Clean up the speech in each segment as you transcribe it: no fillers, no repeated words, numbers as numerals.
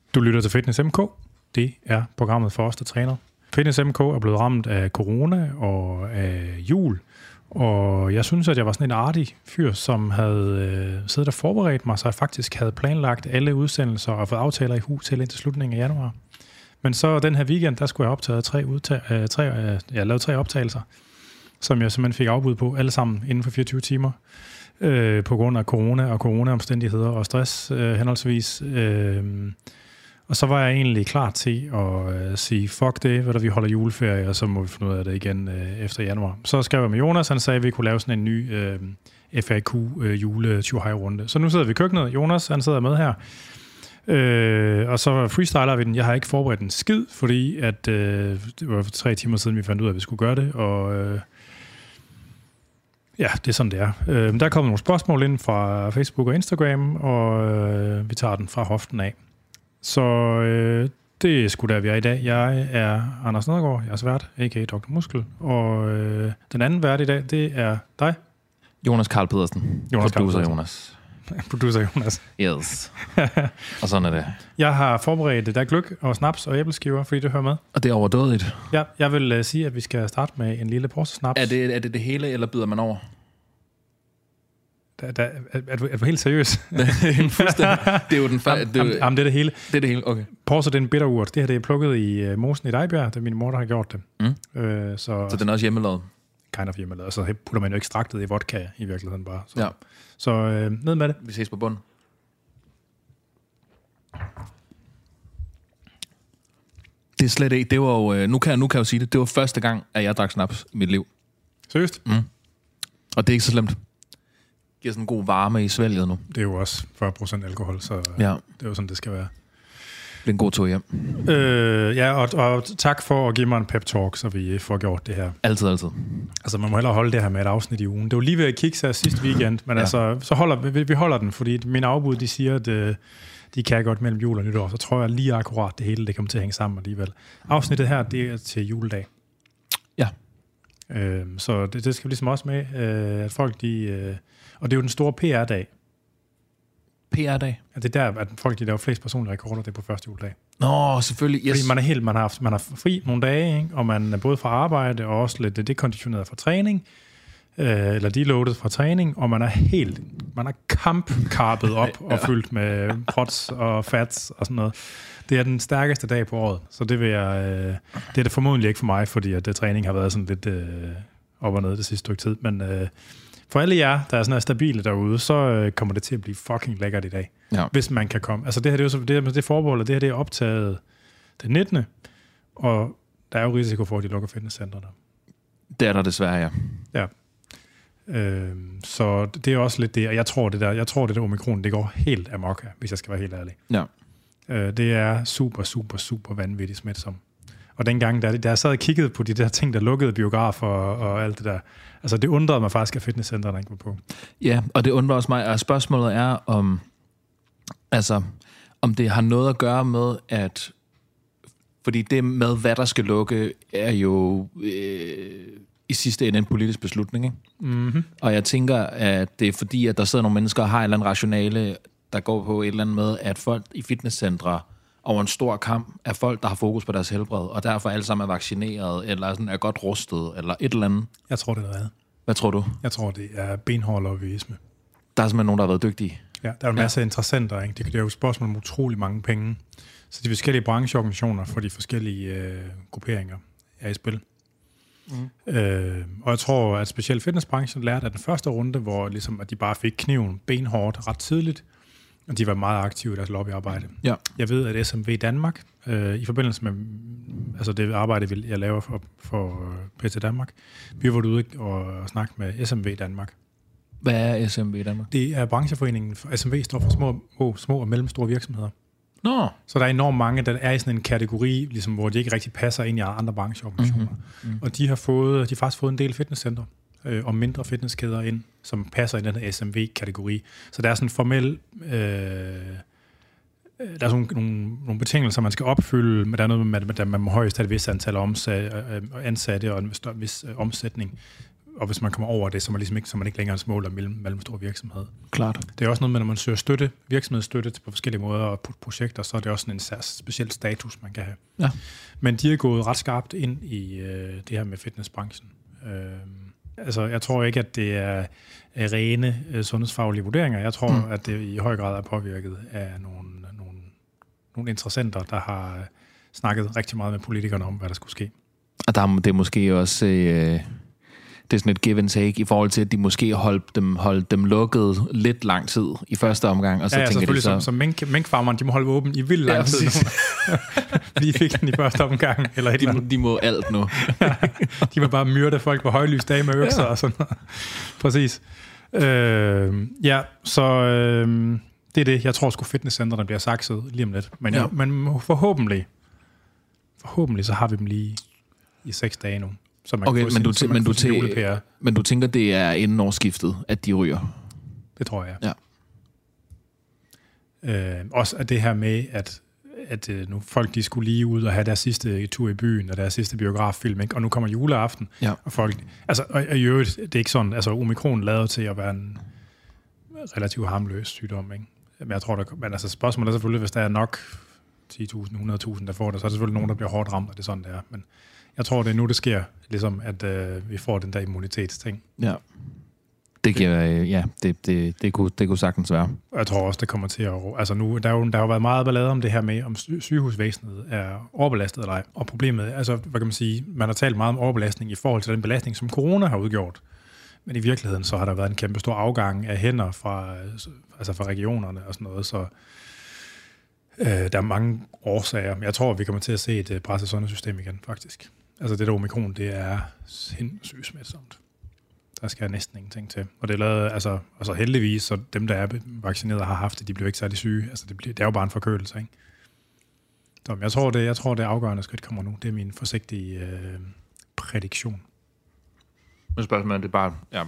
Du lytter til Fitness MK. Det er programmet for os, der træner. Fitness MK er blevet ramt af corona og af jul. Og jeg synes, at jeg var sådan en artig fyr, som havde siddet og forberedt mig, så jeg faktisk havde planlagt alle udsendelser og fået aftaler i hus til indtil slutningen af januar. Men så den her weekend, der skulle jeg optage jeg lavede 3 optagelser, som jeg simpelthen fik afbud på, alle sammen inden for 24 timer. På grund af corona og coronaomstændigheder og stress henholdsvis. Og så var jeg egentlig klar til at sige, fuck det, hvad der vi holder juleferie, og så må vi finde ud af det igen efter januar. Så skrev jeg med Jonas, han sagde, at vi kunne lave sådan en ny FAQ jule runde. Så nu sidder vi i køkkenet. Jonas, han sidder med her. Og så freestyler vi den. Jeg har ikke forberedt en skid, fordi at, det var for 3 timer siden, vi fandt ud af, at vi skulle gøre det, og ja, det er sådan, det er. Der er kommet nogle spørgsmål ind fra Facebook og Instagram, og vi tager den fra hoften af. Så det er sgu der, vi er i dag. Jeg er Anders Nedergaard, jeg er vært, a.k.a. Dr. Muskel, og den anden vært i dag, det er dig. Jonas Karl Pedersen. Producer Jonas. Yes. Og sådan er det. Jeg har forberedt, der er gløgg og snaps og æbleskiver, fordi det hører med. Og det er overdådigt. Ja, jeg vil sige, at vi skal starte med en lille porse snaps. Er det hele, eller byder man over? Er du helt seriøs? Det er jo den Jamen, det er det hele. Det er det hele, okay. Porse, det er en bitterurt. Det her det er plukket i mosen i Dejbjerg, det er min mor, der har gjort det. Så den er også hjemmelavet? Kind of hjemmelavet. Og så putter man jo ekstraktet i vodka i virkeligheden bare. Så, ja. Så ned med det. Vi ses på bunden. Det er slet ikke. Det var jo, nu kan jeg jo sige det. Det var første gang, at jeg drak snaps i mit liv. Seriøst? Og det er ikke så slemt. Det giver sådan en god varme i svælget nu. Det er jo også 40% alkohol, så ja. Det er jo sådan, det skal være. Det er en god tur hjem. Ja, og tak for at give mig en pep-talk, så vi får gjort det her. Altid. Altså, man må hellere holde det her med et afsnit i ugen. Det var lige ved at kigge sig sidste weekend, men ja. Altså, så holder den, fordi mine afbud, de siger, at de kan godt mellem jul og nytår, så tror jeg lige akkurat det hele, det kommer til at hænge sammen alligevel. Afsnittet her, det er til juledag. Ja. Så det skal vi ligesom også med, at folk de... og det er jo den store PR-dag. PR-dag? Ja, det er der, at folk de laver flest personlige rekorder, det er på første juledag. Nå, selvfølgelig. Yes. Fordi man har fri nogle dage, ikke? Og man er både fra arbejde og også lidt dekonditioneret fra træning, eller deloadet fra træning, og man er kampkarpet op og fyldt med prots og fats og sådan noget. Det er den stærkeste dag på året, så det er det formodentlig ikke for mig, fordi at træning har været sådan lidt op og ned det sidste stykke tid, men for alle jer, der er sådan stabile derude, så kommer det til at blive fucking lækkert i dag. Ja. Hvis man kan komme. Altså det her, det er jo så det forbehold, det her det er optaget den 19. Og der er jo risiko for, at de lukker fitnesscentrene. Det er der desværre, ja. Ja. Så det er også lidt det, og jeg tror det der omikron, det går helt amok, hvis jeg skal være helt ærlig. Ja. Det er super vanvittigt smitsom. Og dengang, da jeg sad og kiggede på de der ting, der lukkede biografer og alt det der, altså det undrede mig faktisk, at fitnesscentrene ikke var på. Ja, og det undrer også mig, og spørgsmålet er, om det har noget at gøre med, at fordi det med, hvad der skal lukke, er jo i sidste ende en politisk beslutning, ikke? Mm-hmm. Og jeg tænker, at det er fordi, at der sidder nogle mennesker og har et eller andet rationale, der går på et eller andet med, at folk i fitnesscentre over en stor kamp er folk, der har fokus på deres helbred, og derfor alle sammen er vaccineret, eller sådan er godt rustet, eller et eller andet. Jeg tror, det er noget. Hvad tror du? Jeg tror, det er benhård lobbyisme. Der er simpelthen nogen, der har været dygtige. Ja, der er jo en masse interessenter, ikke? Det er jo et spørgsmål om utrolig mange penge. Så de forskellige brancheorganisationer for de forskellige grupperinger er i spil. Og jeg tror, at specielt fitnessbranchen lærte af den første runde, hvor ligesom, at de bare fik kniven benhårdt ret tidligt, og de var meget aktive i deres lobbyarbejde. Ja. Jeg ved, at SMV Danmark, i forbindelse med altså det arbejde, jeg laver for PT Danmark, vi har været ude og snakke med SMV Danmark. Hvad er SMV Danmark? Det er brancheforeningen. SMV står for små og mellemstore virksomheder. Nå. Så der er enormt mange, der er i sådan en kategori, ligesom, hvor de ikke rigtig passer ind i andre brancheorganisationer. Mm-hmm. Og de har faktisk fået en del fitnesscenter og mindre fitnesskæder ind, som passer i den her SMV-kategori. Så der er sådan en formel... der er sådan nogle betingelser, man skal opfylde, men der er noget med, at man må højst have et vist antal ansatte og en vis omsætning. og hvis man kommer over det, så er man ikke længere et mål af mellemstor virksomhed. Klart. Det er også noget med, når man søger virksomhedsstøtte på forskellige måder og projekter, så er det også en speciel status, man kan have. Ja. Men de er gået ret skarpt ind i det her med fitnessbranchen. Altså, jeg tror ikke, at det er rene sundhedsfaglige vurderinger. Jeg tror, at det i høj grad er påvirket af nogle interessenter, der har snakket rigtig meget med politikerne om, hvad der skulle ske. Og der er det måske også... det er sådan et give and take i forhold til, at de måske holdt dem lukket lidt lang tid i første omgang. Og så tænker de så... Som minkfarmeren, de må holde åben i vildt lang tid. De fik den i første omgang. Eller de må alt nu. De må bare myrde folk på højlys dage med økser og sådan noget. Præcis. Det er det. Jeg tror sgu fitnesscentrene bliver sakset lige om lidt. Men forhåbentlig så har vi dem lige i 6 dage nu. Okay, men du tænker, det er inden årsskiftet, at de ryger? Det tror jeg. Ja. Også at det her med, at nu folk de skulle lige ud og have deres sidste tur i byen og deres sidste biograffilm, ikke? Og nu kommer juleaften, og folk... Altså, og i øvrigt, det er ikke sådan... Altså, omikron lader til at være en relativt harmløs sygdom, ikke? Men jeg tror, men altså, spørgsmålet er selvfølgelig, hvis der er nok 10.000, 100.000, der får det, så er der selvfølgelig nogen, der bliver hårdt ramt, og det er sådan, det er. Men jeg tror, det er nu, det sker, ligesom at vi får den der immunitetsting. Ja. Det giver, det kunne sagtens være. Og jeg tror også, det kommer til at... Altså nu, der har jo været meget ballade om det her med, om sygehusvæsenet er overbelastet eller ej. Og problemet, altså, hvad kan man sige, man har talt meget om overbelastning i forhold til den belastning, som corona har udgjort. Men i virkeligheden, så har der været en kæmpe stor afgang af hænder fra regionerne og sådan noget, så der er mange årsager. Men jeg tror, vi kommer til at se et presset sundhedssystem igen, faktisk. Altså det der omikron, det er sindssygt smitsomt. Der skal næsten ingenting til. Og det er lavet, altså heldigvis, så dem, der er vaccineret og har haft det, de bliver ikke særlig syge. Altså det er jo bare en forkølelse, ikke? Så jeg tror, det afgørende skridt kommer nu. Det er min forsigtige prædiktion. Men spørgsmålet, det er bare... Ja.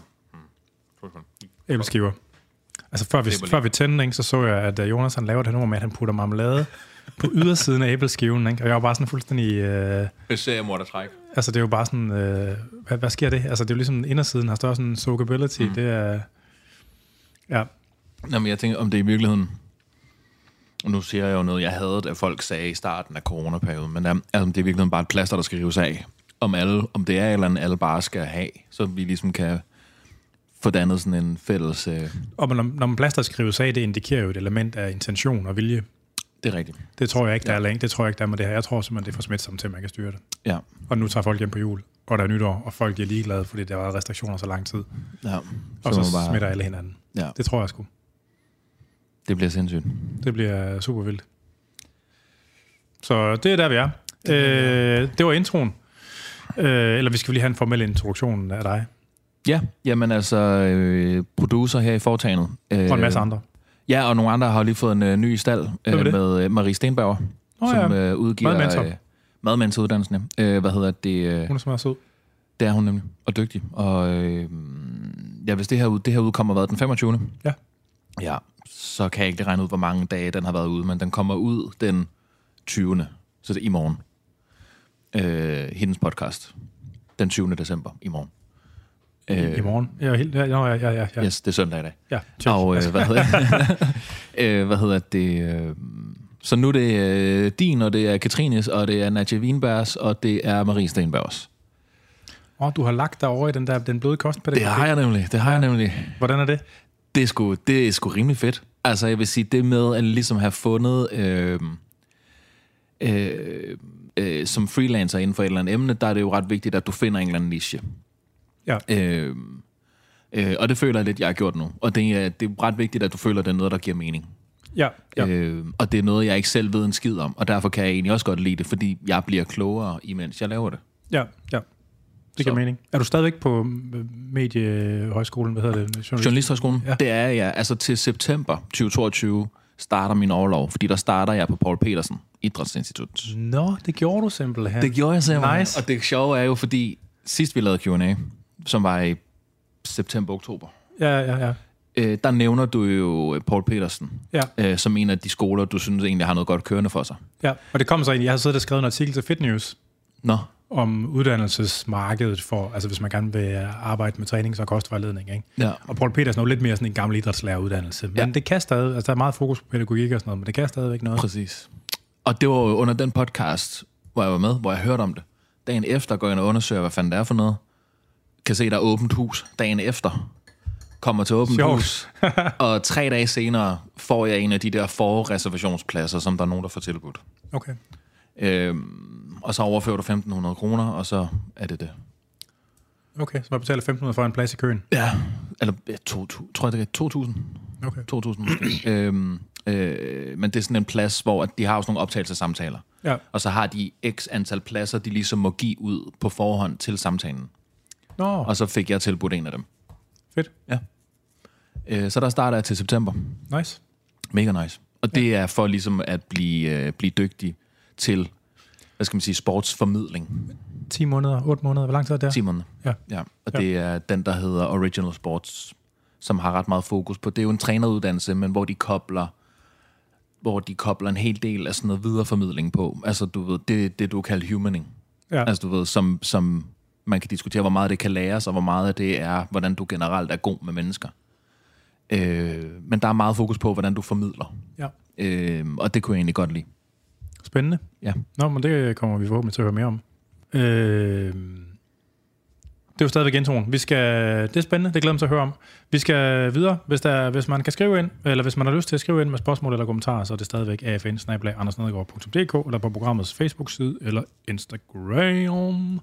Æbleskiver. Altså før vi tændte, så jeg, at Jonas han laver det nummer med, at han putter marmelade på ydersiden af æbleskiven, ikke? Og jeg var bare sådan fuldstændig... Det ser jeg morder træk. Altså det er jo bare sådan... hvad sker det? Altså det er jo ligesom indersiden har større sådan soakability. Det er... Ja. Jamen jeg tænker, om det i virkeligheden... Og nu siger jeg jo noget, jeg havde, at folk sagde i starten af coronaperioden, men det er i virkeligheden bare et plaster, der skal rives af. Om det er et eller andet, alle bare skal have, så vi ligesom kan få dannet sådan en fælles... Og når man plaster skrives af, det indikerer jo et element af intention og vilje. Det er rigtigt. Det tror jeg ikke, der er længe. Det tror jeg ikke, der er med det her. Jeg tror simpelthen, det er for smitsomt til, at man kan styre det. Ja. Og nu tager folk hjem på jul, og der er nytår, og folk er ligeglade, fordi der var restriktioner så lang tid. Ja. Og så smitter alle hinanden. Ja. Det tror jeg sgu. Det bliver sindssygt. Det bliver super vildt. Så det er der, vi er. Det var introen. Eller vi skal lige have en formel introduktion af dig. Ja, jamen altså producer her i foretagendet. Og en masse andre. Ja, og nogle andre har lige fået en ny stald med Marie Stenberger, som udgiver madmentoruddannelsen. Hvad hedder det? Hun er så meget sød. Det er hun nemlig, og dygtig. Og hvis det her udkommer den 25. Ja. Ja, så kan jeg ikke regne ud, hvor mange dage den har været ude, men den kommer ud den 20. Så det er i morgen. Hendes podcast. Den 20. december i morgen. I morgen? Ja. Yes, det er søndag i dag. Ja, og hvad hedder det? Så nu er det din, og det er Katrines, og det er Nadja Wienbergs, og det er Marie Stenbergs. Du har lagt dig over i den bløde kostpædagogik. Det har jeg nemlig. Hvordan er det? Det er sgu rimelig fedt. Altså, jeg vil sige, det med at ligesom have fundet... som freelancer inden for et eller andet emne, der er det jo ret vigtigt, at du finder en eller anden niche. Ja. Og det føler jeg lidt, jeg har gjort nu. Og det er ret vigtigt, at du føler, at det er noget, der giver mening. Ja. Og det er noget, jeg ikke selv ved en skid om. Og derfor kan jeg egentlig også godt lide det, fordi jeg bliver klogere, imens jeg laver det. Ja. Det giver mening. Er du stadigvæk på Mediehøjskolen? Hvad hedder det? Journalisthøjskolen? Ja. Det er jeg. Altså til september 2022 starter min overlov, fordi der starter jeg på Poul Petersen Idrætsinstitut. Nå, det gjorde du simpelthen. Det gjorde jeg simpelthen. Nice. Og det sjove er jo, fordi sidst vi lavede Q&A, som var i september-oktober, ja. Der nævner du jo Poul Petersen, som en af de skoler, du synes egentlig har noget godt kørende for sig. Ja, og det kom så ind. Jeg har siddet og skrevet en artikel til Fit News. Nå. om uddannelsesmarkedet for, altså hvis man gerne vil arbejde med træning, så kostvejledning, ikke? Ja. Og Paul Petersen er jo lidt mere sådan en gammel idrætslæreruddannelse, men det kan stadig, altså der er meget fokus på pædagogik og sådan noget, men det kan stadigvæk noget. Præcis. Og det var jo under den podcast, hvor jeg var med, hvor jeg hørte om det. Dagen efter går jeg ind og undersøger, hvad fanden det er for noget. Kan se, der er åbent hus. Dagen efter kommer til åbent hus. Og 3 dage senere får jeg en af de der forreservationspladser, som der er nogen, der får tilbudt. Okay. Og så overfører du 1.500 kroner, og så er det det. Okay, så man betaler 1.500 for en plads i køen? Ja, eller 2.000. Tror jeg, det er 2.000. Okay. 2.000 måske. Men det er sådan en plads, hvor de har også nogle optagelsesamtaler. Ja. Og så har de x antal pladser, de ligesom må give ud på forhånd til samtalen. Nå. Og så fik jeg tilbudt en af dem. Fedt. Ja. Så der starter jeg til september. Nice. Mega nice. Og det er for ligesom at blive dygtig til, hvad skal man sige, sportsformidling. 10 måneder, 8 måneder, hvor lang tid er det? 10 måneder. Ja. Og det er den, der hedder Original Sports, som har ret meget fokus på. Det er jo en træneruddannelse, men hvor de kobler en hel del af sådan noget videreformidling på. Altså, du ved, det du kalder humaning. Ja. Altså, du ved, som man kan diskutere, hvor meget det kan læres, og hvor meget af det er, hvordan du generelt er god med mennesker. Men der er meget fokus på, hvordan du formidler. Ja. Og det kunne jeg egentlig godt lide. Spændende. Ja. Nå, men det kommer vi forhåbentlig til at høre mere om. Det er jo stadigvæk introen. Det er spændende, det glæder mig til at høre om. Vi skal videre. Hvis man kan skrive ind, eller hvis man har lyst til at skrive ind med spørgsmål eller kommentarer, så er det stadigvæk afn@andersnedegaard.dk, eller på programmets Facebook-side eller Instagram.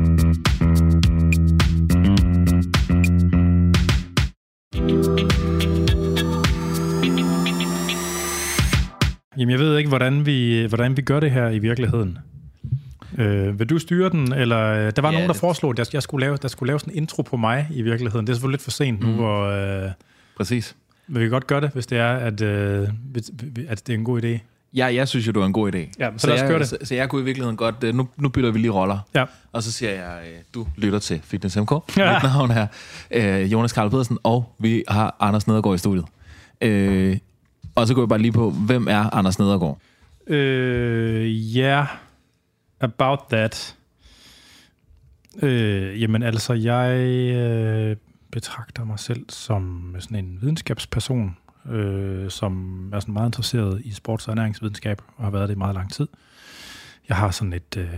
Jamen, jeg ved ikke, hvordan vi gør det her i virkeligheden. Vil du styre den, eller der var nogen, der foreslog, at der skulle laves en intro på mig i virkeligheden. Det er selvfølgelig lidt for sent nu, hvor... Præcis. Vil vi godt gøre det, hvis det er, at det er en god idé? Ja, jeg synes jo, du er en god idé. Ja, så lad os gøre det. Så jeg kunne i virkeligheden godt... Nu bytter vi lige roller. Ja. Og så siger jeg, du lytter til Fitness MK. Ja. Mit navn er Jonas Karl Pedersen, og vi har Anders Nedergaard i studiet. Og så går vi bare lige på, hvem er Anders Nedergaard? Ja... About that. Jamen altså, jeg betragter mig selv som sådan en videnskabsperson, som er sådan meget interesseret i sports- og ernæringsvidenskab, og har været det i meget lang tid. Jeg har sådan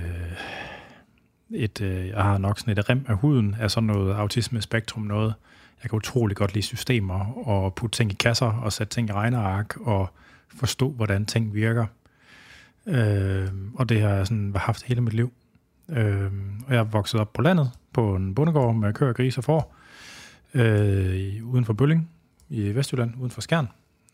jeg har nok sådan et rem af huden af sådan noget autisme-spektrum noget. Jeg kan utrolig godt lide systemer, og putte ting i kasser, og sætte ting i regneark, og forstå, hvordan ting virker. Og det har jeg sådan haft hele mit liv. Og jeg er vokset op på landet, på en bondegård med køer, grise og får, uden for Bølling, i Vestjylland, uden for Skjern.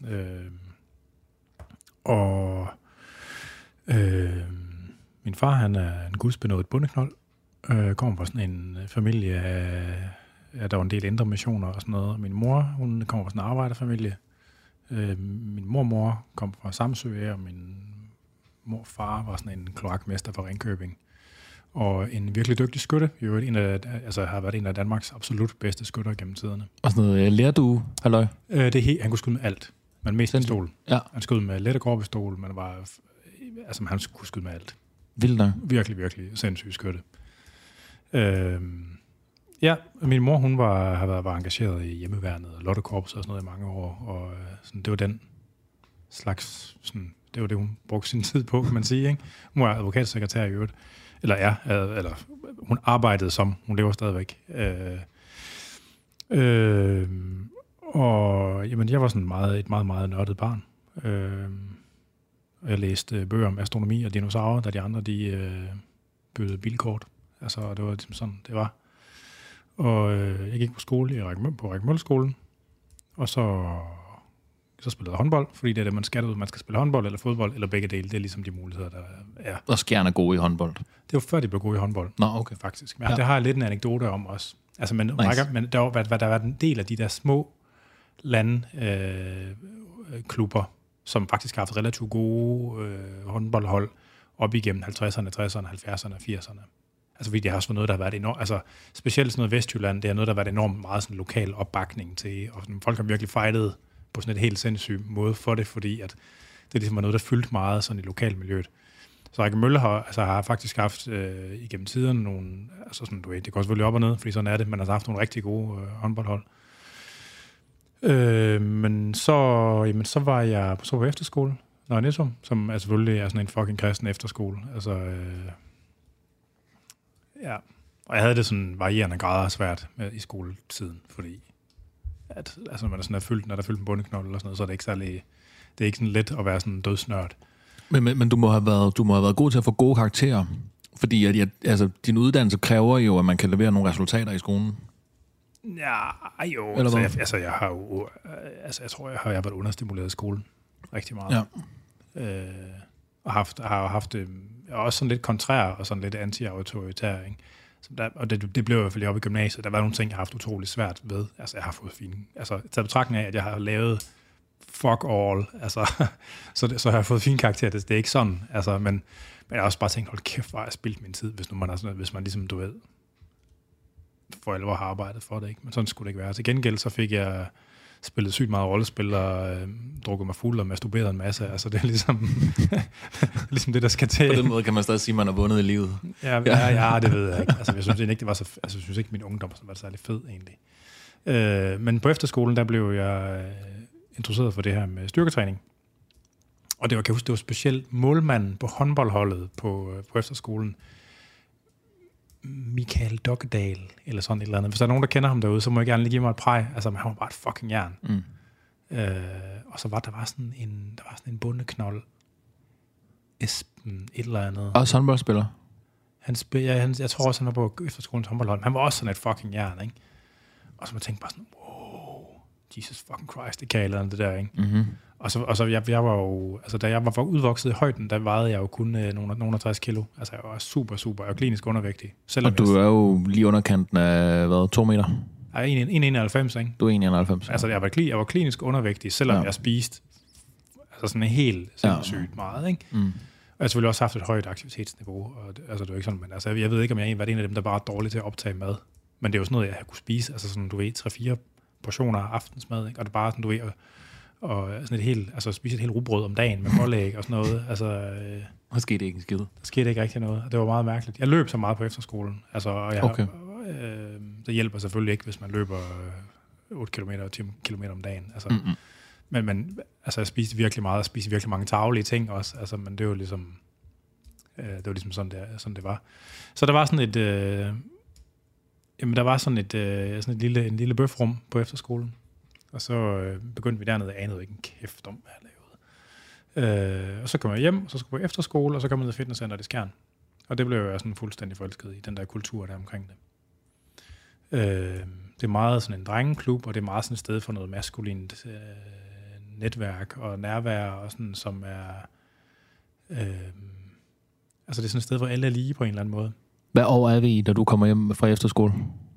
Min far, han er en gudsbenådet bondeknold, kommer fra sådan en familie af, der var en del indre missioner og sådan noget. Min mor, hun kommer fra sådan en arbejderfamilie. Min mormor kom fra Samsø, og min morfar var sådan en kloakmester fra Ringkøbing. Og en virkelig dygtig skytte. Har været en af Danmarks absolut bedste skytter gennem tiderne. Og sådan noget, lærer du, halløj? Han kunne skyde med alt. Men mest pistol. Ja. Han skød med lette gråpistol, men han kunne skyde med alt. Vildt nok. Virkelig, virkelig sindssyg skytte. Ja, min mor, hun var engageret i hjemmeværnet og lottekorpset og sådan noget i mange år, og sådan, det var den slags, sådan, det var det, hun brugte sin tid på, kan man sige, ikke? Hun var advokatsekretær i øvrigt, eller hun arbejdede som, hun lever stadigvæk. Og jamen, jeg var sådan et meget, meget nørdet barn. Jeg læste bøger om astronomi og dinosaurer, da de andre, de byggede bilkort. Altså, det var ligesom sådan, det var. Og jeg gik på skole på Rækmølleskolen, og så spillede jeg håndbold, fordi det er det, man skal ud. Man skal spille håndbold eller fodbold, eller begge dele. Det er ligesom de muligheder, der er. Og Skjern er gode i håndbold. Det var før, de blev gode i håndbold. Nå, okay. Faktisk. Men det har jeg lidt en anekdote om også. Altså, men der var en del af de der små landklubber, som faktisk har haft relativt gode håndboldhold op igennem 50'erne, 60'erne, 70'erne og 80'erne. Altså fordi det har også været noget, der har været enormt, altså specielt sådan noget Vestjylland, det er noget, der har været enormt meget sådan lokal opbakning til, og sådan, folk har virkelig fightet på sådan et helt sindssygt måde for det, fordi at det ligesom var noget, der fyldte meget sådan i lokalmiljøet. Så Rikke Mølle har faktisk haft igennem tiderne nogle, altså sådan, du ved, det går selvfølgelig op og ned, fordi sådan er det, men har haft nogle rigtig gode håndboldhold. Men så var jeg på efterskole, Nørre-Nissum, som er selvfølgelig er sådan en fucking kristen efterskole. Altså, ja. Og jeg havde det sådan varierende grader svært i skoletiden, fordi at, altså, når der er fyldt en bundeknold eller sådan noget, så er det ikke særlig, det er ikke sådan let at være sådan dødsnørd. Men du må have været god til at få gode karakterer, fordi altså, din uddannelse kræver jo, at man kan levere nogle resultater i skolen. Ja, jo. Jeg tror, jeg har været understimuleret i skolen rigtig meget. Ja. Og har haft det også sådan lidt kontrær og sådan lidt anti-autoritær, ikke? Og det blev i hvert fald op i gymnasiet. Der var nogle ting, jeg har haft utroligt svært ved. Altså, jeg har fået fine... Altså, til betragtning af, at jeg har lavet fuck all, altså, så har jeg fået fine karakterer. Det er ikke sådan, altså, men jeg har også bare tænkt, hold kæft, hvor jeg spildt min tid, hvis man ligesom, du ved, for alvor har arbejdet for det, ikke? Men sådan skulle det ikke være. Til gengæld så fik jeg spillet sygt meget rollespil og drukket mig fuld og masturberet en masse. Altså, det er ligesom det, der skal til. På den måde kan man stadig sige, at man har vundet i livet. Ja, det ved jeg ikke. Altså, jeg synes ikke, det var så... Altså, jeg synes ikke, min ungdom var særlig fed, egentlig. Men på efterskolen, der blev jeg interesseret for det her med styrketræning. Og det var specielt målmanden på håndboldholdet på efterskolen, Michael Dokkedal, eller sådan et eller andet. Hvis der er nogen, der kender ham derude, så må jeg gerne lige give mig et præg. Altså, han var bare et fucking jern. Og så var der sådan en bundeknold. Esben, et eller andet. Også håndboldspiller? Jeg tror også, han var på efterskolens håndboldhold. Han var også sådan et fucking jern, ikke? Og så man tænkte bare sådan, wow, Jesus fucking Christ, det kan jeg eller andet, det der, ikke? Mm-hmm. Og så jeg var jo, altså da jeg var udvokset i højden, der vejede jeg jo kun nogle 60 kilo. Altså jeg var super, og klinisk undervægtig. Og du er jo lige underkanten af, 2 meter? Jeg er 1,91, ikke? Du er 1,91. Altså jeg var klinisk undervægtig, selvom jeg spiste altså sådan helt sindssygt meget, ikke? Mm. Og jeg har selvfølgelig også haft et højt aktivitetsniveau, og altså det er jo ikke sådan, men altså jeg ved ikke, om jeg har været en af dem, der bare er dårlig til at optage mad. Men det er jo sådan noget, jeg kunne spise, altså sådan, du ved, 3-4 portioner aftensmad, ikke? Og det er bare sådan, du ved, og sådan et helt, altså spise et helt rugbrød om dagen med pålæg og sådan noget. Altså, der skete ikke en skid. Der skete ikke rigtig noget, og det var meget mærkeligt. Jeg løb så meget på efterskolen, altså, og det hjælper selvfølgelig ikke, hvis man løber 8 km og 10 km om dagen. Altså, men altså, jeg spiste virkelig meget, og spiste virkelig mange tarvelige ting også, altså, men det var ligesom, sådan det var. Så der var sådan en lille bøfrum på efterskolen. Og så begyndte vi dernede, jeg anede ikke en kæft om, hvad jeg lavede. Og så kom jeg hjem, og så skulle jeg på efterskole, og så kom jeg ned i fitnesscenteret i Skjern. Og det blev jeg sådan fuldstændig forelsket i, den der kultur der omkring det. Det er meget sådan en drengeklub, og det er meget sådan et sted for noget maskulint netværk og nærvær, og sådan, som er... altså det er sådan et sted, hvor alle er lige på en eller anden måde. Hvad år er vi i, da du kommer hjem fra efterskole?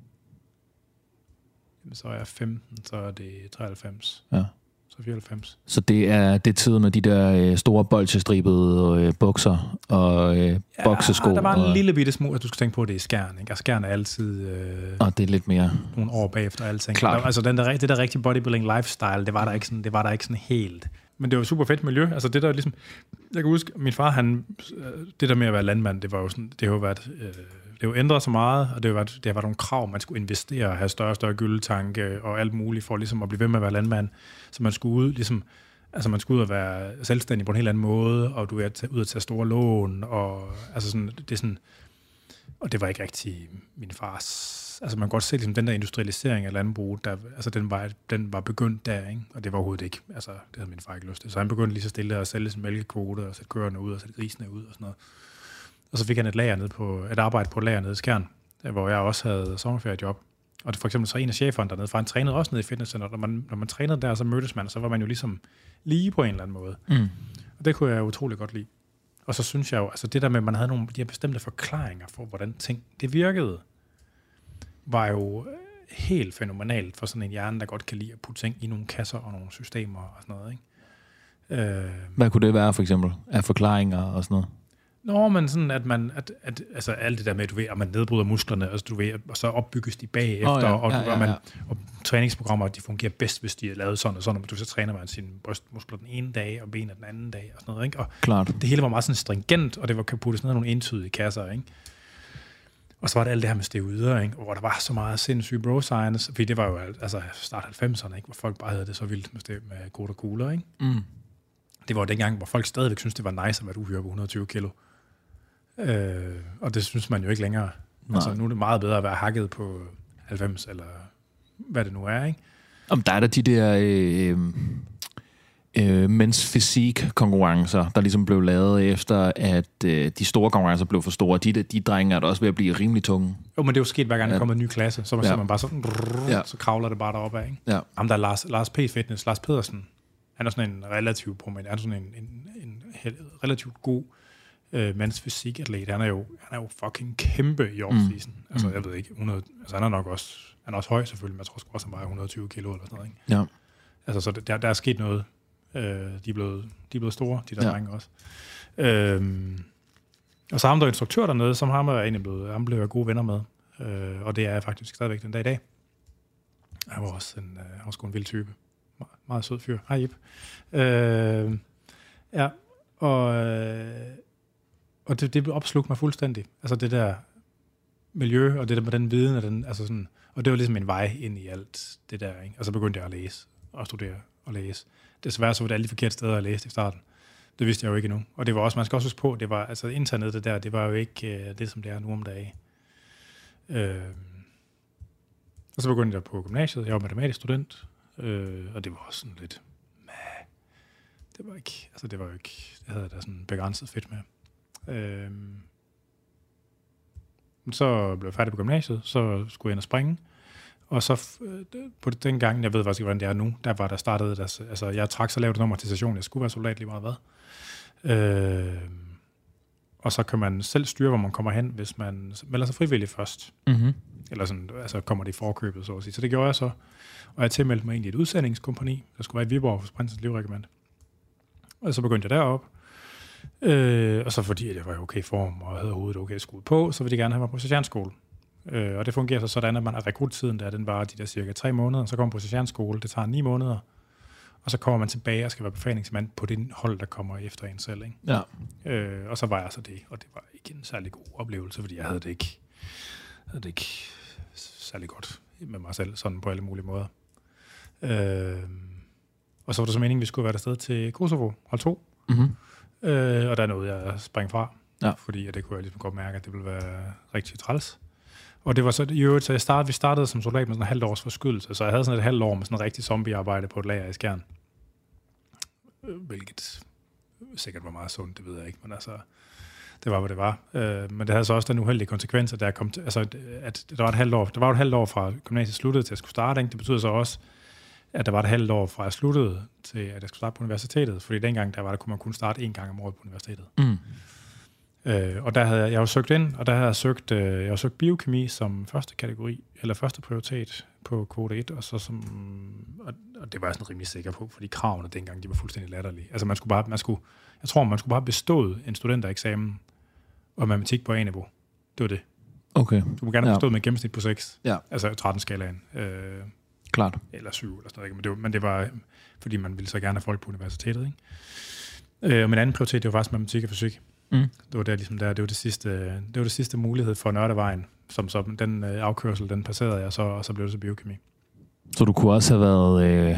Så er jeg 15, så er det 93. Ja. Så 94. Så det er tiden med de der store bolsjestribede bukser og boksesko. Der var en lille bitte smule, at du skal tænke på, at det er Skjern, ikke? Og Skjern er altid og det er lidt mere nogle år bagefter alting. Klart. Altså det der rigtige bodybuilding lifestyle, det var der ikke sådan helt. Men det var et super fedt miljø. Altså det der ligesom, jeg kan huske, min far, det der med at være landmand, det var jo sådan, det har jo været det har jo ændret så meget, og det har været nogle krav, man skulle investere, have større og større gyldetanke og alt muligt for ligesom at blive ved med at være landmand. Så man skulle ud ligesom, altså man skulle ud og være selvstændig på en helt anden måde, og du er ud at tage store lån, og altså sådan, det er sådan, og det var ikke rigtig min fars, altså man kan godt se ligesom den der industrialisering af landbruget, der, altså den var begyndt der, ikke? Og det var overhovedet ikke, altså det havde min far ikke lyst til. Så han begyndte lige så stille at sælge sin mælkekvote, og sætte køerne ud, og sætte grisene ud, og sådan noget. Og så fik han et arbejde på et lager nede i Skjern, hvor jeg også havde sommerferiejob. Og det for eksempel så en af cheferne dernede, for han trænede også nede i fitnesscenter. Når man trænede der, så mødtes man, så var man jo ligesom lige på en eller anden måde. Mm. Og det kunne jeg utrolig godt lide. Og så synes jeg jo, altså det der med, at man havde de her bestemte forklaringer for, hvordan ting det virkede, var jo helt fænomenalt for sådan en hjerne, der godt kan lide at putte ting i nogle kasser og nogle systemer og sådan noget, ikke? Hvad kunne det være for eksempel af forklaringer og sådan noget? Nå, men sådan, altså alt det der med, du ved, at man nedbryder musklerne, altså, du ved, og så opbygges de bagefter, og træningsprogrammer, de fungerer bedst, hvis de er lavet sådan og sådan, og du så træner man sine brystmuskler den ene dag, og benet den anden dag, og sådan noget, ikke? Og klart. Det hele var meget sådan stringent, og det var kan puttes ned i nogle entydige kasser, ikke? Og så var det alt det her med steroider, ikke? Hvor der var så meget sindssyg bro science, fordi det var jo altså start 90'erne, ikke? Hvor folk bare havde det så vildt med kort og kugler, ikke? Mm. Det var dengang, hvor folk stadigvæk syntes, det var nice at være et uhyre på 120 kilo. Og det synes man jo ikke længere. Nej. Altså, nu er det meget bedre at være hakket på 90, eller hvad det nu er, ikke? Om der er der de der mens fysik-konkurrencer, der ligesom blev lavet efter, at de store konkurrencer blev for store. De drenge er der også ved at blive rimelig tunge. Jo, men det er jo sket, hver gang der kommer en ny klasse, så man bare sådan, så kravler det bare deroppe af, ikke? Ja. Ham der er Lars P. Fitness, Lars Pedersen, han er sådan en relativt prominent, han er sådan en relativt god mands fysikatlet. Han er jo fucking kæmpe i off-season. Altså, jeg ved ikke, 100, altså han er også høj selvfølgelig, men jeg tror også, han vejer 120 kilo eller sådan noget, ikke? Ja. Altså, så der er sket noget. De er blevet store, de der drenge også. Og så har han der instruktør dernede, som han blev gode venner med. Og det er jeg faktisk stadigvæk den dag i dag. Han var også en vild type. Meget sød fyr. Hej, Ip. Ja, og det opslugte mig fuldstændig. Altså det der miljø, og det der med den viden, og altså sådan, og det var ligesom en vej ind i alt det der, ikke? Og så begyndte jeg at læse, og studere og læse. Desværre så var det alle de forkerte steder, jeg læste i starten. Det vidste jeg jo ikke endnu. Og det var også, man skal også huske på, det var, altså internettet der, det var jo ikke det, som det er nu om dagen. Og så begyndte jeg på gymnasiet. Jeg var matematisk student, og det var også sådan lidt, det var jo ikke, det havde jeg da sådan begrænset fedt med. Så blev jeg færdig på gymnasiet, så skulle jeg ind og springe, og så på den gang, jeg ved faktisk ikke, hvordan det er nu, der var der startede, altså jeg trak så lavt nummer til stationen, jeg skulle være soldat lige meget hvad. Og så kan man selv styre, hvor man kommer hen, hvis man melder sig frivilligt først. Mm-hmm. Eller sådan, altså kommer det i forkøbet, så at sige. Så det gjorde jeg så, og jeg tilmeldte mig egentlig et udsendingskompagni, der skulle være i Viborg hos Prinsens Livregiment. Og så begyndte jeg derop. Og så fordi jeg var i okay form, og havde hovedet okay skudt på, så ville de gerne have mig på sergeantskole. Og det fungerer så sådan, at man har rekruttiden, den var de der cirka 3 måneder, så kommer man på sergeantskole, det tager 9 måneder, og så kommer man tilbage og skal være befalingsmand på det hold, der kommer efter en selv, ikke? Ja. Og så var jeg så det, og det var ikke en særlig god oplevelse, fordi jeg havde det ikke særlig godt med mig selv, sådan på alle mulige måder. Og så var det så meningen, vi skulle være der sted til Kosovo, hold 2. Mm-hmm. Og der nåede jeg at springe fra, fordi det kunne jeg ligesom godt mærke, at det ville være rigtig træls. Og det var så i øvrigt, så vi startede som soldat med sådan et halvt års forskydelse, så jeg havde sådan et halvt år med sådan en rigtig zombiearbejde på et lager i Skjern. Hvilket sikkert var meget sundt, det ved jeg ikke, men altså, det var, hvad det var. Men det havde så også den uheldige konsekvens, at der var et halvt år fra gymnasiet sluttede til at skulle starte, ikke? Det betyder så også, at der var et halvt år fra jeg sluttede til, at jeg skulle starte på universitetet, fordi dengang, kunne man kun starte 1 gang om året på universitetet. Mm. Og der havde jeg jo søgt ind, og der havde jeg søgt biokemi som første kategori, eller første prioritet på kvote 1, og så og det var jeg sådan rimelig sikker på, fordi kravene dengang, de var fuldstændig latterlige. Altså man skulle bare bestået en studentereksamen og matematik på A-niveau. Det var det. Okay. Du må gerne have bestået med et gennemsnit på 6. Ja. Altså 13-skalaen. Klart. Eller 7, eller sådan noget. Men det var, fordi man ville så gerne have folk på universitetet, ikke? Og min anden prioritet, det var faktisk matematik og fysik. Mm. Det var der ligesom det var det sidste mulighed for Nørdevejen, som så den afkørsel, den passerede jeg så, og så blev det så biokemi. Så du kunne også have været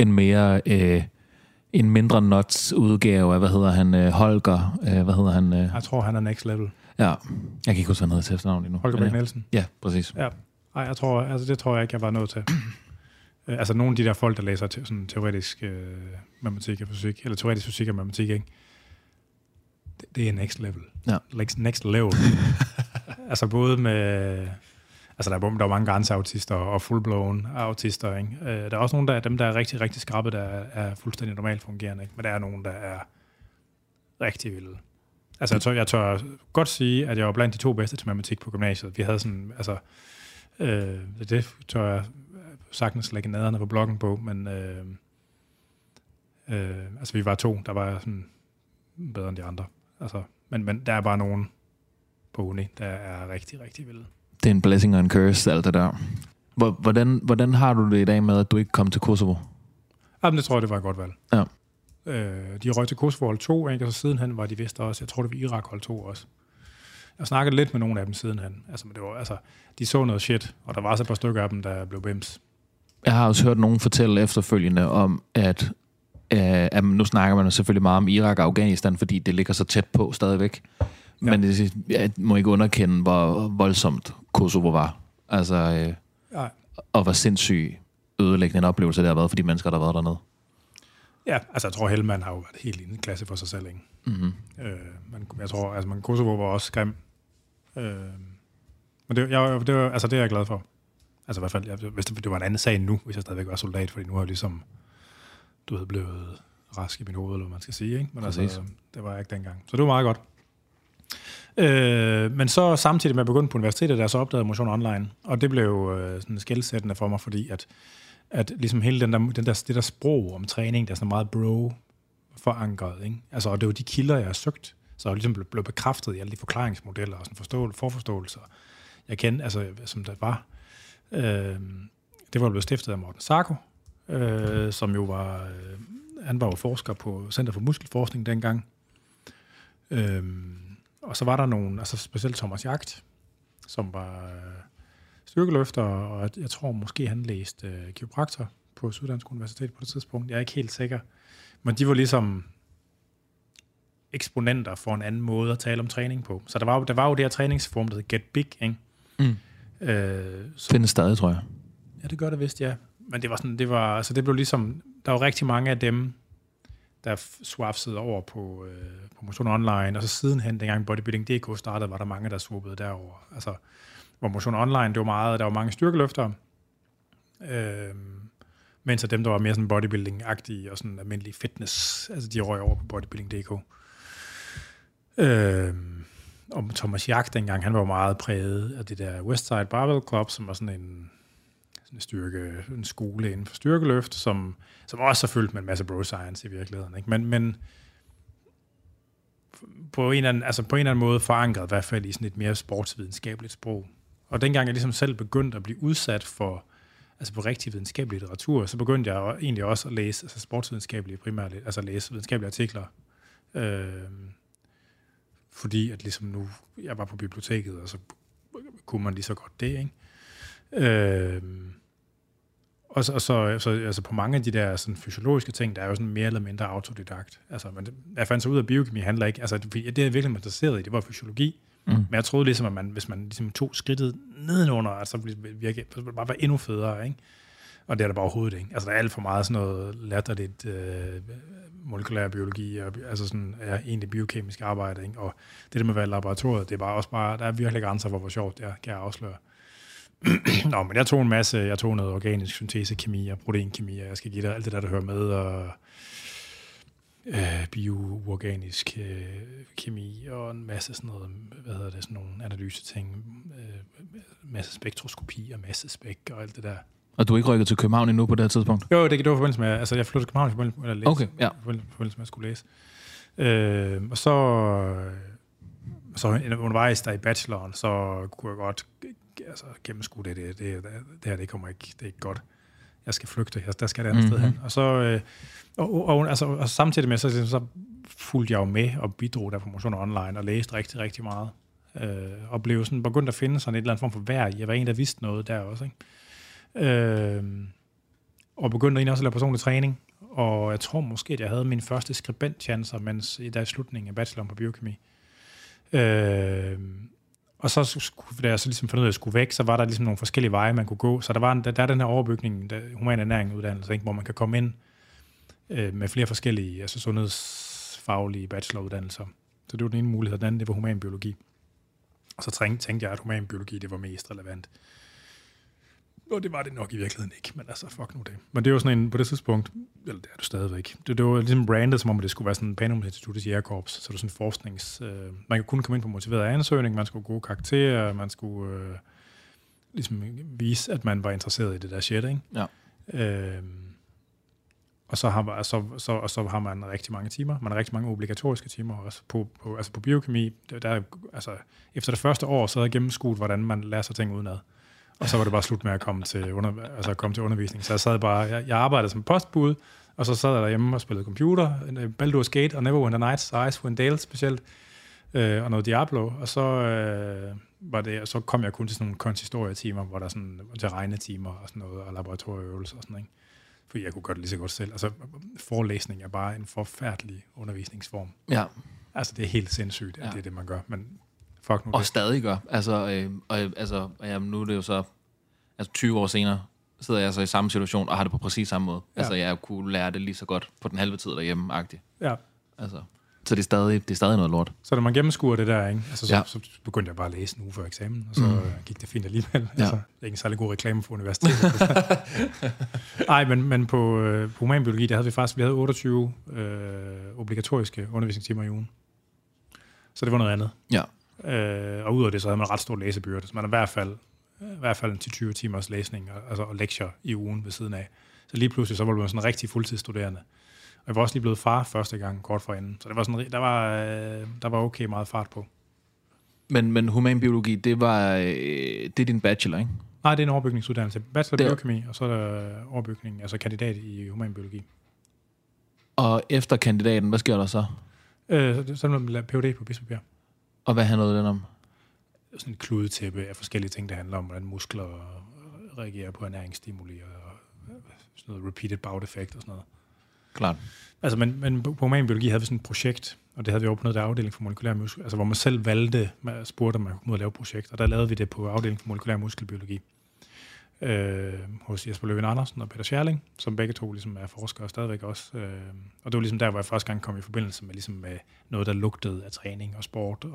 en mindre nuts udgave af, hvad hedder han, Holger, hvad hedder han? Jeg tror, han er next level. Ja, jeg kan ikke huske, hvad han hedder til efternavn endnu. Holger Bæk Nielsen? Ja, præcis. Ja, det tror jeg ikke, jeg var nødt til. Altså nogle af de der folk, der læser sådan teoretisk matematik og fysik, eller teoretisk fysik og matematik, ikke? Det er next level. Ja. Next level. Altså både med... Altså der er mange grænseautister og full-blown autister, ikke? Der er også nogle af dem, der er rigtig, rigtig skrappe, der er fuldstændig normalt fungerende, ikke? Men der er nogen, der er rigtig vilde. Altså jeg tør godt sige, at jeg var blandt de 2 bedste til matematik på gymnasiet. Vi havde sådan... Altså, det tør jeg sagtens lægge naderne på bloggen på, men altså vi var 2, der var sådan bedre end de andre. Altså, men der er bare nogen på uni, der er rigtig, rigtig vilde. Det er en blessing og en curse, alt det der. Hvordan har du det i dag med, at du ikke kom til Kosovo? Jamen, det tror jeg, det var et godt valg. Ja. De røg til Kosovo hold 2, ikke? Og så sidenhen var de vist også, jeg tror, det var Irak hold 2 også. Jeg snakkede lidt med nogle af dem sidenhen. Altså, det var, altså, de så noget shit, og der var så et par stykker af dem, der blev bims. Jeg har også hørt nogen fortælle efterfølgende om, at nu snakker man selvfølgelig meget om Irak og Afghanistan, fordi det ligger så tæt på stadigvæk. Ja. Men jeg må ikke underkende, hvor voldsomt Kosovo var. Altså, og hvor sindssyg ødelæggende en oplevelse det har været for de mennesker, der har været dernede. Ja, altså jeg tror, Helmand har jo været helt i en klasse for sig selv, ikke? Mm-hmm. Men jeg tror, altså Kosovo var også grim. Men det er jeg glad for. Altså i hvert fald, hvis det var en anden sag nu, hvis jeg stadigvæk var soldat, fordi nu har jeg ligesom, du havde blevet rask i min hoved, eller hvad man skal sige, ikke? Men altså, det var jeg ikke dengang. Så det var meget godt. Men så samtidig med at begynde på universitetet, der så opdagede jeg motion online, og det blev sådan skelsættende for mig, fordi at ligesom hele det der sprog om træning, der er sådan meget bro-forankret, ikke? Altså, og det var de kilder, jeg har søgt, så jeg ligesom blev bekræftet i alle de forklaringsmodeller og sådan forforståelser, jeg kendte, altså, som der var. Det var blevet stiftet af Morten Sarko, som jo var, han var jo forsker på Center for Muskelforskning dengang. Og så var der nogen, altså specielt Thomas Jagt, som var styrkeløfter, og jeg tror måske han læste kiropraktor på Syddansk Universitet på det tidspunkt. Jeg er ikke helt sikker. Men de var ligesom eksponenter for en anden måde at tale om træning på. Så der var jo det her træningsform, der hed Get Big, ikke? Mm. Findes stadig, tror jeg. Ja, det gør det vist, ja. Men det var sådan, det blev ligesom, der var rigtig mange af dem, der swapsede over på Motion Online, og så sidenhen, dengang Bodybuilding.dk startede, var der mange, der swoopede derover. Altså, hvor Motion Online, det var meget, der var mange styrkeløftere, mens af dem, der var mere sådan bodybuilding-agtige og sådan almindelig fitness, altså de røg over på Bodybuilding.dk. Og Thomas Jagt dengang, han var jo meget præget af det der Westside Barbell Club, som var sådan en skole inden for styrkeløft, som også har fyldt med en masse bro science i virkeligheden, ikke? Men på en eller anden måde forankret i hvert fald i sådan et mere sportsvidenskabeligt sprog. Og dengang jeg ligesom selv begyndte at blive udsat for, altså på rigtig videnskabelig litteratur, så begyndte jeg egentlig også at læse altså sportsvidenskabelige primært, altså læse videnskabelige artikler. Fordi at ligesom nu, jeg var på biblioteket, og så kunne man lige så godt det, ikke? Og så altså på mange af de der sådan fysiologiske ting, der er jo sådan mere eller mindre autodidakt. Altså, jeg fandt så ud af, at biokemi handler ikke, altså det er virkelig interesseret i, det var fysiologi. Men jeg troede ligesom, at man, hvis man ligesom tog skridtet nedenunder, altså så ville det bare være endnu federe, ikke? Og det er der bare overhovedet ikke. Altså der er alt for meget sådan noget latterligt molekylær biologi, og altså sådan egentlig biokemisk arbejde, ikke? Og det der med at være i laboratoriet, det er bare også bare, der er virkelig grænser for, hvor sjovt det er, kan jeg afsløre. Nå, men jeg tog noget organisk syntesekemi og proteinkemi, og jeg skal give dig alt det der hører med, og bioorganisk kemi, og en masse sådan noget, sådan nogle analyseting, masse spektroskopi og masse spek og alt det der. Og du er ikke rykket til København endnu på det her tidspunkt? Jo, det var forbindelse med, altså jeg flyttede til København for at læse. Okay, ja. Forbindelse med, at jeg skulle læse. Og så undervejs der i bacheloren, så kunne jeg godt gennemskue det her, det kommer ikke, det er ikke godt. Jeg skal flygte, der skal et andet sted hen. Og så, og samtidig med, så fulgte jeg jo med og bidrog der på Motion Online og læste rigtig, rigtig meget. Og blev sådan begyndt at finde sådan et eller andet form for værd. Jeg var en, der vidste noget der også, ikke? Og begyndte egentlig også at lave personlig træning. Og jeg tror måske, at jeg havde min første skribentchancer, mens i der slutningen af bacheloren på biokemi. Og så, da jeg så ligesom fandt ud af, at jeg skulle væk, så var der ligesom nogle forskellige veje, man kunne gå. Så der er den her overbygning, human ernæring uddannelse, ikke? Hvor man kan komme ind med flere forskellige, altså sundhedsfaglige bacheloruddannelser. Så det var den ene mulighed, den anden, det var humanbiologi. Og så tænkte jeg, at humanbiologi, det var mest relevant. Og det var det nok i virkeligheden ikke, men altså, fuck nu det. Men det var sådan en, på det tidspunkt, eller det er du stadigvæk, det var ligesom brandet, som om det skulle være sådan en Panum Instituttets jægerkorps, så det var sådan en forsknings... man kunne kun komme ind på motiveret ansøgning, man skulle gode karakterer, man skulle ligesom vise, at man var interesseret i det der shit, ikke? Ja. Og så har man rigtig mange timer. Man har rigtig mange obligatoriske timer også på biokemi. Efter det første år, så havde jeg gennemskuet, hvordan man lærer sig ting udenad. Og så var det bare slut med at komme til undervisning. Så jeg sad bare, jeg arbejdede som postbud, og så sad jeg derhjemme og spillede computer, Baldur's Gate og Neverwinter Nights, og Icewind Dale specielt, og noget Diablo. Og så kom jeg kun til sådan nogle konsistorietimer, hvor der sådan til regnetimer og sådan noget, og laboratorieøvelser og sådan noget. Fordi jeg kunne gøre det lige så godt selv. Altså, forelæsning er bare en forfærdelig undervisningsform. Ja. Altså, det er helt sindssygt, at det er det, man gør. Men fuck nu og det. Stadig gør. Nu er det jo så 20 år senere, sidder jeg så i samme situation og har det på præcis samme måde. Ja. Altså, jeg kunne lære det lige så godt på den halve tid derhjemme-agtigt. Ja. Altså, så det er stadig noget lort. Så når man gennemskuer det der, ikke? Altså, så begyndte jeg bare at læse en uge før eksamen, og så gik det fint alligevel. Ja. Altså, det er ikke en særlig god reklame for universitetet. Nej, men på humanbiologi, der havde vi havde 28 obligatoriske undervisningstimer i ugen. Så det var noget andet. Ja. Og ud af det, så havde man ret stor læsebyrde. Så man har i hvert fald 10-20 timers læsning og lektier i ugen ved siden af. Så lige pludselig, så var man sådan en rigtig fuldtidsstuderende. Og jeg var også lige blevet far første gang, kort forinden. Så det var sådan, der var okay meget fart på. Men humanbiologi, det er din bachelor, ikke? Nej, det er en overbygningsuddannelse. Bachelor biokemi, og så er der overbygning, altså kandidat i humanbiologi. Og efter kandidaten, hvad sker der så? Så er man Ph.D. på Bispebjerg. Og hvad handler den om? Sådan et kludetæppe af forskellige ting, der handler om, hvordan muskler reagerer på ernæringsstimuli og sådan noget repeated bout effect og sådan noget. Klart. Altså, men på humanbiologi havde vi sådan et projekt, og det havde vi jo på noget der afdeling for molekylær muskel, altså hvor man selv valgte, man spurgte, om man kunne lave et projekt, og der lavede vi det på afdeling for molekylær muskelbiologi hos Jesper Løven Andersen og Peter Scherling, som begge to ligesom er forskere stadigvæk også. Og det var ligesom der, hvor jeg første gang kom i forbindelse med noget, der lugtede af træning og sport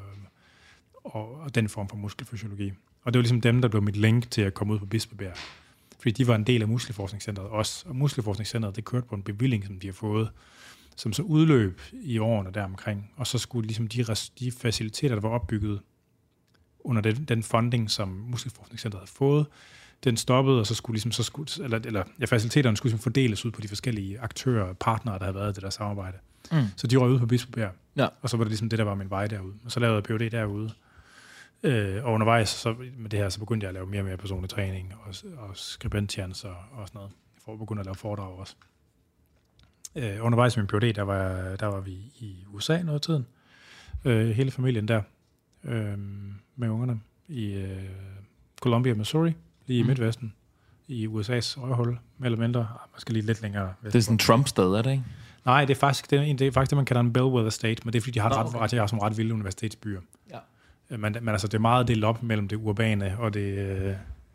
og den form for muskelfysiologi. Og det var ligesom dem, der blev mit link til at komme ud på Bispebjerg. Fordi de var en del af Muskelforskningscenteret også. Og Muskelforskningscenteret, det kørte på en bevilling, som de har fået, som så udløb i årene deromkring. Og så skulle ligesom de faciliteter, der var opbygget under den funding, som Muskelforskningscenteret havde fået, den stoppede, og så skulle faciliteterne skulle ligesom fordeles ud på de forskellige aktører og partnere, der havde været i det der samarbejde. Så de røg ud på Bispebjerg. Ja. Og så var det ligesom det, der var min vej derude. Og så lavede jeg Ph.D. derude. Og undervejs så med det her, så begyndte jeg at lave mere og mere personlig træning og skribenttjenester og sådan noget. For at begynde at lave foredrag også. Undervejs med min Ph.D., der var vi i USA noget af tiden. Hele familien der med ungerne i Columbia, Missouri, lige i Midtvesten, i USA's øjehul, mere eller mindre. Man skal lige lidt længere vest. Det er sådan en Trump-sted, er det ikke? Nej, det er faktisk det, man kalder en bellwether state, men det er fordi, de har ret vilde universitetsbyer. Ja. Men altså, det er meget delt op mellem det urbane og det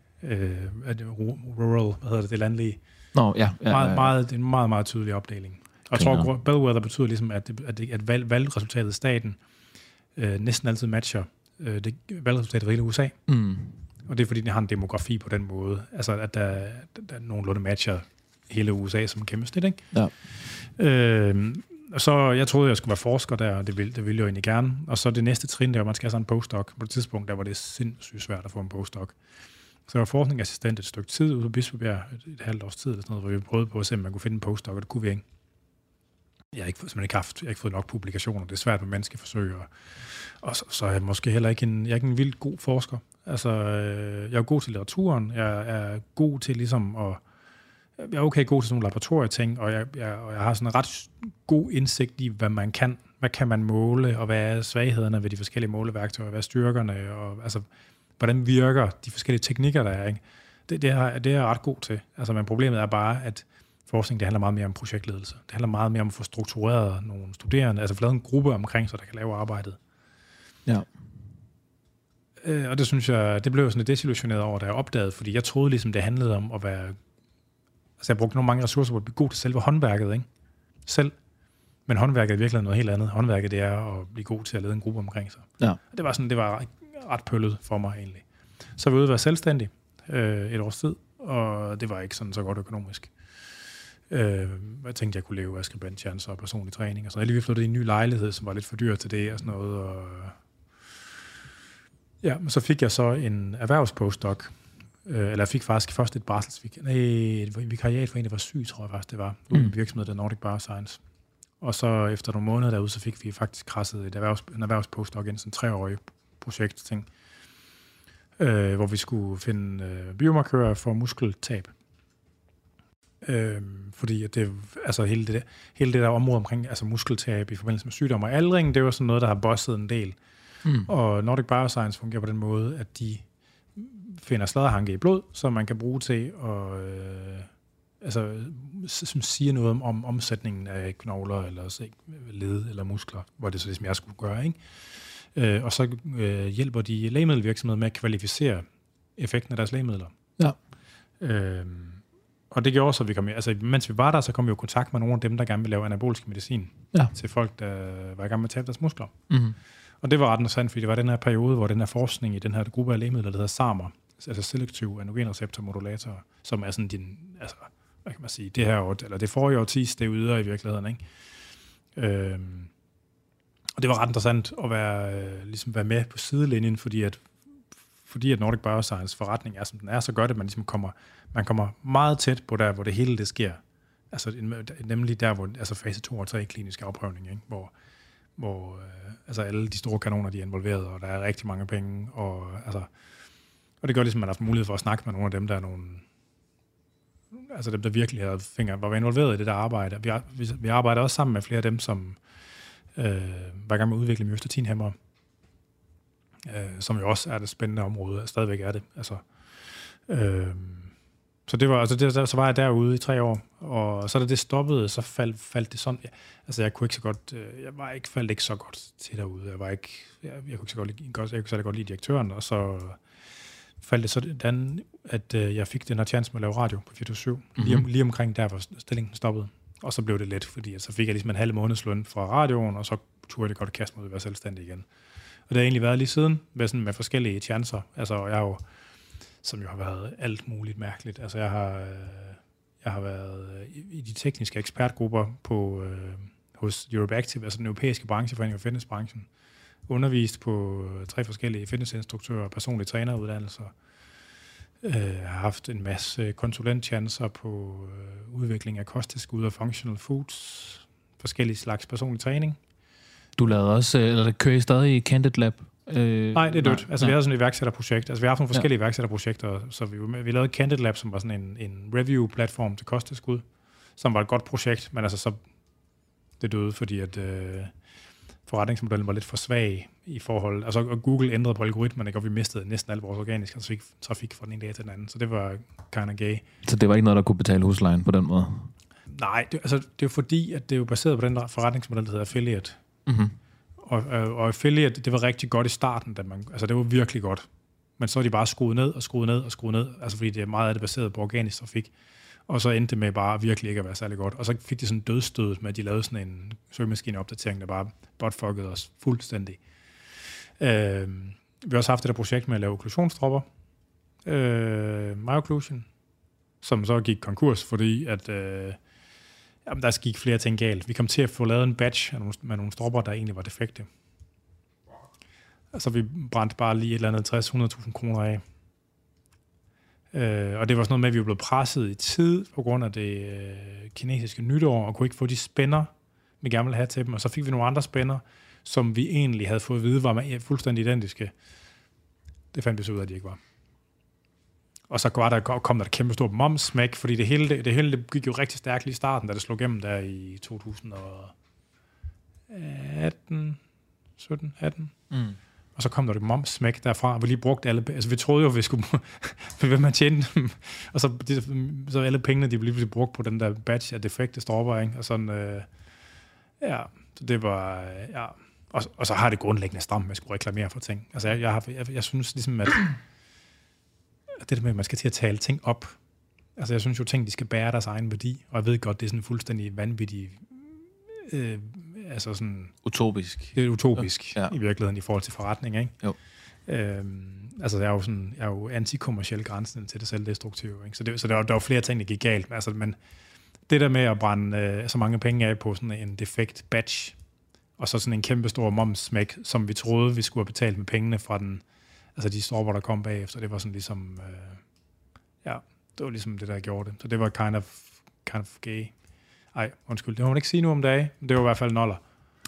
rural, det landlige. Ja. Det er en meget, meget tydelig opdeling. Og jeg tror, bellwether betyder ligesom, at valgresultatet i staten næsten altid matcher valgresultatet i hele USA. Og det er fordi, den har en demografi på den måde. Altså, at der nogenlunde matcher hele USA som kæmpe snit, ikke? Ja. Så jeg troede, jeg skulle være forsker der, og det ville jeg jo egentlig gerne. Og så det næste trin, der var, man skal have sådan en postdoc. På det tidspunkt, der var det sindssygt svært at få en postdoc. Så jeg var forskningsassistent et stykke tid ude på Bispebjerg, et halvt års tid, eller sådan noget, hvor vi prøvede på at se, om man kunne finde en postdoc, og det kunne vi ikke. Jeg har ikke fået nok publikationer. Det er svært med menneskeforsøg, og så er jeg måske heller ikke jeg er ikke en vildt god forsker. Altså, jeg er god til litteraturen, jeg er god til ligesom at... Jeg er okay god til sådan nogle laboratorieting, og jeg har sådan en ret god indsigt i, hvad man kan. Hvad kan man måle, og hvad er svaghederne ved de forskellige måleværktøjer, hvad er styrkerne, og altså, hvordan virker de forskellige teknikker, der er, ikke? Det er jeg ret god til. Altså, men problemet er bare, at forskning, det handler meget mere om projektledelse. Det handler meget mere om at få struktureret nogle studerende, altså få lavet en gruppe omkring, så der kan lave arbejdet. Ja. Og det synes jeg, det blev jeg sådan lidt desillusioneret over, da jeg opdagede, fordi jeg troede ligesom, det handlede om at være... Altså, jeg brugte nogle mange ressourcer på at blive god til selve håndværket, ikke? Selv. Men håndværket er virkelig noget helt andet. Håndværket, det er at blive god til at lede en gruppe omkring sig. Ja. Det var ret pøllet for mig, egentlig. Så var jeg ude at være selvstændig et års tid, og det var ikke sådan så godt økonomisk. Jeg tænkte, jeg kunne leve af skribenttjenester og personlig træning og sådan. Jeg lige flyttede i en ny lejlighed, som var lidt for dyr til det og sådan noget. Og ja, men så fik jeg så en erhvervspostdoc eller jeg fik faktisk først et vikariat for en, der var syg, tror jeg faktisk, det var. Ude i virksomheden, der Nordic Bioscience. Og så efter nogle måneder derude, så fik vi faktisk krasset en erhvervspostdoc ind, sådan en 3-årig projektting, hvor vi skulle finde biomarkører for muskeltab. Fordi at det, altså hele det der område omkring altså muskeltab i forbindelse med sygdom og aldring, det var sådan noget, der har bosset en del. Og Nordic Bioscience fungerer på den måde, at de finder sladderhanke i blod, som man kan bruge til at som siger noget om omsætningen af knogler eller led eller muskler, hvor det så ligesom jeg skulle gøre, ikke? Og så hjælper de lægemiddelvirksomheder med at kvalificere effekten af deres lægemidler. Ja. Og det gjorde også, at vi kom, altså mens vi var der, så kom vi jo i kontakt med nogle af dem, der gerne ville lave anabolisk medicin til folk, der var i gang med at tabe deres muskler. Mm-hmm. Og det var ret interessant, fordi det var den her periode, hvor den her forskning i den her gruppe af lægemidler, der hedder SAMR, altså selektiv androgenreceptormodulatorer, som er sådan din, altså, hvad kan man sige, det her år, eller det forrige årtis, det er yder i virkeligheden, ikke? Og det var ret interessant at være med på sidelinjen, fordi at Nordic Bioscience forretning er, som den er, så gør det, at man ligesom kommer meget tæt på der, hvor det hele det sker. Altså nemlig der, hvor altså fase 2 og 3 klinisk afprøvning, ikke? Hvor altså alle de store kanoner, de er involveret, og der er rigtig mange penge, og det gør ligesom, at man har haft mulighed for at snakke med nogle af dem, der er nogle, altså dem, der virkelig var involveret i det der arbejde. Vi arbejder også sammen med flere af dem, som var i gang med at udvikle myostatinhæmmere, som jo også er det spændende område, og stadigvæk er det. Altså, så det var, altså så var jeg derude i 3 år, og så da det stoppede, så faldt det sådan. Altså jeg kunne ikke så godt, faldt ikke så godt til derude. Jeg kunne ikke så godt lide direktøren, og så faldt det sådan, at jeg fik den her chance med at lave radio på 24/7, lige omkring der, hvor stillingen stoppede. Og så blev det let, fordi så fik jeg ligesom en halv månedsløn fra radioen, og så turde jeg godt kaste mig ud og være selvstændig igen. Og det har egentlig været lige siden, med forskellige chancer. Altså jeg har jo, som jo har været alt muligt mærkeligt. Altså jeg har været i de tekniske ekspertgrupper hos Eurobactive, altså den europæiske brancheforening for fitnessbranchen, undervist på 3 forskellige fitnessinstruktører og personlige træneruddannelser. Har haft en masse konsulentchancer på udvikling af kosttilskud og functional foods, forskellige slags personlig træning. Du lavede også, eller kører I stadig i Candid Lab? Nej, det er dødt. Altså vi havde sådan et iværksætterprojekt. Altså vi har haft nogle forskellige iværksætterprojekter, så vi lavede Candid Lab, som var sådan en review-platform til kosttilskud, som var et godt projekt, men altså så det døde, fordi at forretningsmodellen var lidt for svag i forhold. Altså og Google ændrede på algoritmerne, og vi mistede næsten al vores organiske trafik fra den ene dag til den anden. Så det var kind of gay. Så det var ikke noget, der kunne betale huslejen på den måde? Nej, det er jo fordi, at det er jo baseret på den forretningsmodel, der hedder affiliate. Mm-hmm. Og affiliate, det var rigtig godt i starten, det var virkelig godt. Men så er de bare skruet ned, altså fordi det er meget af det baseret på organisk trafik. Og så endte det med bare virkelig ikke at være særlig godt. Og så fik de sådan dødstødet med, at de lavede sådan en søgemaskineopdatering, der bare botfuckede os fuldstændig. Vi har også haft det der projekt med at lave okklusionsdropper. Myocclusion, som så gik konkurs, fordi at der gik flere ting galt. Vi kom til at få lavet en batch med nogle stropper, der egentlig var defekte. Altså vi brændte bare lige et eller andet 60-100.000 kroner af. Og det var sådan noget med, at vi var blevet presset i tid på grund af det kinesiske nytår, og kunne ikke få de spænder, vi gerne ville have til dem. Og så fik vi nogle andre spænder, som vi egentlig havde fået at vide, var fuldstændig identiske. Det fandt vi så ud af, at de ikke var. Og så kom der et kæmpe stort momsmæk, fordi det hele gik jo rigtig stærkt lige i starten, da det slog igennem der i 2018. Og så kom der et momsmæk derfra, og vi lige brugte alle... Altså, vi troede jo, vi skulle... Hvem man tjente dem. Og så alle pengene, de blev lige brugt på den der batch af defekte stropper, ikke? Og sådan... så det var... Ja. Og så har det grundlæggende stramt med at skulle reklamere for ting. Altså, jeg synes ligesom, at det der med, at man skal til at tale ting op. Altså, jeg synes jo, ting, de skal bære deres egen værdi. Og jeg ved godt, det er sådan fuldstændig vanvittigt... altså sådan... Utopisk. Det er utopisk i virkeligheden i forhold til forretning, ikke? Jo. Altså, jeg er jo antikommerciel grænsen til det selvdestruktive, ikke? Så der var flere ting, der gik galt. Altså, men det der med at brænde så mange penge af på sådan en defekt batch, og så sådan en kæmpe stor momsmæk, som vi troede, vi skulle have betalt med pengene fra de stropper, der kom bagefter, det var sådan ligesom... Ja, det var ligesom det, der gjorde det. Så det var kind of gay. Ej, undskyld, det må man ikke sige nu om dagen. Det var i hvert fald noller.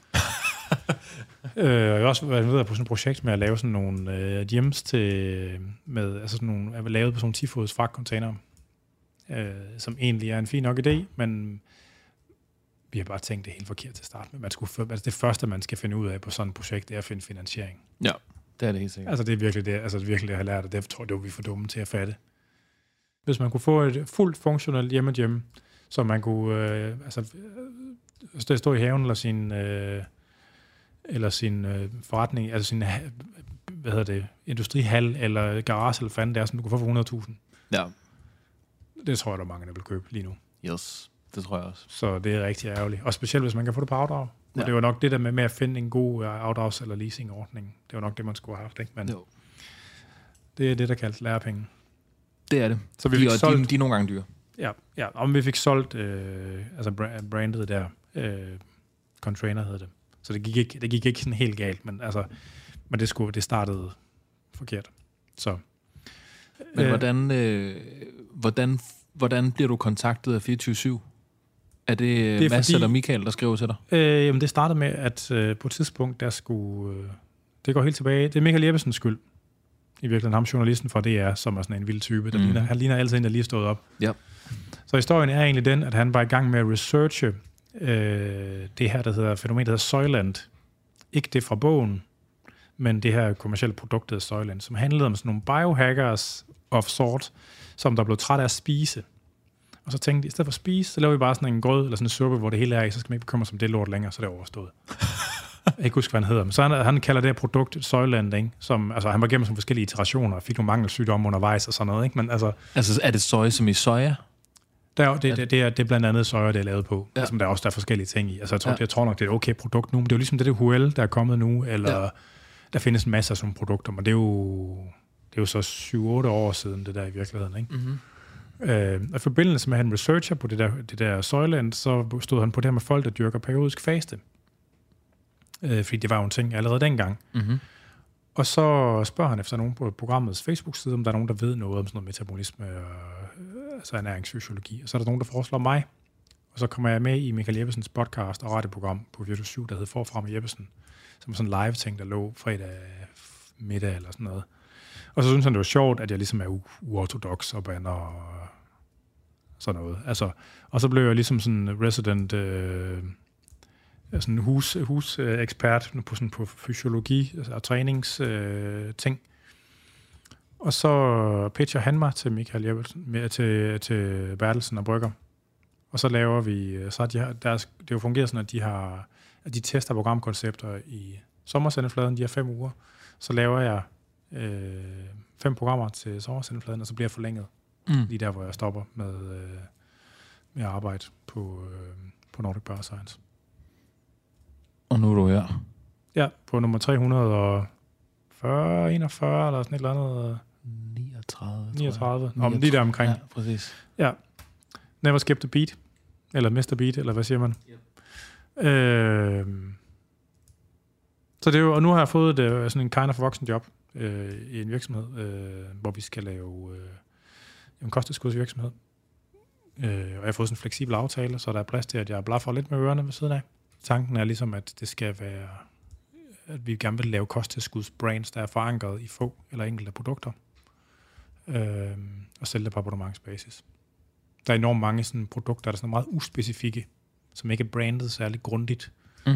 Jeg har også været videre på sådan et projekt med at lave sådan nogle gyms altså sådan nogle, jeg vil lave på sådan nogle 10-fods fragtcontainer, som egentlig er en fin nok idé, men vi har bare tænkt det helt forkert til start med. Det første, man skal finde ud af på sådan et projekt, det er at finde finansiering. Ja, det er det helt sikkert. Altså det er virkelig det, jeg har lært, og det tror jeg, det var vi for dumme til at fatte. Hvis man kunne få et fuldt funktionelt hjemmegym, så man kunne stå i haven eller sin forretning, altså sin industrihal eller garage eller fanden der, som du kunne få for 100.000. Ja. Det tror jeg, der er mange, der vil købe lige nu. Yes, det tror jeg også. Så det er rigtig ærgerligt. Og specielt, hvis man kan få det på afdrag. Ja. Og det var nok det der med at finde en god afdrags- eller leasingordning. Det var nok det, man skulle have haft, ikke? Men det er det, der kaldes lærepenge. Det er det. Så vi de er nogle gange dyre. Ja, om vi fik solgt brandet der, Contrainer hedder det. Så det gik ikke sådan helt galt, men det startede forkert. Så. Men hvordan bliver du kontaktet af 24/7? Er det Mads eller Michael, der skriver til dig? Jamen det startede med, at på et tidspunkt, der skulle... det går helt tilbage. Det er Michael Jeppesens skyld. I virkeligheden ham, journalisten fra DR, som er sådan en vild type. Han ligner altid en, der lige stået op. Ja. Så historien er egentlig den, at han var i gang med at researche det her, fænomenet hedder Soylent. Ikke det fra bogen, men det her kommercielle produkt, der hedder Soylent, som handlede om sådan nogle biohackers of sort, som der blev træt af at spise. Og så tænkte de, i stedet for at spise, så laver vi bare sådan en grød, eller sådan en suppe, hvor det hele er i, så skal man ikke bekymre sig om det lort længere, så det er overstået. Jeg kan ikke huske, hvad han hedder, men så han kalder det her produkt Soylent, ikke? Som, altså han var gennem sådan forskellige iterationer, og fik nogle mangelsygdomme undervejs og sådan noget, ikke? Men altså er det soja som i soja? Det er blandt andet soja, det er lavet på. Ja. Altså, der er også forskellige ting i. Altså, jeg tror nok, det er et okay produkt nu, men det er jo ligesom det HL, der er kommet nu, eller der findes en masse af sådan produkter, men det er jo så 7-8 år siden, det der i virkeligheden, ikke? Mm-hmm. I forbindelse med, at han researcher på det der Soylent, så stod han på det her med folk, der dyrker periodisk faste. Fordi det var jo en ting allerede dengang. Mm-hmm. Og så spørger han efter nogen på programmets Facebook-side, om der er nogen, der ved noget om sådan noget metabolisme og altså ernæringsfysiologi. Og så er der nogen, der foreslår mig. Og så kommer jeg med i Michael Jeppesens podcast og radioprogram på Virtus 7, der hedder Forfra med Jeppesen, som er sådan en live-ting, der lå fredag middag eller sådan noget. Og så synes han, det var sjovt, at jeg ligesom er uortodox og bander og sådan noget. Altså, og så blev jeg ligesom sådan resident sådan husekspert på fysiologi og træningsting. Og så pitcher han mig til Michael Jeppesen, til Bertelsen og Brygger. Og så laver vi, så det jo fungerer sådan, at de tester programkoncepter i sommersendefladen, de her 5 uger. Så laver jeg 5 programmer til sommersendefladen, og så bliver jeg forlænget. Lige der, hvor jeg stopper med at arbejde på Nordic Bioscience. Og nu er du her. Ja, på nummer 340, 41 eller sådan et eller andet. 39. Lige der omkring. Ja, præcis. Ja. Never skip the beat. Eller Mr. Beat, eller hvad siger man? Yep. Så det er jo, og nu har jeg fået sådan en kind of voksen job i en virksomhed, hvor vi skal lave en kosttilskudsvirksomhed. Og jeg har fået sådan en fleksibel aftale, så der er plads til, at jeg blaffer lidt med ørerne ved siden af. Tanken er ligesom, at det skal være, at vi gerne vil lave kosttilskudsbrands, der er forankret i få eller enkelte produkter, og sælge det på abonnementsbasis. Der er enormt mange sådan produkter, der er sådan meget uspecifikke, som ikke er brandet særligt grundigt.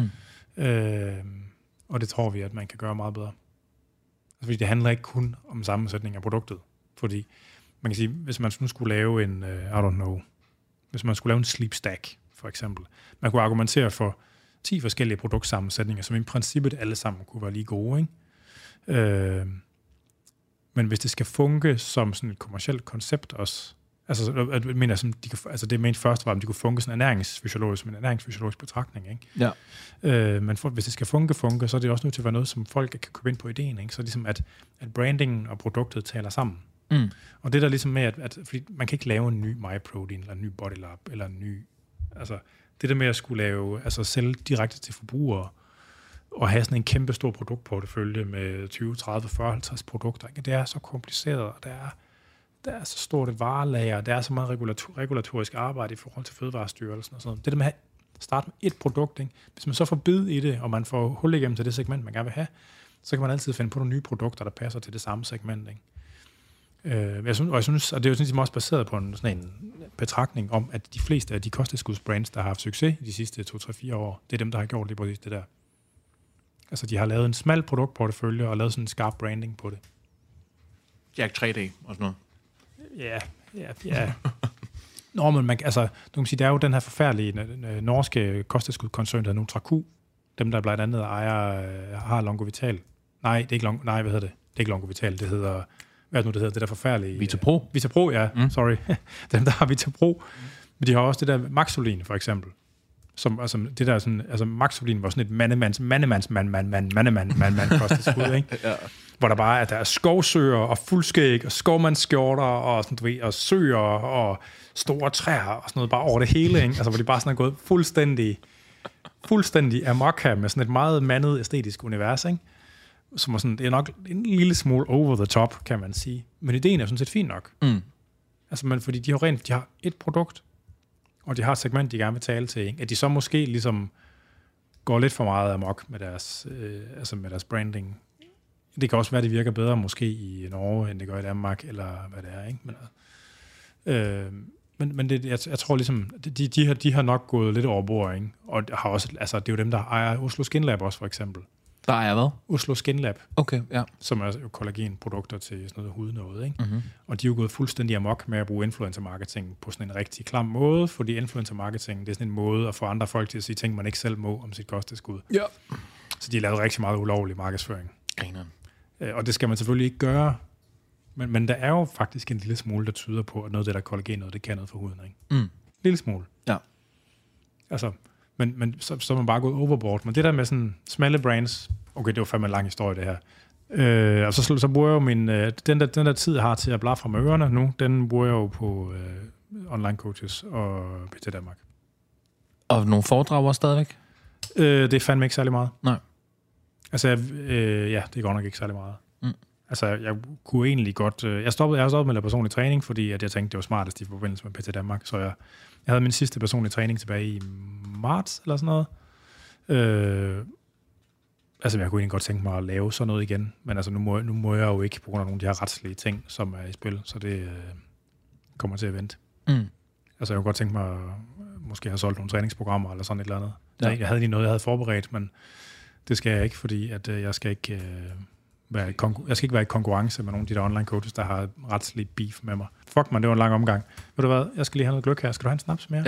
Og det tror vi, at man kan gøre meget bedre. Altså, fordi det handler ikke kun om sammensætning af produktet. Fordi man kan sige, hvis man skulle lave hvis man skulle lave en sleep stack, for eksempel. Man kunne argumentere for 10 forskellige produktsammensætninger, som i princippet alle sammen kunne være lige gode, ikke? Men hvis det skal funke som sådan et kommercielt koncept også, altså det mente først var, om de kunne funke sådan som en ernæringsfysiologisk betragtning, ikke? Ja. Men hvis det skal funke, så er det også nødt til at være noget, som folk kan købe ind på ideen, ikke? Så ligesom at brandingen og produktet taler sammen. Og det der ligesom med, at fordi man kan ikke lave en ny MyProtein, eller en ny BodyLab, eller en ny, altså det der med at skulle lave, altså sælge direkte til forbrugere, og have sådan en kæmpe stor produktportefølje med 20, 30, 40, 50 produkter, ikke? Det er så kompliceret, og der er der er så stort et varelager, der er så meget regulatorisk arbejde i forhold til Fødevarestyrelsen og sådan noget. Det der med at starte med et produkt, ikke? Hvis man så får bid i det, og man får hul igennem til det segment, man gerne vil have, så kan man altid finde på nogle nye produkter, der passer til det samme segment, ikke? Jeg synes, og det er jo sådan, også baseret på sådan en betragtning om, at de fleste af de kosttilskudsbrands, der har haft succes i de sidste 2-3-4 år, det er dem, der har gjort lige præcis det der. Altså, de har lavet en smal produktportefølje og lavet sådan en skarp branding på det. Jack 3D og sådan noget. Ja. Nå, men du kan sige, der er jo den her forfærdelige norske kosttilskudskoncern, der hedder NutraQ. Dem, der blandt andet har Longovital. Nej, det er ikke hvad hedder det? Det er ikke Longovital, det hedder... Hvad er det nu, det hedder? Det der forfærdelige... Vitapro. Vitapro, ja. Sorry. Dem, der har Vitapro. Men de har også det der Maxolin, for eksempel. Som det der sådan... Altså, Maxolin var sådan et mandemand kosttilskud, ikke? Ja. Hvor der bare der er skovsøer og fuldskæg og skovmandsskjorter og sådan, du ved, og søer og store træer og sådan noget bare over det hele, ikke? Altså, hvor de bare sådan er gået fuldstændig amok her med sådan et meget mandet æstetisk univers, ikke? Som er sådan, det er nok en lille smule over the top, kan man sige. Men ideen er sådan set fint nok. Altså, fordi de har et produkt, og de har et segment, de gerne vil tale til, ikke? At de så måske ligesom går lidt for meget amok med deres, med deres branding. Det kan også være, at det virker bedre måske i Norge, end det gør i Danmark, eller hvad det er, ikke? Men det, jeg tror ligesom, de har nok gået lidt over bord, ikke? Og har også, altså, det er jo dem, der ejer Oslo Skin Lab også, for eksempel. Der er hvad? Oslo Skin Lab. Okay, ja. Som er jo kollagenprodukter til sådan noget hudnåde, ikke? Mm-hmm. Og de er jo gået fuldstændig amok med at bruge influencer-marketing på sådan en rigtig klam måde, fordi influencer-marketing, det er sådan en måde at få andre folk til at sige ting, man ikke selv må om sit kosttilskud. Ja. Så de har lavet rigtig meget ulovlig markedsføring. Grineren. Og det skal man selvfølgelig ikke gøre. Men der er jo faktisk en lille smule, der tyder på, at noget af det der kollagen, noget, det kan noget for huden, ikke? Lille smule. Ja. Altså, men så er man bare gået overboard. Men det der med sådan smalle brands, okay, det var fandme en lang historie, det her. Og så bruger jeg jo den der tid, jeg har til at blafre med ørerne nu, den bruger jeg jo på online coaches og PT Danmark. Og nogle foredrager stadigvæk? Det er fandme ikke særlig meget. Nej. Altså, det er godt nok ikke særlig meget. Altså, jeg kunne egentlig godt... Jeg har stoppet med at lave personlig træning, fordi at jeg tænkte, det var smartest i forbindelse med PT Danmark. Så jeg havde min sidste personlige træning tilbage i marts, eller sådan noget. Jeg kunne egentlig godt tænke mig at lave sådan noget igen. Men altså, nu må jeg jo ikke, på grund af nogle af de her retslige ting, som er i spil. Så det kommer til at vente. Altså, jeg kunne godt tænke mig at måske have solgt nogle træningsprogrammer, eller sådan et eller andet. Ja. Jeg havde lige noget, jeg havde forberedt, men det skal jeg ikke, fordi at jeg skal ikke... Jeg skal ikke være i konkurrence med nogle af de der online coaches, der har retslig beef med mig. Fuck man, det var en lang omgang. Ved du hvad? Jeg skal lige have noget gløk her. Skal du have en snaps mere?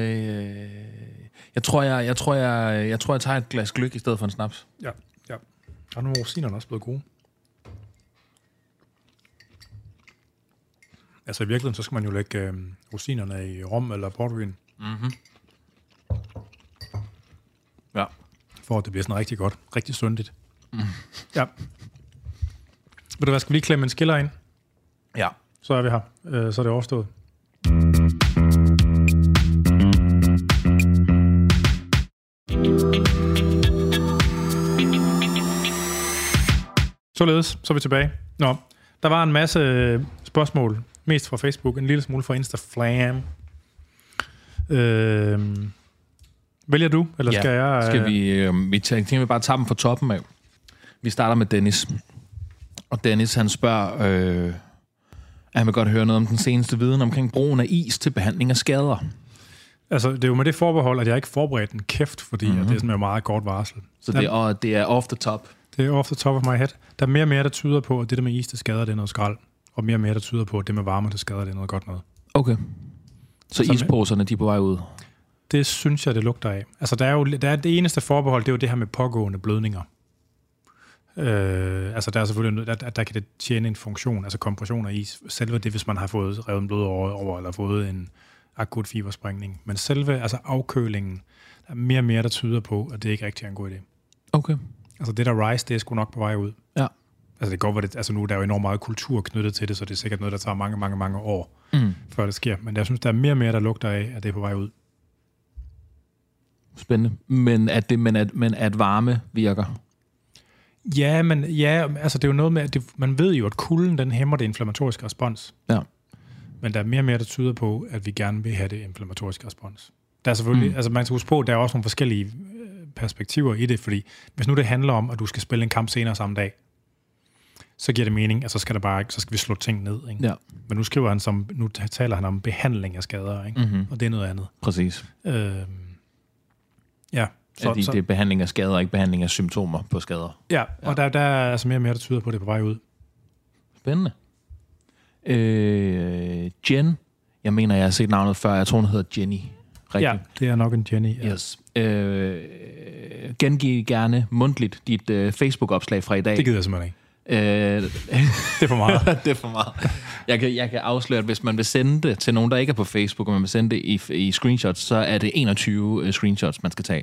Jeg tror, jeg tager et glas gløk i stedet for en snaps. Ja. Og nu er rosinerne også blevet gode. Altså i virkeligheden, så skal man jo lægge rosinerne i rom eller portvin. Mm-hmm. Ja. For at det bliver sådan rigtig godt. Rigtig sundigt. Ja. Ved du hvad, skal vi lige klemme en skiller ind? Ja. Så er vi her. Så er det overstået. Således, så er vi tilbage. Nå, der var en masse spørgsmål. Mest fra Facebook, en lille smule fra Instagram. Vælger du, eller skal jeg... Skal vi tænker vi bare tage dem fra toppen af. Vi starter med Dennis. Og Dennis, han spørger, han vil godt høre noget om den seneste viden omkring brugen af is til behandling af skader. Altså, det er jo med det forbehold, at jeg ikke forberedt en kæft, fordi at det er sådan en meget kort varsel. Så det er off the top? Det er off the top of my head. Der er mere og mere, der tyder på, at det der med is til skader, det er noget skrald. Og mere og mere, der tyder på, at det med varme til skader, det er noget godt noget. Okay. Så isposerne, de er på vej ud? Det synes jeg, det lugter af. Altså, der er det eneste forbehold, det er jo det her med pågående blødninger. Altså, der er selvfølgelig, der kan det tjene en funktion, altså kompression af is. Selve det, hvis man har fået revet en blod over, eller fået en akut fibersprængning. Men selve, altså afkølingen, der er mere og mere, der tyder på, at det ikke rigtig er en god idé. Okay. Altså, det der rise, det er sgu nok på vej ud. Ja. Altså, det går, altså nu der er jo enormt meget kultur knyttet til det, så det er sikkert noget, der tager mange, mange, mange år, før det sker. Men jeg synes, der er mere og mere, der lugter af, at det er på vej ud. Spændende. Men at varme virker? Ja, altså det er jo noget med, at man ved jo, at kulden, den hæmmer det inflammatoriske respons. Ja. Men der er mere og mere, der tyder på, at vi gerne vil have det inflammatoriske respons. Der er selvfølgelig, altså man skal huske på, at der er også nogle forskellige perspektiver i det, fordi hvis nu det handler om, at du skal spille en kamp senere samme dag, så giver det mening, at så skal vi slå ting ned. Ikke? Ja. Men nu taler han om behandling af skader, ikke? Mm-hmm. Og det er noget andet. Præcis. Ja. Så det er behandling af skader, ikke behandling af symptomer på skader. Ja, og der er altså mere og mere, der tyder på, at det er på vej ud. Spændende. Jen. Jeg mener, jeg har set navnet før. Jeg tror, hun hedder Jenny. Rigtig. Ja, det er nok en Jenny. Ja. Yes. Gengiv gerne mundtligt dit Facebook-opslag fra i dag. Det gider jeg simpelthen ikke. Det er for meget. Det er for meget. Jeg kan afsløre, at hvis man vil sende det til nogen, der ikke er på Facebook, og man vil sende det i screenshots, så er det 21 screenshots, man skal tage.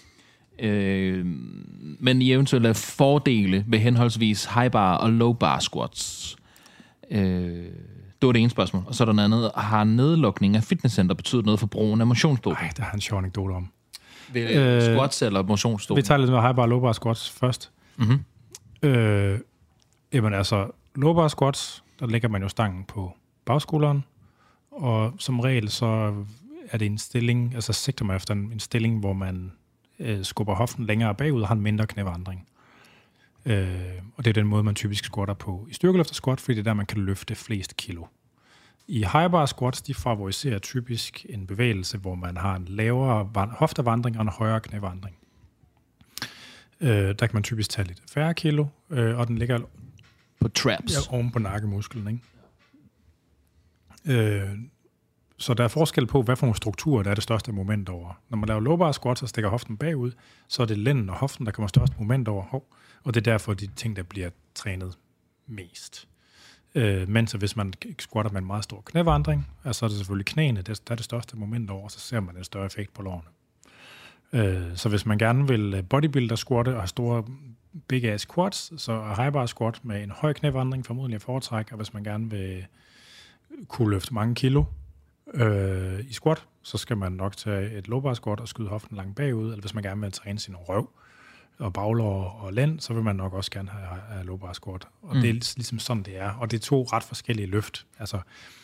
Men i eventuelle fordele ved henholdsvis high bar og low bar squats. Det var det ene spørgsmål. Og så er der noget andet. Har nedlukning af fitnesscenter betydet noget for brugen af motionsdoping? Nej, der har en sjov anekdote om. Squats eller motionsdoping? Vi tager lidt med high bar og low bar squats først. Mm-hmm. Jamen altså, low bar squats, der lægger man jo stangen på bagskulderen, og som regel så er det en stilling, altså sigter man efter en stilling, hvor man skubber hoften længere bagud og har en mindre knævandring. Og det er den måde, man typisk squatter på i styrkeløfter squat, fordi det er der, man kan løfte flest kilo. I high bar squats, de favoriserer typisk en bevægelse, hvor man har en lavere hoftevandring og en højere knævandring. Der kan man typisk tage lidt færre kilo, og den ligger på traps. Ja, oven på nakkemusklen, ikke? Så der er forskel på, hvad for nogle strukturer, der er det største moment over. Når man laver low bar squats, så stikker hoften bagud, så er det lænden og hoften, der kommer størst moment over. Og det er derfor de ting, der bliver trænet mest. Mens hvis man squatter med en meget stor knævandring, så er det selvfølgelig knæene, der er det største moment over, så ser man en større effekt på lårene. Så hvis man gerne vil bodybuilder squatte og have store big ass squats, så er high bar squat med en høj knævandring formodentlig at foretrække, og hvis man gerne vil kunne løfte mange kilo i squat, så skal man nok tage et low bar squat og skyde hoften langt bagud, eller hvis man gerne vil træne sin røv og baglår og lænd, så vil man nok også gerne have low bar squat. Og det er ligesom sådan, det er. Og det er to ret forskellige løft. Altså,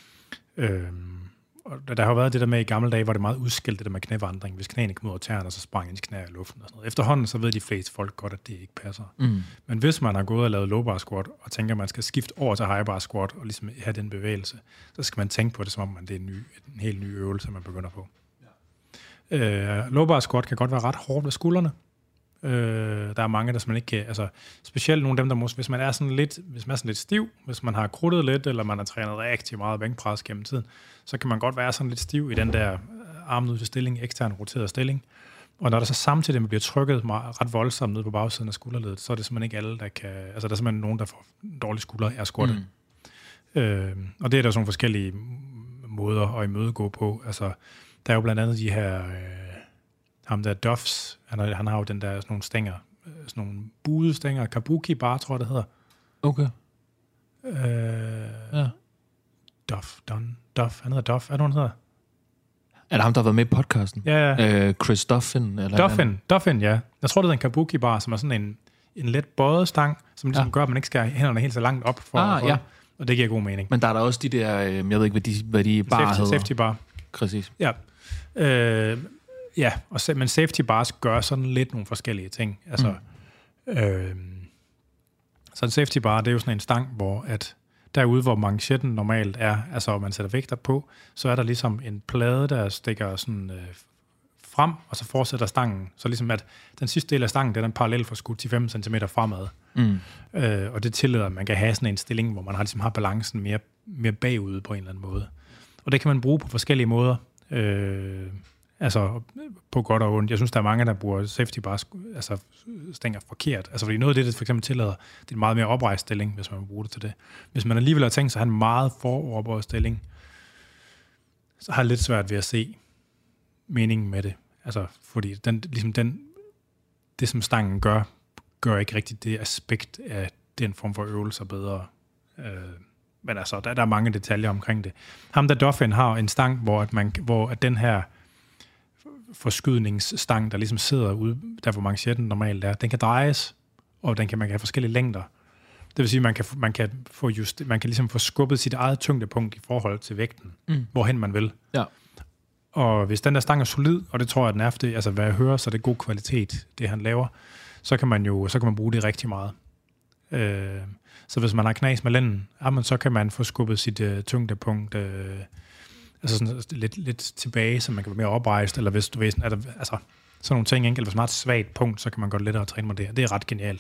og der har været det der med i gamle dage, hvor det er meget udskilt, det der med knævandring. Hvis knæene kom ud af tæerne, så sprang ens knæ i luften og sådan noget. Efterhånden, så ved de fleste folk godt, at det ikke passer. Men hvis man har gået og lavet low bar squat, og tænker, at man skal skifte over til high bar squat, og ligesom have den bevægelse, så skal man tænke på det, som om det er en helt ny øvelse, man begynder på. Ja. Low bar squat kan godt være ret hårdt ved skuldrene. Der er mange, der simpelthen ikke kan, altså specielt nogle af dem, der måske, hvis man er sådan lidt stiv, hvis man har krudtet lidt, eller man har trænet rigtig meget bænkpres gennem tiden, så kan man godt være sådan lidt stiv i den der armen ud til stilling, ekstern roteret stilling. Og når der så samtidig bliver trykket ret voldsomt ned på bagsiden af skulderledet, så er det simpelthen ikke alle, der kan, altså der er simpelthen nogen, der får dårlige skuldre af squattet. Og det er der sådan forskellige måder at imødegå på. Altså, der er jo blandt andet de her ham der Duffs, han har jo den der sådan nogle stænger, sådan nogle buede stænger, kabuki bar, tror jeg, det hedder. Okay. Ja. Duff, han hedder Duff, er det, han hedder? Er det ham, der har været med i podcasten? Ja. Chris Duffin? Eller Duffin, ja. Jeg tror, det hedder en kabuki bar, som er sådan en let bøjet stang, som ligesom gør, at man ikke skal have hænderne helt så langt op for ja. Og det giver god mening. Men der er der også de der, jeg ved ikke, hvad de bar hedder. Safety bar. Præcis. Ja. Ja, men safety bars gør sådan lidt nogle forskellige ting. Altså, så en safety bar, det er jo sådan en stang, hvor at derude, hvor manchetten normalt er, altså man sætter vægter på, så er der ligesom en plade, der stikker sådan frem, og så fortsætter stangen. Så ligesom at den sidste del af stangen, den er parallel for skudt 10-15 cm fremad. Og det tillader, at man kan have sådan en stilling, hvor man ligesom har balancen mere bagude på en eller anden måde. Og det kan man bruge på forskellige måder. Altså på godt og ondt. Jeg synes, der er mange, der bruger safety bars, altså stænger forkert. Altså fordi noget af det for eksempel tillader, det er en meget mere oprejst stilling, hvis man bruger det til det. Hvis man alligevel har tænkt sig at have en meget foroverbøjet stilling, så har jeg lidt svært ved at se meningen med det. Altså fordi det som stangen gør ikke rigtigt det aspekt af den form for øvelser bedre. Men altså, der er mange detaljer omkring det. Ham der Duffin har en stang, hvor at den her forskydningsstang, der ligesom sidder ude, der hvor manchetten normalt er, den kan drejes, og man kan have forskellige længder. Det vil sige, at man kan ligesom få skubbet sit eget tyngdepunkt i forhold til vægten, hvorhen man vil. Ja. Og hvis den der stang er solid, og det tror jeg, den er, fordi, altså hvad jeg hører, så er det god kvalitet, det han laver, så kan man bruge det rigtig meget. Så hvis man har knas med lænden, så kan man få skubbet sit tyngdepunkt altså sådan lidt tilbage, så man kan være mere oprejst, eller hvis du ved, sådan nogle ting, ikke? Eller hvis man har et svagt punkt, så kan man godt lettere træne med det. Det er ret genialt.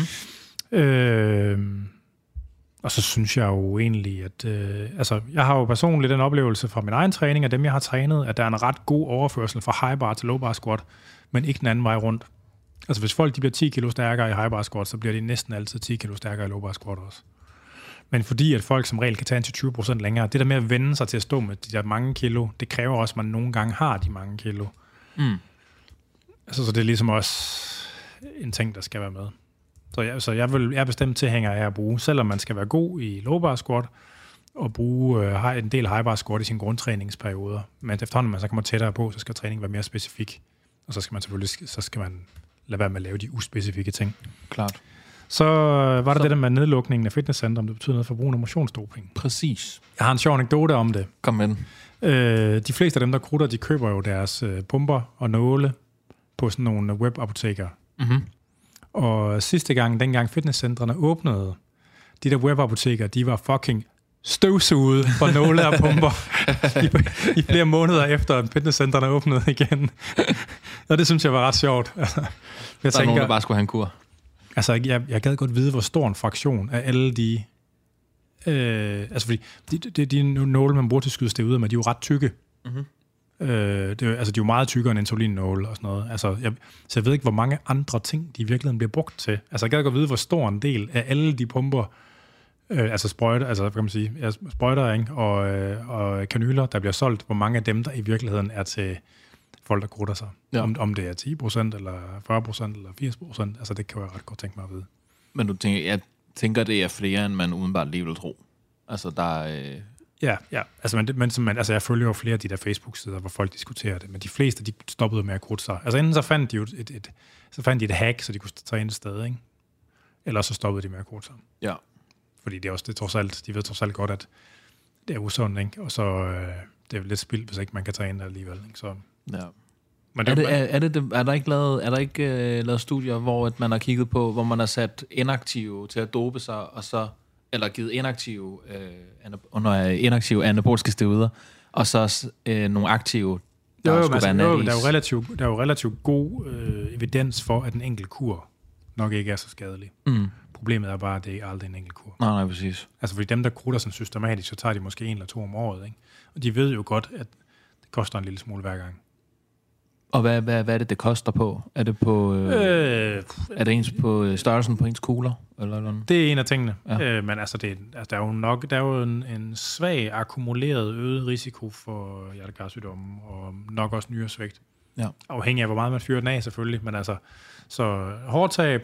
Og så synes jeg jo egentlig, at jeg har jo personligt den oplevelse fra min egen træning, af dem jeg har trænet, at der er en ret god overførsel fra high bar til low bar squat, men ikke den anden vej rundt. Altså hvis folk de bliver 10 kilo stærkere i high bar squat, så bliver de næsten altid 10 kilo stærkere i low bar squat også. Men fordi at folk som regel kan tage 20% længere, det der med at vende sig til at stå med de der mange kilo, det kræver også, at man nogle gange har de mange kilo. Altså, så det er ligesom også en ting, der skal være med. Så jeg er bestemt tilhænger af at bruge, selvom man skal være god i low bar squat, og har en del high bar squat i sine grundtræningsperioder. Men efterhånden, man så kommer tættere på, så skal træningen være mere specifik. Og så skal man selvfølgelig lade være med at lave de uspecifikke ting. Klart. Så var der det der med nedlukningen af fitnesscenter, om det betyder noget for brugen af motionsdoping. Præcis. Jeg har en sjov anekdote om det. Kom med den. De fleste af dem, der krutter, de køber jo deres pumper og nåle på sådan nogle webapoteker. Og sidste gang, dengang fitnesscentrene åbnede, de der webapoteker, de var fucking støvsuget for nåle og pumper i flere måneder efter, at fitnesscentrene åbnede igen. Og det synes jeg var ret sjovt. Jeg tænker, nogen, der bare skulle have en kur. Altså, jeg gad godt vide, hvor stor en fraktion af alle de... fordi de nåle, man bruger til at skyde steg ud af, men de er jo ret tykke. De er jo meget tykkere end insulinnåle og sådan noget. Altså, så jeg ved ikke, hvor mange andre ting, de i virkeligheden bliver brugt til. Altså, jeg gad godt vide, hvor stor en del af alle de pumper, sprøjter, ikke? Og kanyler, der bliver solgt, hvor mange af dem, der i virkeligheden er til folk, der krutter sig. Ja. Om det er 10%, eller 40%, eller 80%, altså det kan jeg ret godt tænke mig at vide. Men jeg tænker, det er flere, end man udenbart lige vil tro. Altså, der er... Ja. Altså, jeg følger jo flere af de der Facebook-sider, hvor folk diskuterer det, men de fleste, de stoppede med at krutte sig. Altså, enten så fandt de jo et hack, så de kunne træne et sted, ikke? Eller så stoppede de med at krutte sig. Ja. Fordi det er også, de ved trods alt godt, at det er usundt, ikke? Og så det er jo lidt spild, hvis ikke man kan træne det alligevel, ikke? Så... Ja. Men er der ikke lavet studier, hvor man har kigget på, hvor man har sat inaktive til at dope sig, og så eller givet inaktive anaboliske steroider, og så nogle aktive, der skulle være natis. Der er jo relativt god evidens for, at en enkelt kur nok ikke er så skadelig. Problemet er bare, at det er aldrig en enkelt kur. Nej, præcis. Altså, fordi dem, der krutter sådan systematisk, så tager de måske 1 eller 2 om året, ikke? Og de ved jo godt, at det koster en lille smule hver gang. Og hvad er det koster på? Er det på er det ens på størrelsen på ens kugler eller noget? Det er en af tingene. Ja. Men altså der er jo en svag akkumuleret øget risiko for hjertekarsygdomme og nok også nyresvigt. Ja. Afhængig af hvor meget man fyrer den af selvfølgelig, men altså så hårtab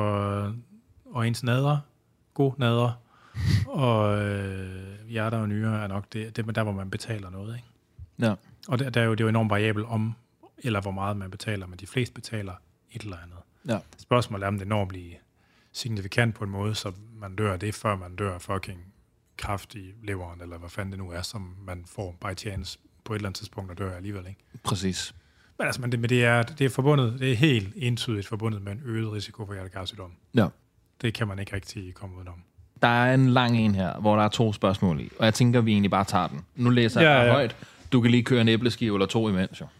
og ens nader, god nader og hjerter og nyrer er nok det der hvor man betaler noget, ikke? Ja. Og det er jo enormt variabel om eller hvor meget man betaler, men de fleste betaler et eller andet. Ja. Spørgsmålet er, om det når at blive signifikant på en måde, så man dør det, før man dør fucking kræft i leveren, eller hvad fanden det nu er, som man får by chance på et eller andet tidspunkt, og dør alligevel, ikke? Præcis. Men altså, det er forbundet, det er helt entydigt forbundet med en øget risiko for hjertekarsygdom. Ja. Det kan man ikke rigtig komme udenom. Der er en lang en her, hvor der er 2 spørgsmål i, og jeg tænker, vi egentlig bare tager den. Nu læser jeg højt. Du kan lige køre en æbleskive eller 2 imens, jo.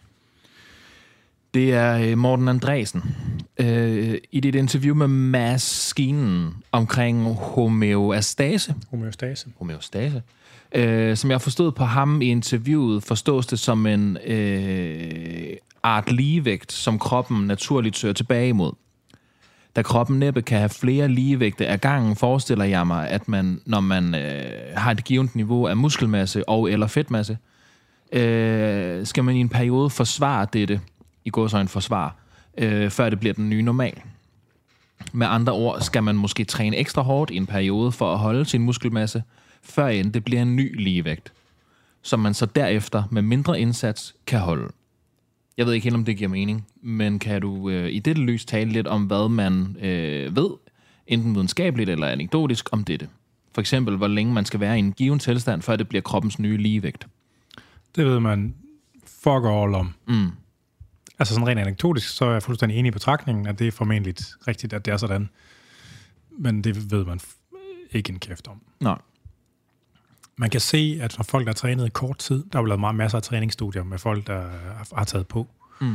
Det er Morten Andresen. I dit interview med Maskinen omkring homeostase, som jeg forstod på ham i interviewet, forstås det som en art ligevægt, som kroppen naturligt søger tilbage imod. Da kroppen næppe kan have flere ligevægte ad gangen, forestiller jeg mig, at man, når man har et givet niveau af muskelmasse og eller fedtmasse, skal man i en periode forsvare dette, i gåseøjne forsvar, før det bliver den nye normal. Med andre ord skal man måske træne ekstra hårdt i en periode for at holde sin muskelmasse, før end det bliver en ny ligevægt, som man så derefter med mindre indsats kan holde. Jeg ved ikke helt, om det giver mening, men kan du i dette lys tale lidt om, hvad man ved enten videnskabeligt eller anekdotisk, om dette. For eksempel, hvor længe man skal være i en given tilstand, før det bliver kroppens nye ligevægt. Det ved man fuck all om. Altså sådan rent anekdotisk, så er jeg fuldstændig enig i betragtningen, at det er formentlig rigtigt, at det er sådan. Men det ved man ikke en kæft om. Nej. Man kan se, at for folk, der har trænet i kort tid, der er jo lavet masser af træningsstudier med folk, der har taget på.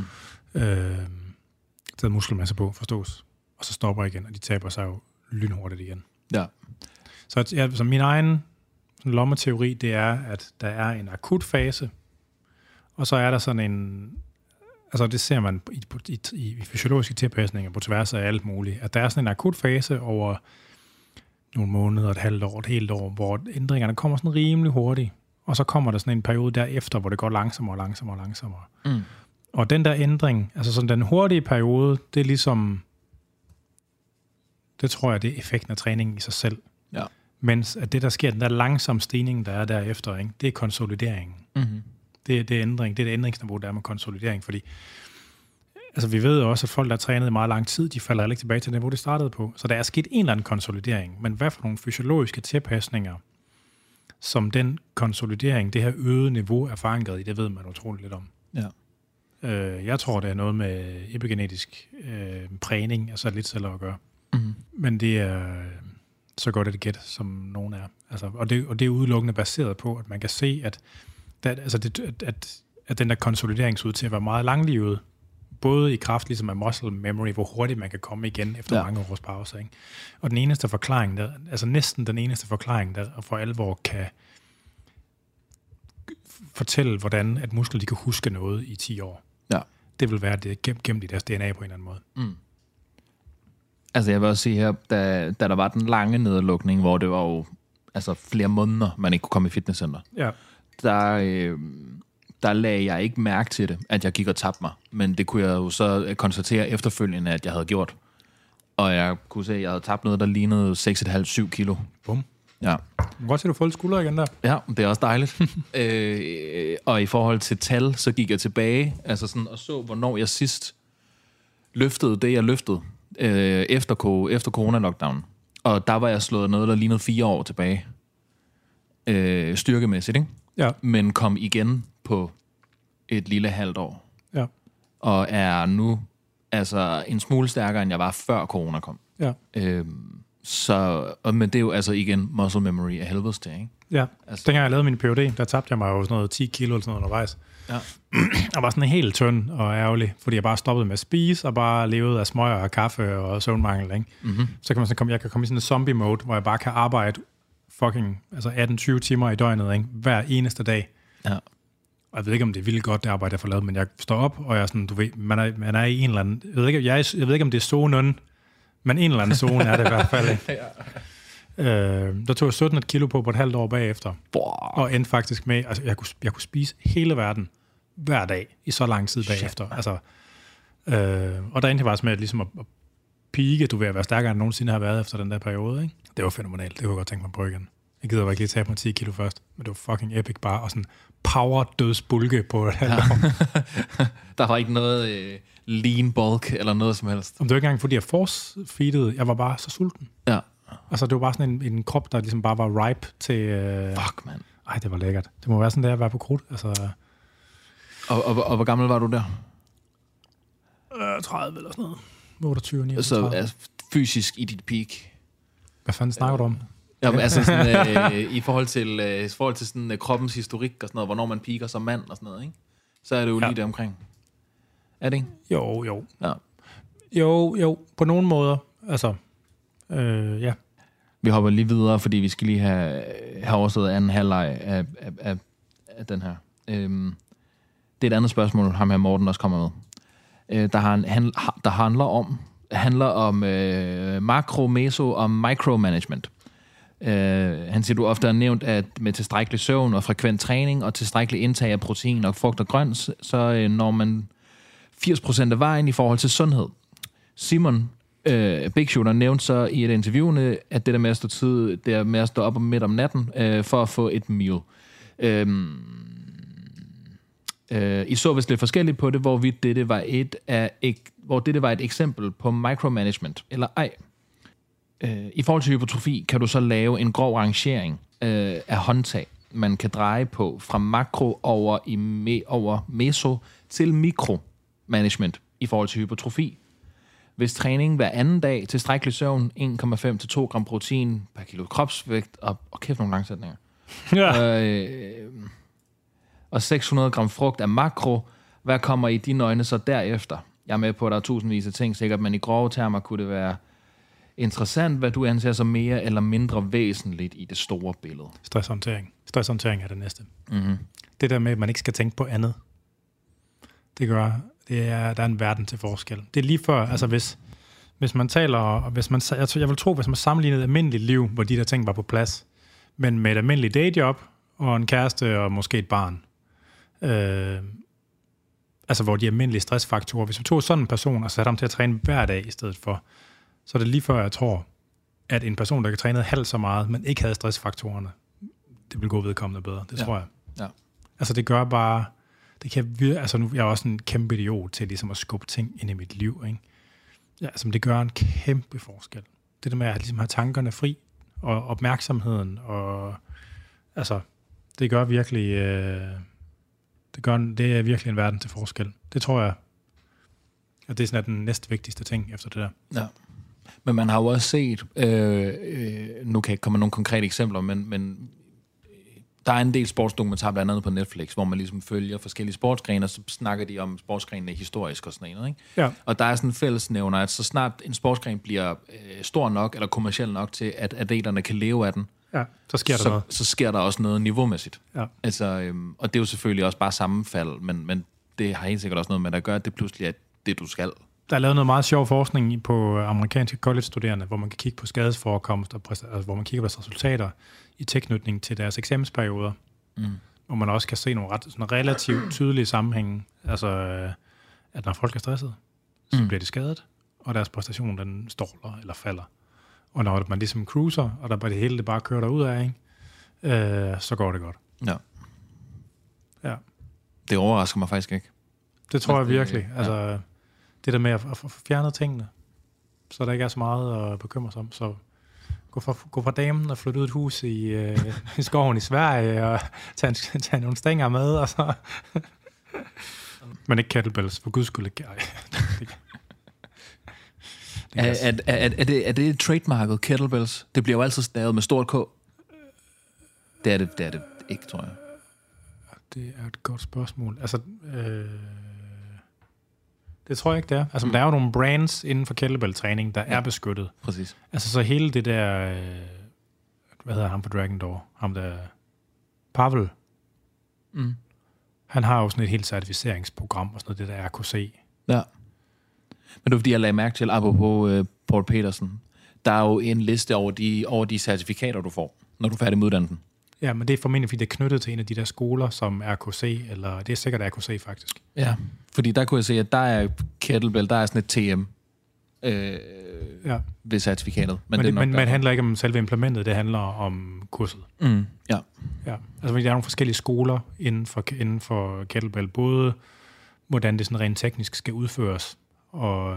Taget muskelmasse på, forstås. Og så stopper igen, og de taber sig jo lynhurtigt igen. Ja. Så min egen lommeteori, det er, at der er en akut fase, og så er der sådan en... Altså det ser man i fysiologiske tilpasninger på tværs af alt muligt, at der er sådan en akut fase over nogle måneder, et halvt år, et helt år, hvor ændringerne kommer sådan rimelig hurtigt, og så kommer der sådan en periode derefter, hvor det går langsommere. Og den der ændring, altså sådan den hurtige periode, det er ligesom, det tror jeg, det er effekten af træningen i sig selv. Ja. Mens at det, der sker, den der langsomme stigning, der er derefter, ikke, det er konsolideringen. Det er ændring, det er det ændringsniveau, der er med konsolidering, fordi altså, vi ved også, at folk, der har trænet i meget lang tid, de falder ikke tilbage til det niveau, de startede på. Så der er sket en eller anden konsolidering, men hvad for nogle fysiologiske tilpasninger, som den konsolidering, det her øgede niveau er forankret i, det ved man utroligt lidt om. Ja. Jeg tror, det er noget med epigenetisk prægning af satellitceller at gøre. Men det er så godt et gæt, som nogen er. Altså, og det er udelukkende baseret på, at man kan se, at den der konsolidering så ud til at være meget langlivet, både i kraft ligesom af muscle memory, hvor hurtigt man kan komme igen efter mange års pause. Ikke? Og den eneste forklaring, næsten den eneste forklaring, der for alvor kan fortælle, hvordan at muskler de kan huske noget i 10 år. Ja. Det vil være, at det er gemt i deres DNA på en eller anden måde. Altså jeg vil også sige her, da der var den lange nedlukning, hvor det var jo flere måneder, man ikke kunne komme i fitnesscenter. Ja. Der lagde jeg ikke mærke til det, at jeg gik og tabte mig. Men det kunne jeg jo så konstatere efterfølgende, at jeg havde gjort. Og jeg kunne se, at jeg havde tabt noget, der lignede 6,5-7 kilo. Bum. Ja. Du kan godt se, at du får lidt skuldre igen der. Ja, det er også dejligt. Og i forhold til tal, så gik jeg tilbage og så, hvornår jeg sidst løftede det, jeg løftede efter corona-lockdown. Og der var jeg slået noget, der lignede 4 år tilbage. Styrkemæssigt, ikke? Ja. Men kom igen på et lille halvt år. Ja. Og er nu en smule stærkere, end jeg var før corona kom. Ja. Men det er jo igen muscle memory af helvedes til, ikke? Ja. Dengang jeg lavede min PhD, der tabte jeg mig jo sådan noget 10 kilo eller sådan noget undervejs. Ja. Jeg var sådan helt tynd og ærgerlig, fordi jeg bare stoppede med at spise, og bare levede af smøger og kaffe og søvnmangel, ikke? Så kan man jeg kan komme i sådan en zombie mode, hvor jeg bare kan arbejde 18-20 timer i døgnet, ikke? Hver eneste dag. Ja. Og jeg ved ikke, om det er vildt godt, det arbejde, jeg får lavet, men jeg står op, og jeg er sådan, du ved, man er i en eller anden... Jeg ved ikke om det er zonen, men en eller anden zone er det i hvert fald, ikke? Der tog jeg 17 kilo på et halvt år bagefter. Og endte faktisk med, altså jeg kunne spise hele verden hver dag i så lang tid bagefter. Altså, og der endte jeg faktisk med ligesom at peake, du ved at være stærkere end nogensinde har været efter den der periode, ikke? Det var fænomenalt, det kunne jeg godt tænke mig på igen. Jeg gider ikke lige tabe mig 10 kilo først, men det var fucking epic bare, og sådan power dødsbulke på et halvt år. Der var ikke noget lean bulk eller noget som helst. Det var ikke engang, fordi jeg force-feedede, jeg var bare så sulten. Ja. Altså, det var bare sådan en krop, der ligesom bare var ripe til... Fuck, mand. Ej, det var lækkert. Det må være sådan, der at være på krudt. Altså... Og hvor gammel var du der? 30 eller sådan noget. 28, 29. Så fysisk i dit peak. Hvad fanden snakker du om? Jamen, sådan, i forhold til sådan, kroppens historik og sådan noget, hvornår man peaker som mand og sådan noget, ikke? Så er det jo lige der omkring. Er det ikke? Jo. Ja. Jo, på nogle måder. Altså, ja. Vi hopper lige videre, fordi vi skal lige have overstået anden halvleg af den her. Det er et andet spørgsmål, ham her Morten også kommer med. Der handler om makro, meso og micromanagement. Han siger, du ofte har nævnt, at med tilstrækkelig søvn og frekvent træning og tilstrækkelig indtag af protein og frugt og grønt, så når man 80% af vejen i forhold til sundhed. Simon Big Shooter nævnte så i et interview, at det der med at stå op midt om natten for at få et meal. I så vist lidt forskelligt på det, hvorvidt dette var et eksempel på micromanagement, eller ej. I forhold til hypertrofi, kan du så lave en grov rangering af håndtag, man kan dreje på fra makro over meso til mikromanagement i forhold til hypertrofi. Hvis træning hver anden dag, tilstrækkelig søvn, 1,5 til 2 gram protein per kilo kropsvægt, og kæft nogle langsætninger. Ja. Og 600 gram frugt af makro. Hvad kommer i dine øjne så derefter? Jeg er med på, at der er tusindvis af ting sikkert, men i grove termer kunne det være interessant, hvad du anser som mere eller mindre væsentligt i det store billede. Stresshåndtering. Stresshåndtering er det næste. Mm-hmm. Det der med, at man ikke skal tænke på andet. Der er en verden til forskel. Det er lige før, altså hvis man taler, jeg vil tro, hvis man sammenlignede et almindeligt liv, hvor de der ting var på plads, men med et almindeligt dayjob, og en kæreste, og måske et barn, altså hvor de almindelige stressfaktorer, hvis vi tog sådan en person, og satte ham til at træne hver dag i stedet for, så er det lige før, jeg tror, at en person, der kan træne halvt så meget, men ikke havde stressfaktorerne, det vil gå vedkommende bedre. Det tror jeg. Ja. Altså det gør bare, det kan altså nu jeg er også en kæmpe idiot til ligesom at skubbe ting ind i mit liv, ikke? Ja, altså det gør en kæmpe forskel. Det der med at ligesom have tankerne fri, og opmærksomheden, og altså, det gør virkelig, det er virkelig en verden til forskel. Det tror jeg, at det er sådan den næstvigtigste ting efter det der. Ja. Men man har jo også set, nu kan jeg ikke komme med nogle konkrete eksempler, men der er en del sportsdokumentarer, blandt andet på Netflix, hvor man ligesom følger forskellige sportsgrene, og så snakker de om sportsgrenene historisk og sådan noget, ikke? Ja. Og der er sådan en fællesnævner, at så snart en sportsgren bliver stor nok, eller kommerciel nok til, at atleterne kan leve af den, ja, så sker der også noget niveaumæssigt. Ja. Altså, og det er jo selvfølgelig også bare sammenfald, men det har helt sikkert også noget med at gøre, at det pludselig er det, du skal. Der er lavet noget meget sjov forskning på amerikanske college-studerende, hvor man kan kigge på skadesforekomst, og hvor man kigger på deres resultater i tilknytning til deres eksamensperioder. Hvor man også kan se nogle sådan relativt tydelige sammenhænge. Altså, at når folk er stresset, så bliver de skadet, og deres præstation den ståler eller falder. Og når man ligesom cruiser, og der bare det hele det bare kører derudad, ikke? Så går det godt. Ja. Det overrasker mig faktisk ikke. Det tror jeg virkelig. Altså, det der med at få fjernet tingene, så der ikke er så meget at bekymre sig om. Så gå fra damen og flytte ud et hus i skoven i Sverige, og tage nogle stænger med, og så... Men ikke kettlebells, for guds skyld ikke. Er det trademarket, kettlebells? Det bliver jo altid stavet med stort K. Det er det ikke, tror jeg. Det er et godt spørgsmål. Altså... Det tror jeg ikke, det er. Altså, der er jo nogle brands inden for kettlebell-træning, der er beskyttet. Præcis. Altså, så hele det der... hvad hedder ham på Dragon Door? Ham der... Pavel. Han har jo sådan et helt certificeringsprogram og sådan noget, det der RKC. Ja. Men det var fordi, jeg lagde mærke til, apropos Paul Petersen, der er jo en liste over de certifikater, du får, når du er færdig med uddannelsen. Ja, men det er formentlig, fordi det er knyttet til en af de der skoler, som RKC, eller det er sikkert RKC faktisk. Ja, fordi der kunne jeg se, at der er kettlebell, der er sådan et TM ved certifikatet. Men det handler ikke om selve implementet, det handler om kurset. Ja. Altså, der er nogle forskellige skoler inden for kettlebell, både hvordan det sådan rent teknisk skal udføres, og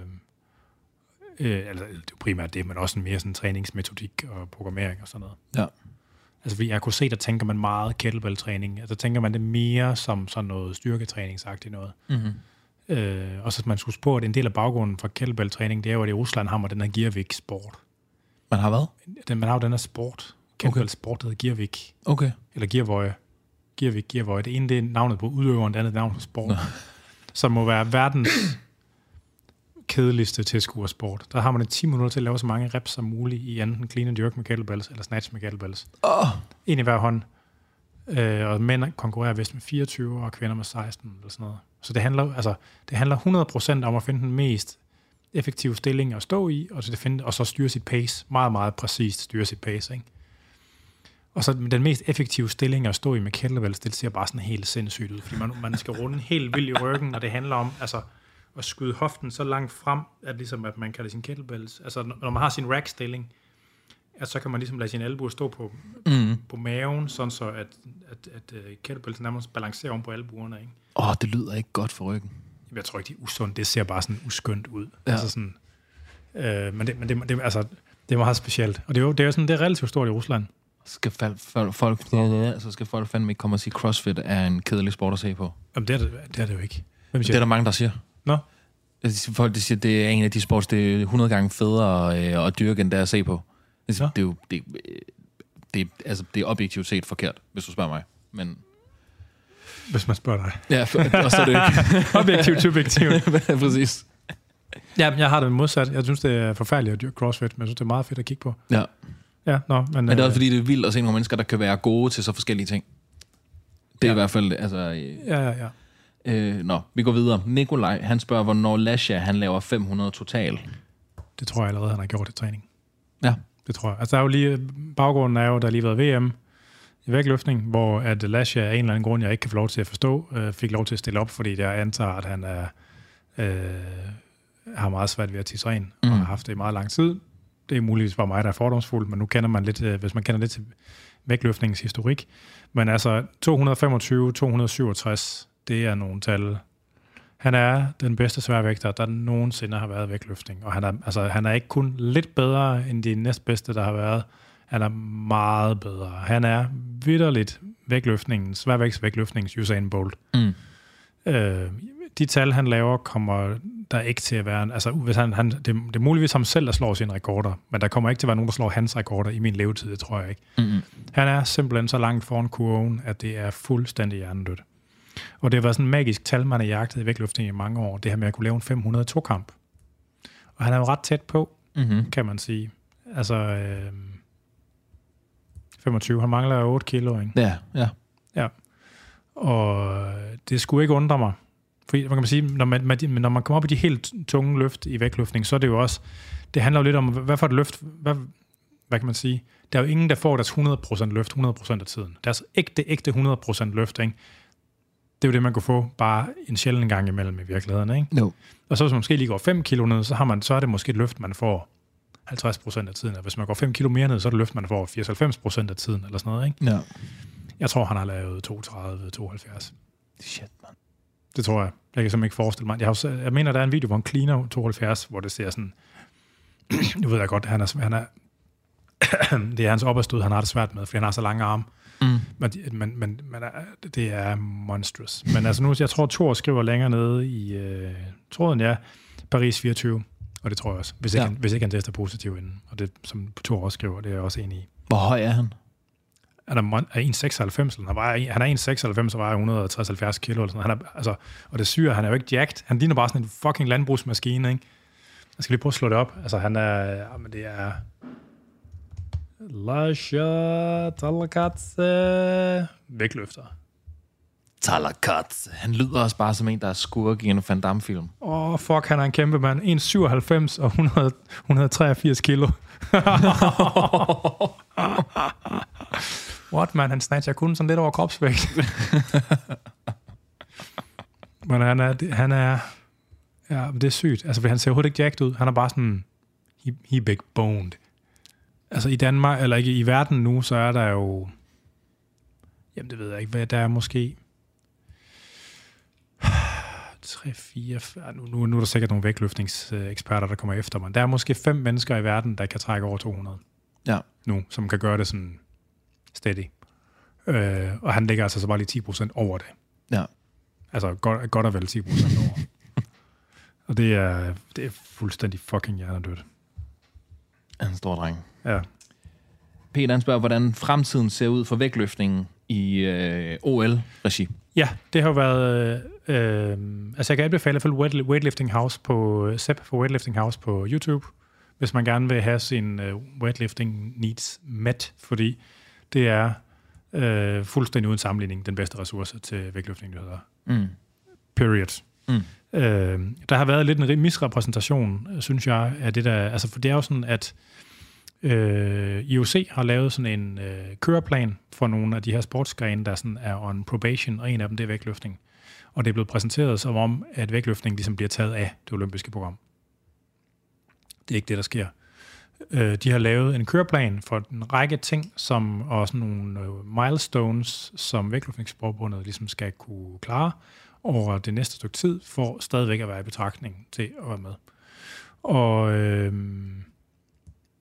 altså, det er primært det, men også en mere sådan træningsmetodik og programmering og sådan noget. Ja. Altså, fordi jeg kunne se, der tænker man meget kettlebell-træning. Altså, der tænker man det mere som sådan noget styrketræningsagtigt noget. Og så man skulle spore, at en del af baggrunden for kettlebell-træning, det er jo, at i Rusland har man den her Gearvik-sport. Man har hvad? Man har jo den her sport. Kettlebell-sport, der hedder Gearvik. Okay. Eller Gearvoje. Gearvoje. Det ene, det er navnet på udøveren, det andet er navnet på sport. Som må være verdens kedeligste tilskuersport. Der har man 10 minutter til at lave så mange reps som muligt i enten clean and jerk med kettlebells eller snatch med kettlebells. En i hver hånd. Og mænd konkurrerer vist med 24 og kvinder med 16 eller sådan noget. Så det handler 100% om at finde den mest effektive stilling at stå i, og så styre sit pace. Meget, meget præcist styre sit pace, ikke? Og så den mest effektive stilling at stå i med kettlebells, det ser bare sådan helt sindssygt ud, fordi man skal runde helt vildt i ryggen, og det handler om at skyde hoften så langt frem, at man kalder sin kettlebells. Altså, når man har sin rack-stilling, så kan man ligesom lade sin albue stå på maven, sådan så at kettlebells nærmest balancerer om på albuerne, ikke? Det lyder ikke godt for ryggen. Jeg tror ikke, det er usundt. Det ser bare sådan uskyndt ud. Ja. Altså sådan, men det altså, Det er meget specielt. Og det er jo sådan, det er relativt stort i Rusland. Skal folk fandme ikke komme og sige, CrossFit er en kedelig sport at se på? Jamen, det er det jo ikke. Det er der mange, der siger. Nå? Folk de siger, det er en af de sports, det er 100 gange federe at dyrke, end det er at se på. Det er jo det er objektivt set forkert, hvis du spørger mig. Men hvis man spørger dig. Ja, og så er det ikke. Objektivt, subjektivt. Præcis. Ja, jeg har det modsat. Jeg synes, det er forfærdeligt at dyrke CrossFit, men jeg synes, det er meget fedt at kigge på. Ja. Ja, men det er også fordi, det er vildt at se nogle mennesker, der kan være gode til så forskellige ting. Det er i hvert fald, altså... Ja. Vi går videre. Nikolaj, han spørger, hvornår Lasha, han laver 500 total. Det tror jeg allerede, han har gjort i træning. Ja. Det tror jeg. Altså, der er jo lige... Baggrunden er jo, der har lige været VM i vægtløftning, hvor at Lasha af en eller anden grund, jeg ikke kan få lov til at forstå, fik lov til at stille op, fordi jeg antager, at han har meget svært ved at tisse ren, og har haft det i meget lang tid. Det er muligvis bare mig, der er fordomsfuld, men nu kender man lidt, hvis man kender lidt til vægtløftningens historik. Men altså, 225-267, det er nogle tal. Han er den bedste sværvægter, der nogensinde har været i vægtløftning. Og han er ikke kun lidt bedre end de næstbedste, der har været. Han er meget bedre. Han er vitterligt sværvægtsvægtløftningens Usain Bolt. De tal, han laver, kommer der ikke til at være... Altså, hvis det er muligvis ham selv, der slår sine rekorder, men der kommer ikke til at være nogen, der slår hans rekorder i min levetid, det tror jeg ikke. Han er simpelthen så langt foran kurven, at det er fuldstændig hjernedødt. Og det har været sådan en magisk tal, man har jagtet i vægtløftning i mange år, det her med at kunne lave en 500 to-kamp. Og han er jo ret tæt på, kan man sige. Altså, 25, han mangler 8 kilo, ikke? Ja. Og det skulle ikke undre mig. For man kan sige, når man kommer op i de helt tunge løft i vægtløftning, så er det jo også, det handler jo lidt om, hvad for et løft, hvad kan man sige? Der er jo ingen, der får deres 100% løft 100% af tiden. Deres ægte 100% løft, ikke? Det er jo det, man kunne få bare en sjælden gang imellem i virkeligheden, ikke? No. Og så hvis man måske lige går 5 kilo ned, så er det måske et løft, man får 50% af tiden. Og hvis man går 5 kilo mere ned, så er det løft, man får 80-90% af tiden, eller sådan noget, ikke? Ja. Jeg tror, han har lavet 32-72. Shit, man. Det tror jeg. Jeg kan simpelthen ikke forestille mig. Jeg mener, der er en video, hvor han cleaner 72, hvor det ser sådan... Nu ved jeg godt, han er det er hans opadstød, han har det svært med, fordi han har så lange arme. Men det er monstrous. Men altså nu, jeg tror, Thor skriver længere nede i tråden, Paris 24. Og det tror jeg også. Hvis ikke han tester positiv inden. Og det, som Thor også skriver, det er jeg også enig i. Hvor høj er han? Han er 1,96. Han er 1,96 og vejer 160-70 kilo. Eller sådan. Og det syre, han er jo ikke jacked. Han ligner bare sådan en fucking landbrugsmaskine, ikke? Jeg skal lige prøve at slå det op. Altså, han er... men det er... Lasha Talakatse vægtløfter. Talakatse. Han lyder også bare som en, der er skurk i en Van Damme-film. Fuck, han er en kæmpe mand. 1,97 og 183 kilo. What, man? Han snatcher kun sådan lidt over kropsvægt. Men han er... Ja, det er sygt. Altså, han ser overhovedet ikke jacked ud. Han er bare sådan... He big boned. Altså, i Danmark, eller ikke i verden nu, så er der jo... Jamen, det ved jeg ikke, hvad der er måske... 3, 4... Nu er der sikkert nogle vægtløftningseksperter, der kommer efter mig. Der er måske 5 mennesker i verden, der kan trække over 200. Ja. Nu, som kan gøre det sådan steady. Og han ligger altså så bare lige 10% over det. Ja. Altså godt og vel 10% over. Og det er fuldstændig fucking hjernedødt. En stor dreng. Ja. Peter han spørger, hvordan fremtiden ser ud for vægtløftningen i OL-regi. Ja, det har jo været... altså jeg kan anbefale i hvert fald Weightlifting House på Sepp for Weightlifting House på YouTube, hvis man gerne vil have sin weightlifting needs met, fordi det er fuldstændig uden sammenligning den bedste ressource til vægtløftning, det hedder. Period. Der har været lidt en misrepræsentation, synes jeg, af det der... Altså, for det er jo sådan, at IOC har lavet sådan en køreplan for nogle af de her sportsgrene, der sådan er on probation, og en af dem, det er vægtløftning. Og det er blevet præsenteret som om, at vægtløftning ligesom bliver taget af det olympiske program. Det er ikke det, der sker. De har lavet en køreplan for en række ting, som og sådan nogle milestones, som vægtløftningsforbundet ligesom skal kunne klare over det næste stykke tid, for stadigvæk at være i betragtning til at være med. Og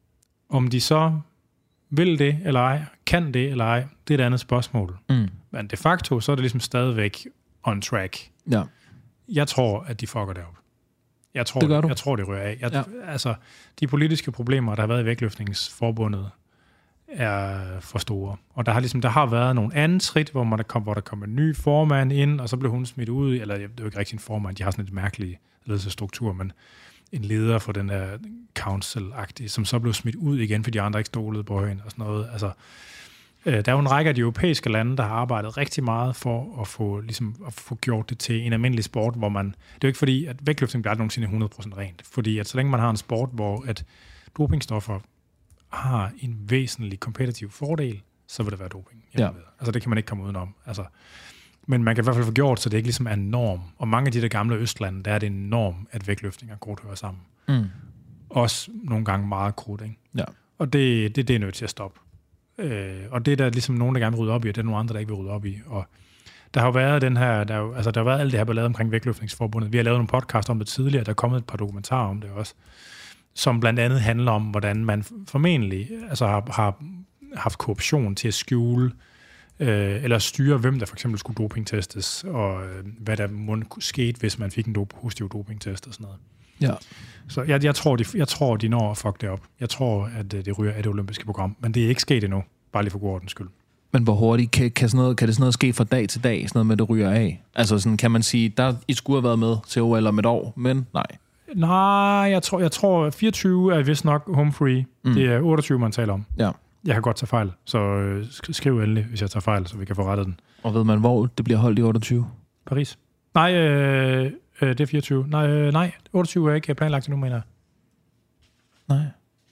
Om de så vil det eller ej, kan det eller ej, det er et andet spørgsmål. Men de facto, så er det ligesom stadigvæk on track. Ja. Jeg tror, at de fucker det op. Jeg tror, det rører af. Altså, de politiske problemer, der har været i vægtløftningsforbundet, er for store. Og der har været nogle andre skridt, hvor der kom en ny formand ind, og så blev hun smidt ud, eller det er jo ikke rigtig en formand, de har sådan et mærkeligt ledelsesstruktur, men en leder for den der council-agtige, som så blev smidt ud igen, fordi de andre ikke stolede på hende og sådan noget. Altså, der er jo en række af de europæiske lande, der har arbejdet rigtig meget for at få gjort det til en almindelig sport, hvor man... Det er jo ikke fordi, at vægtløftning bliver nogensinde 100% rent. Fordi at så længe man har en sport, hvor at dopingstoffer har en væsentlig kompetitiv fordel, så vil det være doping. Ja. Altså det kan man ikke komme udenom. Altså, men man kan i hvert fald få gjort, så det ikke ligesom er en norm. Og mange af de der gamle østlande, der er det en norm, at vægtløftning og krudt hører sammen. Også nogle gange meget krudt, ikke? Ja. Og det er nødt til at stoppe. Og det er der ligesom nogen, der gerne vil rydde op i, og det er nogle andre, der ikke vil rydde op i. Og der har jo været der har været alt det her ballade omkring vægtløftningsforbundet. Vi har lavet nogle podcast om det tidligere, der er kommet et par dokumentarer om det også, som blandt andet handler om, hvordan man formentlig har haft korruption til at skjule eller styre, hvem der for eksempel skulle dopingtestes, og hvad der skete, hvis man fik en positiv dopingtest og sådan noget. Ja. Så jeg tror, de når at fuck det op. Jeg tror, at det ryger af det olympiske program, men det er ikke sket endnu, bare lige for god ordens skyld. Men hvor hurtigt kan det sådan noget ske fra dag til dag, sådan noget med, det ryger af? Altså sådan, kan man sige, I skulle have været med til OL om et år, men nej. Nej, jeg tror 24 er vist nok home free. Det er 28, man taler om. Ja. Jeg kan godt tage fejl, så skriv endelig, hvis jeg tager fejl, så vi kan få rettet den. Og ved man, hvor det bliver holdt i 28? Paris. Nej, det er 24. Nej, 28 er ikke planlagt endnu, mener jeg. Nej.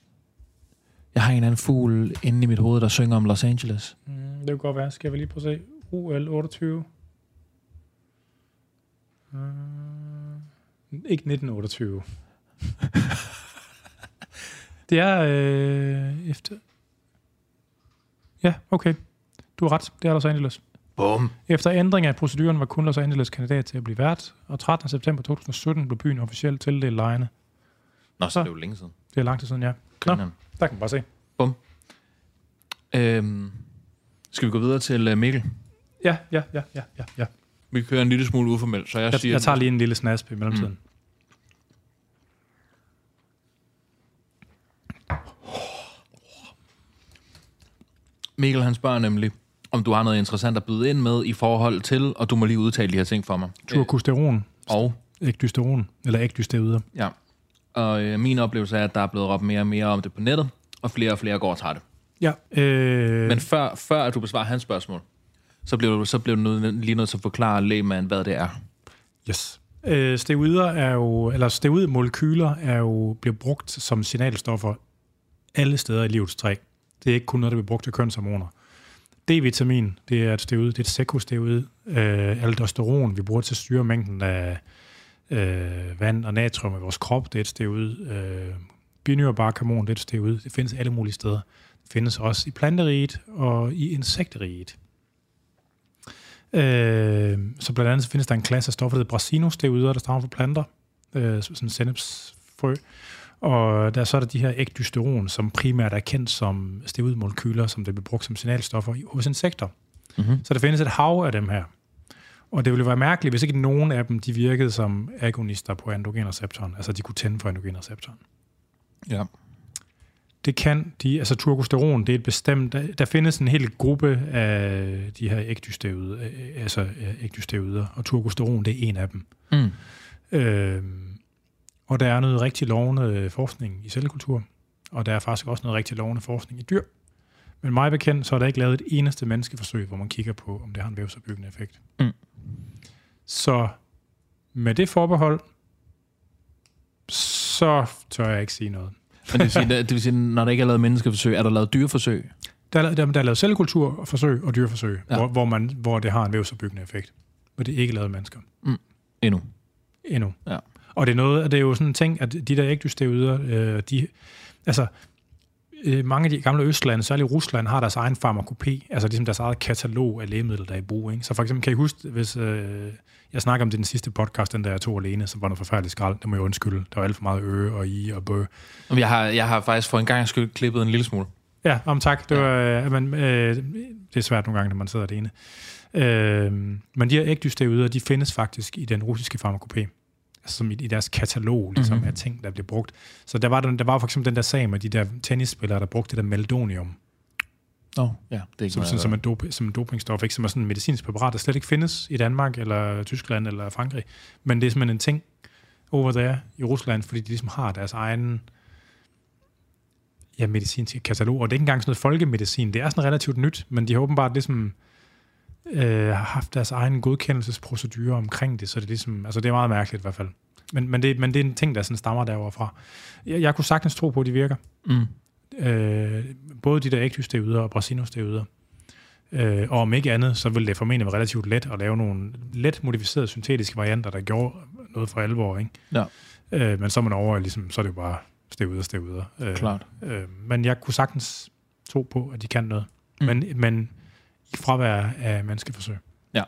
Jeg har en anden fugl inde i mit hoved, der synger om Los Angeles. Det kan godt være. Skal vi lige prøve at se? UL 28. Ikke 1928. Det er efter... Ja, okay. Du har ret. Det er Los Angeles. Bum. Efter ændring af proceduren var kun Los Angeles kandidat til at blive vært, og 13. september 2017 blev byen officielt tildelt lejene. Nå, så det er jo længe siden. Det er lang tid siden, ja. Nå, der kan man bare se. Bum. Skal vi gå videre til Mikkel? Ja. Vi kører en lille smule uformelt, så jeg siger... Jeg tager lige en lille snasp i mellemtiden. Mikkel, han spørger nemlig, om du har noget interessant at byde ind med i forhold til, og du må lige udtale de her ting for mig. Turkosteron. Og? Ekdysteron. Eller ekdysteroider. Ja. Og min oplevelse er, at der er blevet råbt mere og mere om det på nettet, og flere går og tager det. Ja. Men før at du besvarer hans spørgsmål, så bliver du lige nødt til at forklare lægmand, hvad det er. Yes. Steroider er jo, eller steroidmolekyler er jo blevet brugt som signalstoffer alle steder i livets træ. Det er ikke kun noget, der bliver brugt til kønshormoner. D-vitamin, det er et steroid, det er et sekosteroid. Aldosteron, vi bruger til at styre mængden af vand og natrium i vores krop, det er et steroid. Binyrbarkhormon, det er et steroid. Det findes alle mulige steder. Det findes også i planteriget og i insekteriget. Så blandt andet så findes der en klasse af stoffer, der hedder brasinosteroider, der stammer fra planter. Sådan sennepsfrø. Og så er der de her ekdysteron, som primært er kendt som steroidmolekyler, som det bliver brugt som signalstoffer hos insekter. Mm-hmm. Så der findes et hav af dem her. Og det ville være mærkeligt, hvis ikke nogen af dem de virkede som agonister på androgenreceptoren. Altså de kunne tænde for androgenreceptoren. Ja. Det kan de, altså turkosteron, det er et bestemt, der findes en hel gruppe af de her ekdysteroider, og turkosteron, det er en af dem. Og der er noget rigtig lovende forskning i cellekultur, og der er faktisk også noget rigtig lovende forskning i dyr. Men mig bekendt, så er der ikke lavet et eneste menneskeforsøg, hvor man kigger på, om det har en vævsopbyggende effekt. Så med det forbehold, så tør jeg ikke sige noget. Men det vil sige, når der ikke er lavet menneskeforsøg, er der lavet dyreforsøg? Der er lavet cellekulturforsøg og dyreforsøg, ja. hvor det har en vævsopbyggende effekt. Men det er ikke lavet mennesker. Endnu. Ja. Og det er jo sådan en ting, at de der ekdysteroider, mange af de gamle Østlande, særligt Rusland, har deres egen farmakope, altså ligesom deres eget katalog af lægemidler, der er i brug. Ikke? Så for eksempel kan I huske, hvis jeg snakker om det i den sidste podcast, den der jeg tog alene, som var noget forfærdeligt skrald, det må jeg undskylde. Der var alt for meget og i og bø. Jeg har faktisk for en gang skyld klippet en lille smule. Ja, tak. Det er svært nogle gange, når man sidder alene. Men de her ægdystæveder, de findes faktisk i den russiske farmakope. Som i deres katalog ligesom, af ting, der bliver brugt. Så der var for eksempel den der sag med de der tennisspillere, der brugte det der meldonium. Ja, det er ikke som en dopingstof, ikke? Som er sådan en medicinsk præparat, der slet ikke findes i Danmark, eller Tyskland, eller Frankrig. Men det er simpelthen en ting over there i Rusland, fordi de ligesom har deres egen medicinske katalog. Og det er ikke engang sådan noget folkemedicin. Det er sådan relativt nyt, men de har åbenbart ligesom har haft deres egen godkendelsesprocedure omkring det, så det er ligesom, altså det er meget mærkeligt i hvert fald. Men det er en ting, der sådan stammer derovre fra. Jeg kunne sagtens tro på, at de virker. Både de der ægdystæveder og brasinostæveder. Og om ikke andet, så vil det formentlig være relativt let at lave nogle let modificerede syntetiske varianter, der gjorde noget for alvor, ikke? Ja. Men så er man over, ligesom, så er det jo bare stæveder. Klart. Men jeg kunne sagtens tro på, at de kan noget. Men i fravær af menneskeforsøg. Ja.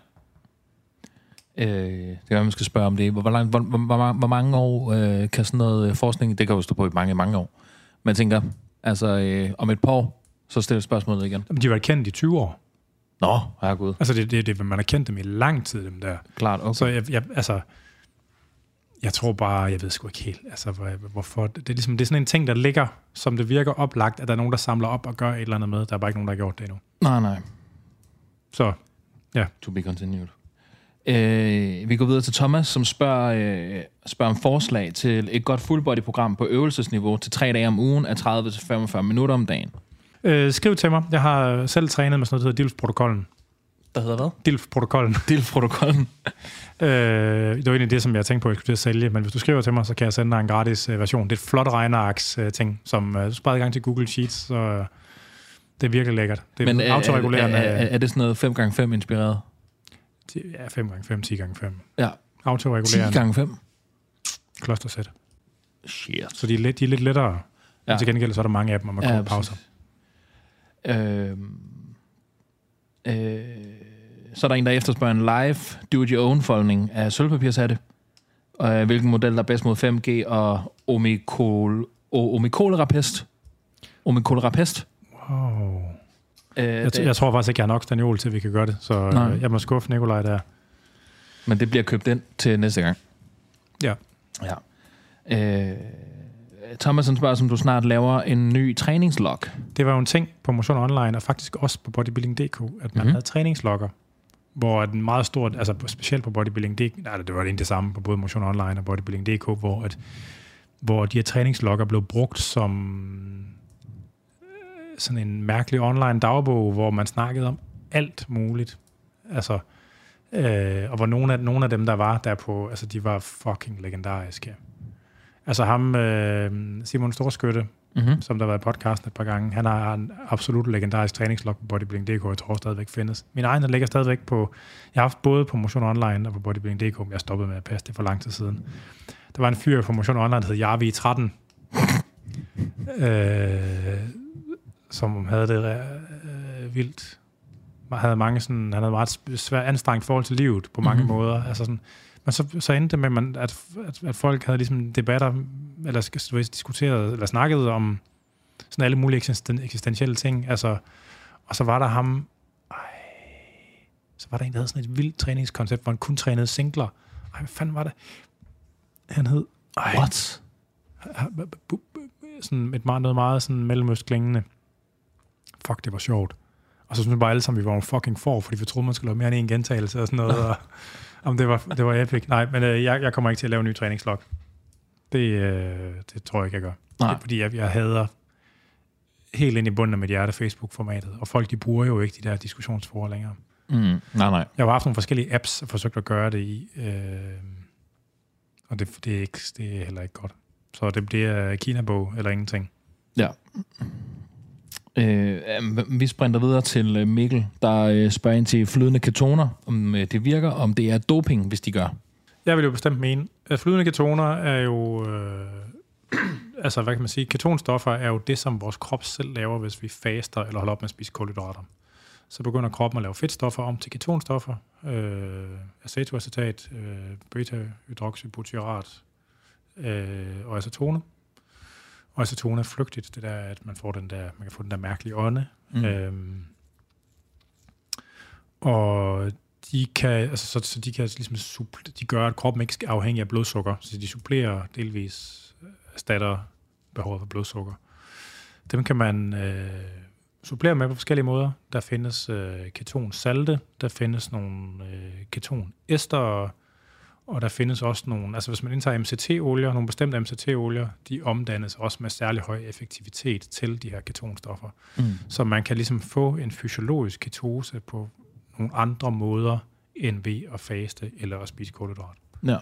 Det kan være, man skal spørge om det. Hvor mange år kan sådan noget forskning, det kan jo stå på i mange år. Men jeg tænker, altså om et par år, så stiller spørgsmålet igen. Men de har været kendt i 20 år. Nå, herregud. Altså man har kendt dem i lang tid, dem der. Klart, okay. Så jeg tror bare, jeg ved sgu ikke helt, altså hvorfor. Det er sådan en ting, der ligger, som det virker oplagt, at der er nogen, der samler op og gør et eller andet med. Der er bare ikke nogen, der har gjort det endnu. Nej. Så, ja. To be continued. Vi går videre til Thomas, som spørger om forslag til et godt full body program på øvelsesniveau til 3 dage om ugen af 30 til 45 minutter om dagen. Skriv til mig. Jeg har selv trænet med sådan noget, der hedder DILF-protokollen. Der hedder hvad? DILF-protokollen. DILF-protokollen. Det var egentlig det, som jeg tænkte på, at jeg skulle til at sælge. Men hvis du skriver til mig, så kan jeg sende dig en gratis version. Det er et flot regnearks-ting, som du sparer i gang til Google Sheets, så det er virkelig lækkert. Det er. Men autoregulerende. Er det sådan noget 5x5 inspireret? Ja, 5x5, 10x5. Ja. Autoregulerende. 10x5? Klostersæt. Shit. Så de er lidt lettere. Ja. Men til gengæld så er der mange af dem, og man kan pauser. Så er der en, der efterspørger en live do-it-your-own-foldning af sølvpapirshatte. Hvilken model der er bedst mod 5G og omikolorapest. Wow. Jeg tror faktisk ikke, jeg har nok staniol til, at vi kan gøre det. Så jeg må skuffe Nikolaj der. Men det bliver købt ind til næste gang. Ja. Thomasen spørger, om du snart laver en ny træningslog. Det var jo en ting på Motion Online, og faktisk også på Bodybuilding.dk, at man havde træningslogger, hvor den meget stort, altså specielt på Bodybuilding.dk, det var egentlig det samme på både Motion Online og Bodybuilding.dk, hvor de her træningslogger blev brugt som sådan en mærkelig online dagbog, hvor man snakkede om alt muligt. Altså, og hvor nogle af dem, der var der på, altså de var fucking legendariske. Altså ham, Simon Storskytte, som der har været i podcasten et par gange, han har en absolut legendarisk træningslog på Bodybuilding.dk, jeg tror stadigvæk findes. Min egen ligger stadigvæk på, jeg har haft både på Motion Online og på Bodybuilding.dk, men jeg stoppede med at passe det for lang tid siden. Der var en fyr på Motion Online, der hed Jarvi 13, som havde det vildt. Han havde meget svært anstrengt forhold til livet på mange måder. Altså sådan, men så endte det med, at folk havde ligesom debatter, eller diskuteret, eller snakket om sådan alle mulige eksistentielle ting. Altså, og så var der ham... Så var der en, der havde sådan et vildt træningskoncept, hvor han kun trænede singler. Hvad fanden var det? Han hed... What? Sådan noget meget sådan mellemøstklingende. Fuck, det var sjovt. Og så synes vi bare alle sammen, vi var en fucking fordi vi troede, man skulle lave mere end en gentagelse og sådan noget. Og, om det var epic. Nej, men jeg kommer ikke til at lave en ny træningslog. Det tror jeg ikke, jeg gør. Nej. Det er, fordi jeg hader helt ind i bunden af mit hjerte Facebook-formatet. Og folk, de bruger jo ikke de der diskussionsforer længere. Nej. Jeg har haft nogle forskellige apps og forsøgt at gøre det i. Og det er heller ikke godt. Så det bliver Kina-bog eller ingenting. Ja. Vi sprinter videre til Mikkel, der spørger ind til flydende ketoner, om det virker, om det er doping, hvis de gør. Jeg vil jo bestemt mene, at flydende ketoner er jo altså hvad kan man sige, ketonstoffer er jo det, som vores krop selv laver, hvis vi faster eller holder op med at spise kulhydrater. Så begynder kroppen at lave fedtstoffer om til ketonstoffer, acetoacetat, beta-hydroxybutyrat og acetone. Og acetone er flygtigt, det der, at man kan få den der mærkelige ånde. Og de kan, altså, så de kan ligesom de gør, at kroppen ikke skal afhængig af blodsukker, så de supplerer delvis erstatter behovet for blodsukker. Dem kan man supplere med på forskellige måder. Der findes ketonsalte, der findes nogle ketonester, og der findes også nogle, altså hvis man indtager MCT-olier, nogle bestemte MCT-olier, de omdannes også med særlig høj effektivitet til de her ketonstoffer. Så man kan ligesom få en fysiologisk ketose på nogle andre måder, end ved at faste eller at spise kulhydrat. Ja.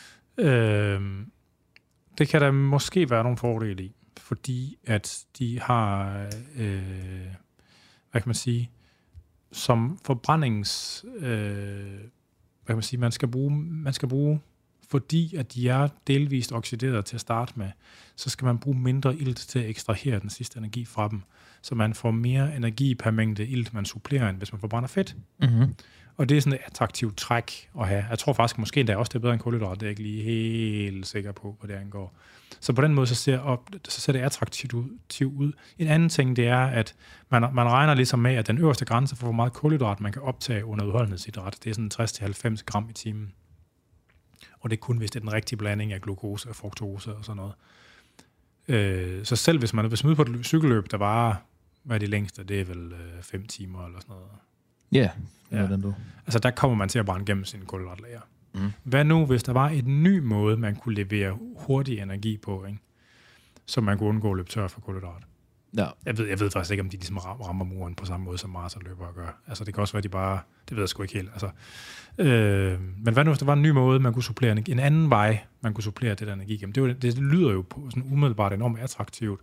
Det kan der måske være nogle fordele i, fordi at de har, hvad kan man sige, som forbrændings, hvad kan man sige, man skal bruge, fordi at de er delvist oxideret til at starte med, så skal man bruge mindre ilt til at ekstrahere den sidste energi fra dem, så man får mere energi per mængde ilt, man supplerer, end hvis man forbrænder fedt. Mm-hmm. Og det er sådan et attraktivt træk at have. Jeg tror faktisk måske endda også, det er bedre end kulhydrat. Det er jeg ikke lige helt sikker på, hvad det angår. Så på den måde, så ser det attraktivt ud. En anden ting, det er, at man regner ligesom med, at den øverste grænse for, hvor meget kulhydrat man kan optage under udholdenhedsidræt, det er sådan 60-90 gram i timen. Og det er kun, hvis det er den rigtige blanding af glukose og fruktose og sådan noget. Så selv hvis man er ude på et cykelløb, der varer, hvad er det længste? Det er vel 5 timer eller sådan noget. Yeah, ja, den du. Altså der kommer man til at brænde gennem sine kulhydratlager. Hvad nu, hvis der var en ny måde, man kunne levere hurtig energi på, ikke? Så man kunne undgå at løbe tør for kulhydrat? Ja. Jeg ved faktisk ikke, om de ligesom rammer muren på samme måde, som maratonløbere gør. Altså det kan også være, de bare... Det ved jeg sgu ikke helt. Altså, men hvad nu, hvis der var en ny måde, man kunne supplere en anden vej, man kunne supplere det der energi gennem? Det lyder jo på sådan umiddelbart enormt attraktivt.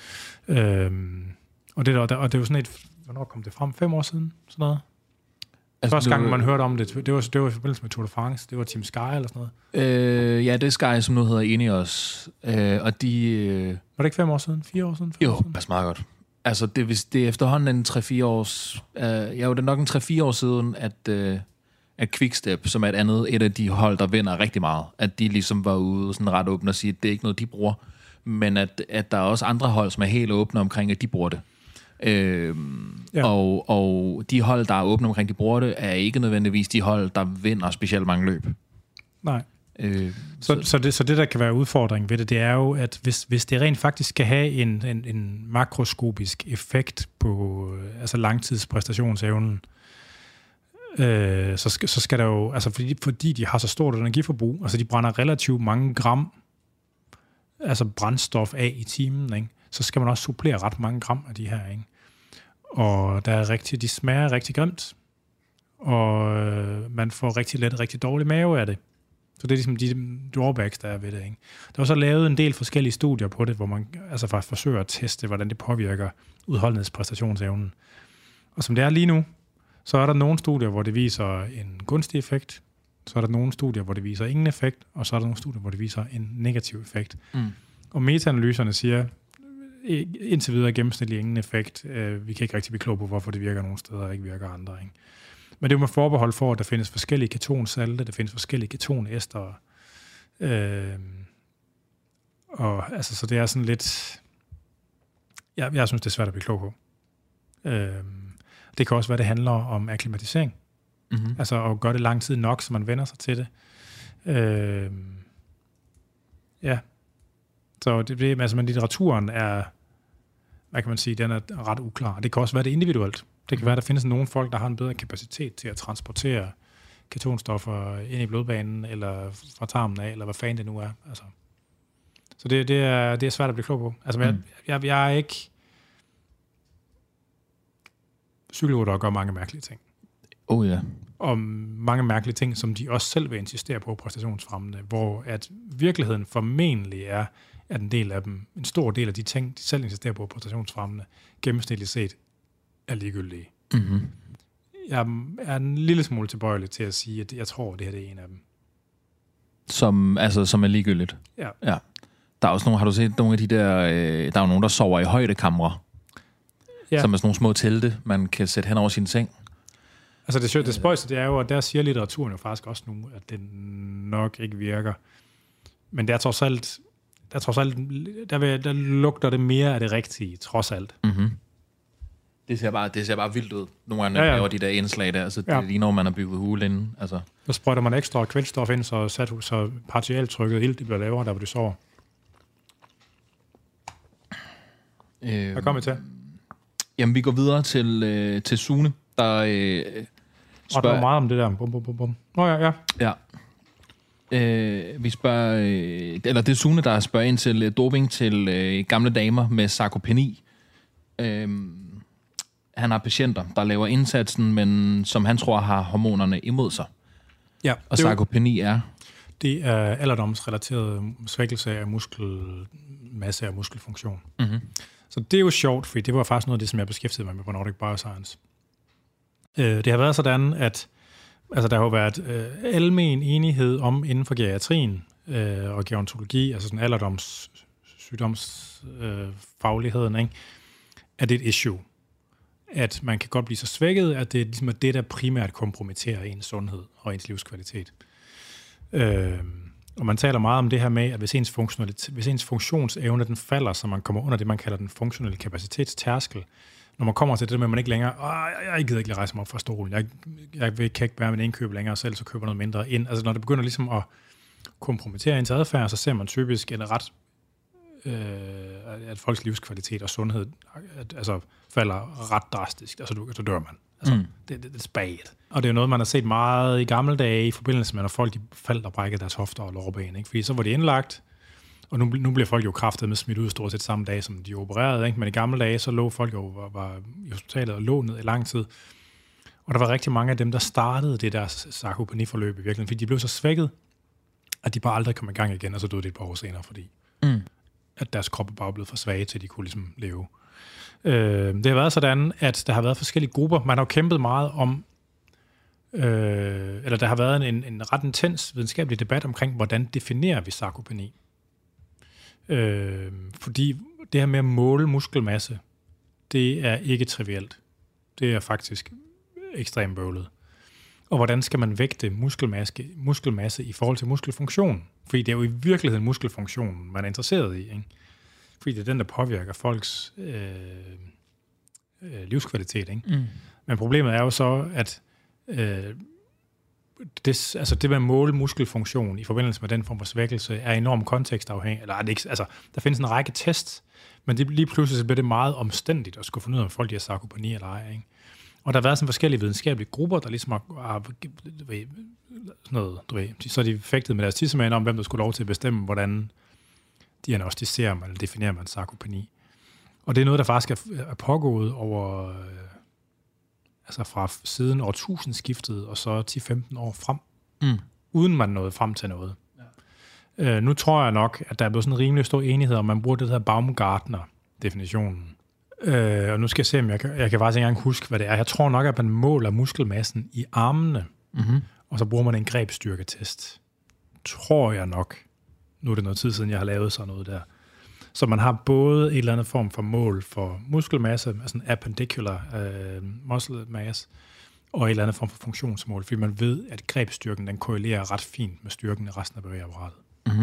Og det er jo sådan et... Hvornår kom det frem? 5 år siden? Sådan noget? Altså, første gang, man hørte om det var i forbindelse med Tour de France. Det var Team Sky eller sådan noget. Ja, det er Sky, som nu hedder Ineos. Og de... Var det ikke 5 år siden? 4 år siden? Jo, pas meget godt. Altså, det er efterhånden en 3-4 års... det er nok en 3-4 år siden, at Quickstep, som er et af de hold, der vinder rigtig meget, at de ligesom var ude sådan ret åbne og sige, at det er ikke noget, de bruger, men at der er også andre hold, som er helt åbne omkring, at de bruger det. Ja. Og de hold, der er åbne omkring, de bruger det, er ikke nødvendigvis de hold, der vinder specielt mange løb. Nej. Så det, der kan være udfordringen ved det, det er jo, at hvis det rent faktisk skal have en makroskopisk effekt på altså langtidspræstationsevnen, så skal der jo, altså fordi de har så stort energiforbrug, altså de brænder relativt mange gram altså brændstof af i timen, ikke? Så skal man også supplere ret mange gram af de her, ikke? Og de smager rigtig grimt, og man får rigtig dårlig mave af det. Så det er ligesom de drawbacks, der er ved det, ikke? Der er så lavet en del forskellige studier på det, hvor man altså faktisk forsøger at teste, hvordan det påvirker udholdenhedspræstationsevnen. Og som det er lige nu, så er der nogle studier, hvor det viser en gunstig effekt, så er der nogle studier, hvor det viser ingen effekt, og så er der nogle studier, hvor det viser en negativ effekt. Og meta-analyserne siger, indtil videre gennemsnitlig ingen effekt. Vi kan ikke rigtig blive klog på, hvorfor det virker nogle steder, og ikke virker andre, ikke? Men det er jo med forbehold for, at der findes forskellige ketonsalte, der findes forskellige ketonester. Og altså, så det er sådan lidt... Jeg synes, det er svært at blive klog på. Det kan også være, det handler om akklimatisering. Mm-hmm. Altså at gøre det lang tid nok, så man vender sig til det. Ja. Så det altså, men litteraturen er, hvad kan man sige, den er ret uklar. Det kan også være det individuelt. Det kan være, der findes nogle folk, der har en bedre kapacitet til at transportere ketonstoffer ind i blodbanen, eller fra tarmen af, eller hvad fanden det nu er. Altså. Så det er svært at blive klog på. Altså, jeg er ikke... Cykelryttere gør mange mærkelige ting. Oh ja. Og mange mærkelige ting, som de også selv vil insistere på præstationsfremmende, hvor at virkeligheden formentlig er, at en stor del af de ting, de selv insisterer på præstationsfremmende, gennemsnitligt set er ligegyldige. Mm-hmm. Jeg er en lille smule tilbøjelig til at sige, at jeg tror, at det her er en af dem. Som er ligegyldigt? Ja. Ja. Der er også nogle, har du set nogle af de der, der er jo nogen, der sover i højdekamre, som er sådan nogle små telte, man kan sætte hen over sin seng. Altså det spøjse, det er jo, at der siger litteraturen jo faktisk også nu, at det nok ikke virker. Men der trods alt, der lugter det mere af det rigtige, trods alt. Mm-hmm. Det ser bare vildt ud. Nogle gange laver de der indslag der, så det ligner, man har bygget hule inden. Altså. Så sprøjter man ekstra kvælstof ind, så partialtrykket ilt bliver lavere, der hvor du sover. Hvad kommer vi til? Jamen, vi går videre til Sune, der spørger... der var meget om det der. Bum. Ja. Vi spørger... eller det er Sune, der spørger ind til doping til gamle damer med sarkopeni. Han har patienter, der laver indsatsen, men som han tror har hormonerne imod sig. Ja, og sarkopeni er? Det er alderdomsrelateret svækkelse af muskelmasse og muskelfunktion. Mm-hmm. Så det er jo sjovt, fordi det var faktisk noget af det, som jeg beskæftigede mig med på Nordic Bioscience. Det har været sådan, at altså, der har jo været almen enighed om inden for geriatrien og gerontologi, altså sådan alderdomssygdomsfagligheden, ikke? At det er et issue. At man kan godt blive så svækket, at det er ligesom det, der primært kompromitterer ens sundhed og ens livskvalitet. Og man taler meget om det her med, at hvis ens funktionsevne den falder, så man kommer under det, man kalder den funktionelle kapacitetstærskel, når man kommer til det med, at man ikke længere, jeg gider ikke rejse mig op fra stolen, jeg kan ikke bære min indkøb længere selv, så køber noget mindre ind. Altså når det begynder ligesom at kompromittere ens adfærd, så ser man typisk at folks livskvalitet og sundhed altså falder ret drastisk. Altså så dør man. Altså, det er spaget. Og det er noget, man har set meget i gamle dage i forbindelse med, når folk de faldt og brækkede deres hofter og lårben. Ikke? Fordi så var de indlagt, og nu bliver folk jo kraftet med smidt ud stort set samme dag, som de opererede. Ikke? Men i gamle dage, så lå folk jo var i hospitalet og lå ned i lang tid. Og der var rigtig mange af dem, der startede det der sarkopeniforløb i virkeligheden, fordi de blev så svækket, at de bare aldrig kom i gang igen, og så døde det et par år senere, fordi at deres krop bare blev for svage til, at de kunne ligesom leve. Det har været sådan, at der har været forskellige grupper. Man har jo kæmpet meget om, eller der har været en ret intens videnskabelig debat omkring, hvordan definerer vi sarkopeni. Fordi det her med at måle muskelmasse, det er ikke trivielt. Det er faktisk ekstremt bøvlet. Og hvordan skal man vægte muskelmasse i forhold til muskelfunktion? Fordi det er jo i virkeligheden muskelfunktionen, man er interesseret i, ikke? Fordi det er den, der påvirker folks livskvalitet. Ikke? Men problemet er jo så, at det med at måle muskelfunktion i forbindelse med den form for svækkelse er enormt kontekstafhængig. Eller der findes en række tests, men lige pludselig så bliver det meget omstændigt at skulle finde ud af, om folk har sarkopeni eller ej. Ikke? Og der har været sådan forskellige videnskabelige grupper, der ligesom har så er de fægtet med deres tidsmænd om, hvem der skulle lov til at bestemme, hvordan diagnostiserer man eller definerer man sarkopeni. Og det er noget, der faktisk er pågået over altså fra siden årtusindskiftet og så 10-15 år frem, uden man nåede frem til noget. Ja. Nu tror jeg nok, at der er blevet sådan en rimelig stor enighed om, man bruger det her Baumgartner-definitionen. Og nu skal jeg se, om jeg kan faktisk ikke engang huske, hvad det er. Jeg tror nok, at man måler muskelmassen i armene, og så bruger man en grebsstyrketest. Tror jeg nok. Nu er det noget tid siden, jeg har lavet sådan noget der. Så man har både en eller anden form for mål for muskelmasse, altså en appendicular muscle mass, og en eller anden form for funktionsmål, fordi man ved, at grebsstyrken den korrelerer ret fint med styrken i resten af bevægeapparatet.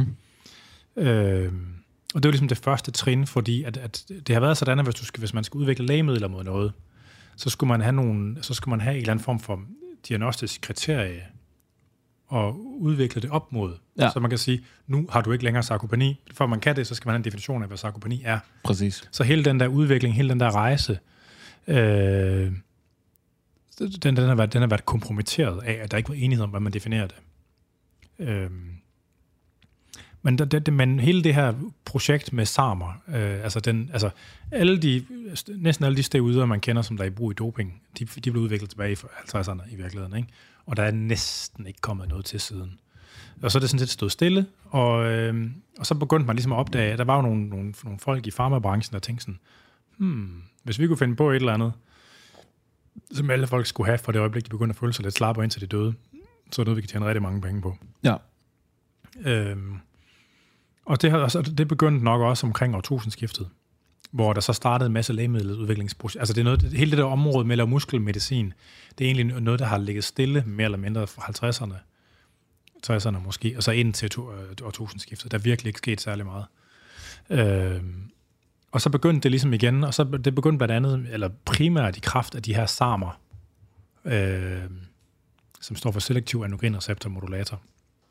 Og det er jo ligesom det første trin, fordi at det har været sådan, at hvis man skal udvikle lægemidler mod noget, så skulle man have en eller anden form for diagnostisk kriterie og udvikle det op mod. Ja. Så man kan sige, nu har du ikke længere sarkopeni. For at man kan det, så skal man have en definition af, hvad sarkopeni er. Præcis. Så hele den der udvikling, hele den der rejse, den har været kompromitteret af, at der ikke var enighed om, hvad man definerer det. Men hele det her projekt med SARMer, næsten alle de steroider, man kender, som der er i brug i doping, de blev udviklet tilbage i 50'erne i virkeligheden, ikke? Og der er næsten ikke kommet noget til siden. Og så er det sådan set stået stille, og så begyndte man ligesom at opdage, at der var jo nogle folk i farmabranchen, der tænkte sådan, hvis vi kunne finde på et eller andet, som alle folk skulle have, for det øjeblik, de begyndte at føle sig lidt slappere indtil de døde, så er det noget, vi kan tjene rigtig mange penge på. Ja. Og det begyndte nok også omkring årtusindskiftet, hvor der så startede en masse lægemiddeludviklingsprojekter. Altså det er noget, hele det der område med muskelmedicin, det er egentlig noget, der har ligget stille mere eller mindre fra 50'erne, 60'erne måske, og så ind til årtusindskiftet. Der er virkelig ikke sket særlig meget. Og så begyndte det ligesom igen, og så det begyndte blandt andet, eller primært i kraft af de her SARM'er, som står for Selective Androgen Receptor Modulator.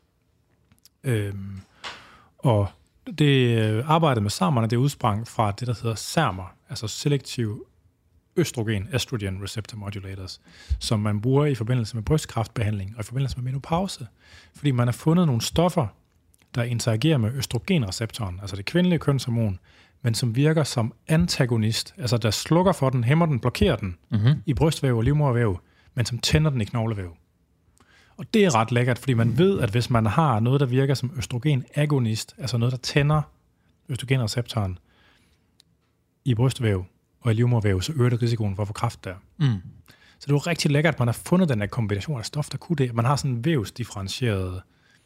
Og det arbejdet med SARM'erne, det udsprang fra det, der hedder SERM'er, altså Selective Estrogen Receptor Modulators, som man bruger i forbindelse med brystkræftbehandling og i forbindelse med menopause, fordi man har fundet nogle stoffer, der interagerer med østrogenreceptoren, altså det kvindelige kønshormon, men som virker som antagonist, altså der slukker for den, hæmmer den, blokerer den i brystvæv og livmodervæv, men som tænder den i knoglevæv. Og det er ret lækkert, fordi man ved, at hvis man har noget, der virker som østrogenagonist, altså noget, der tænder østrogenreceptoren i brystvæv og i livmodervæv, så øger det risikoen for at få kræft der. Så det er jo rigtig lækkert, at man har fundet den her kombination af stof, der kunne det. Man har sådan en vævsdifferentieret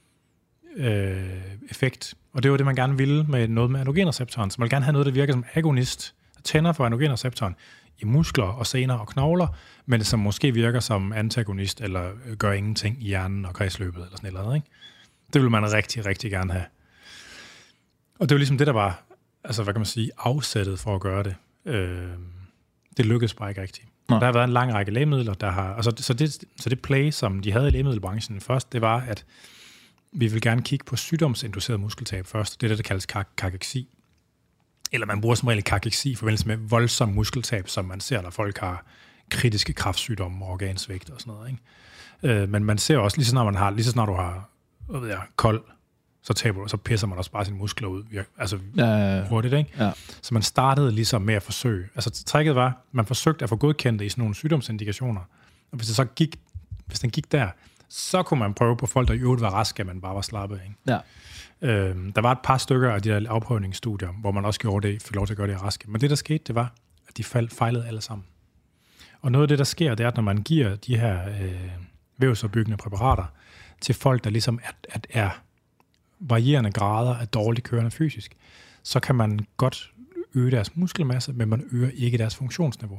effekt. Og det var det, man gerne ville med noget med androgenreceptoren. Så man vil gerne have noget, der virker som agonist, der tænder for androgenreceptoren i muskler og sener og knogler, men som måske virker som antagonist, eller gør ingenting i hjernen og kredsløbet, eller sådan et eller andet, ikke? Det vil man rigtig, rigtig gerne have. Og det var ligesom det, der var, altså hvad kan man sige, afsættet for at gøre det. Det lykkedes bare ikke rigtigt. Der har været en lang række lægemidler, der har... Altså, så det play, som de havde i lægemiddelbranchen først, det var, at vi vil gerne kigge på sygdomsinduceret muskeltab først. Det er det, der kaldes kakeksi. Eller man bruger som regel kakeksi i forbindelse med voldsom muskeltab, som man ser, når folk har kritiske kræftsygdomme og organsvigt og sådan noget, ikke? Men man ser også, lige så snart du har kold, så pisser man også bare sine muskler ud. Altså hurtigt, ikke? Ja. Så man startede ligesom med at forsøge. Altså tricket var, man forsøgte at få godkendt det i sådan nogle sygdomsindikationer. Og hvis den gik der, så kunne man prøve på folk, der i øvrigt var raske, men bare var slappe, ikke? Ja. Der var et par stykker af de der afprøvningsstudier, hvor man også gjorde det, fik lov til at gøre det raske. Men det, der skete, det var, at de fejlede alle sammen. Og noget af det, der sker, det er, at når man giver de her vævsopbyggende præparater til folk, der ligesom er varierende grader af dårligt kørende fysisk, så kan man godt øge deres muskelmasse, men man øger ikke deres funktionsniveau.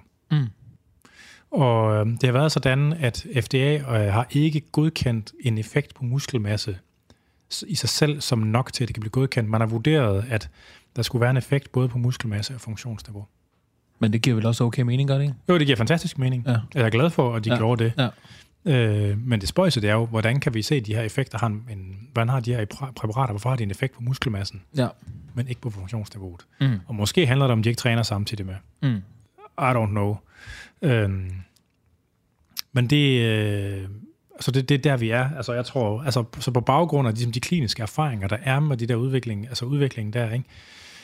Og det har været sådan, at FDA har ikke godkendt en effekt på muskelmasse i sig selv som nok til, at det kan blive godkendt. Man har vurderet, at der skulle være en effekt både på muskelmasse og funktionsniveau. Men det giver vel også okay mening, gør det ikke? Jo, det giver fantastisk mening. Ja. Jeg er glad for, at de gjorde det. Ja. Men det spøjse, det er jo, hvordan kan vi se de her effekter? Hvordan har de her præparater? Hvorfor har de en effekt på muskelmassen, men ikke på funktionsniveauet? Og måske handler det om, at de ikke træner samtidig med. I don't know. Men det... Så det er der, vi er. Altså, jeg tror, så på baggrund af de kliniske erfaringer, der er med de der udviklingen der, ikke?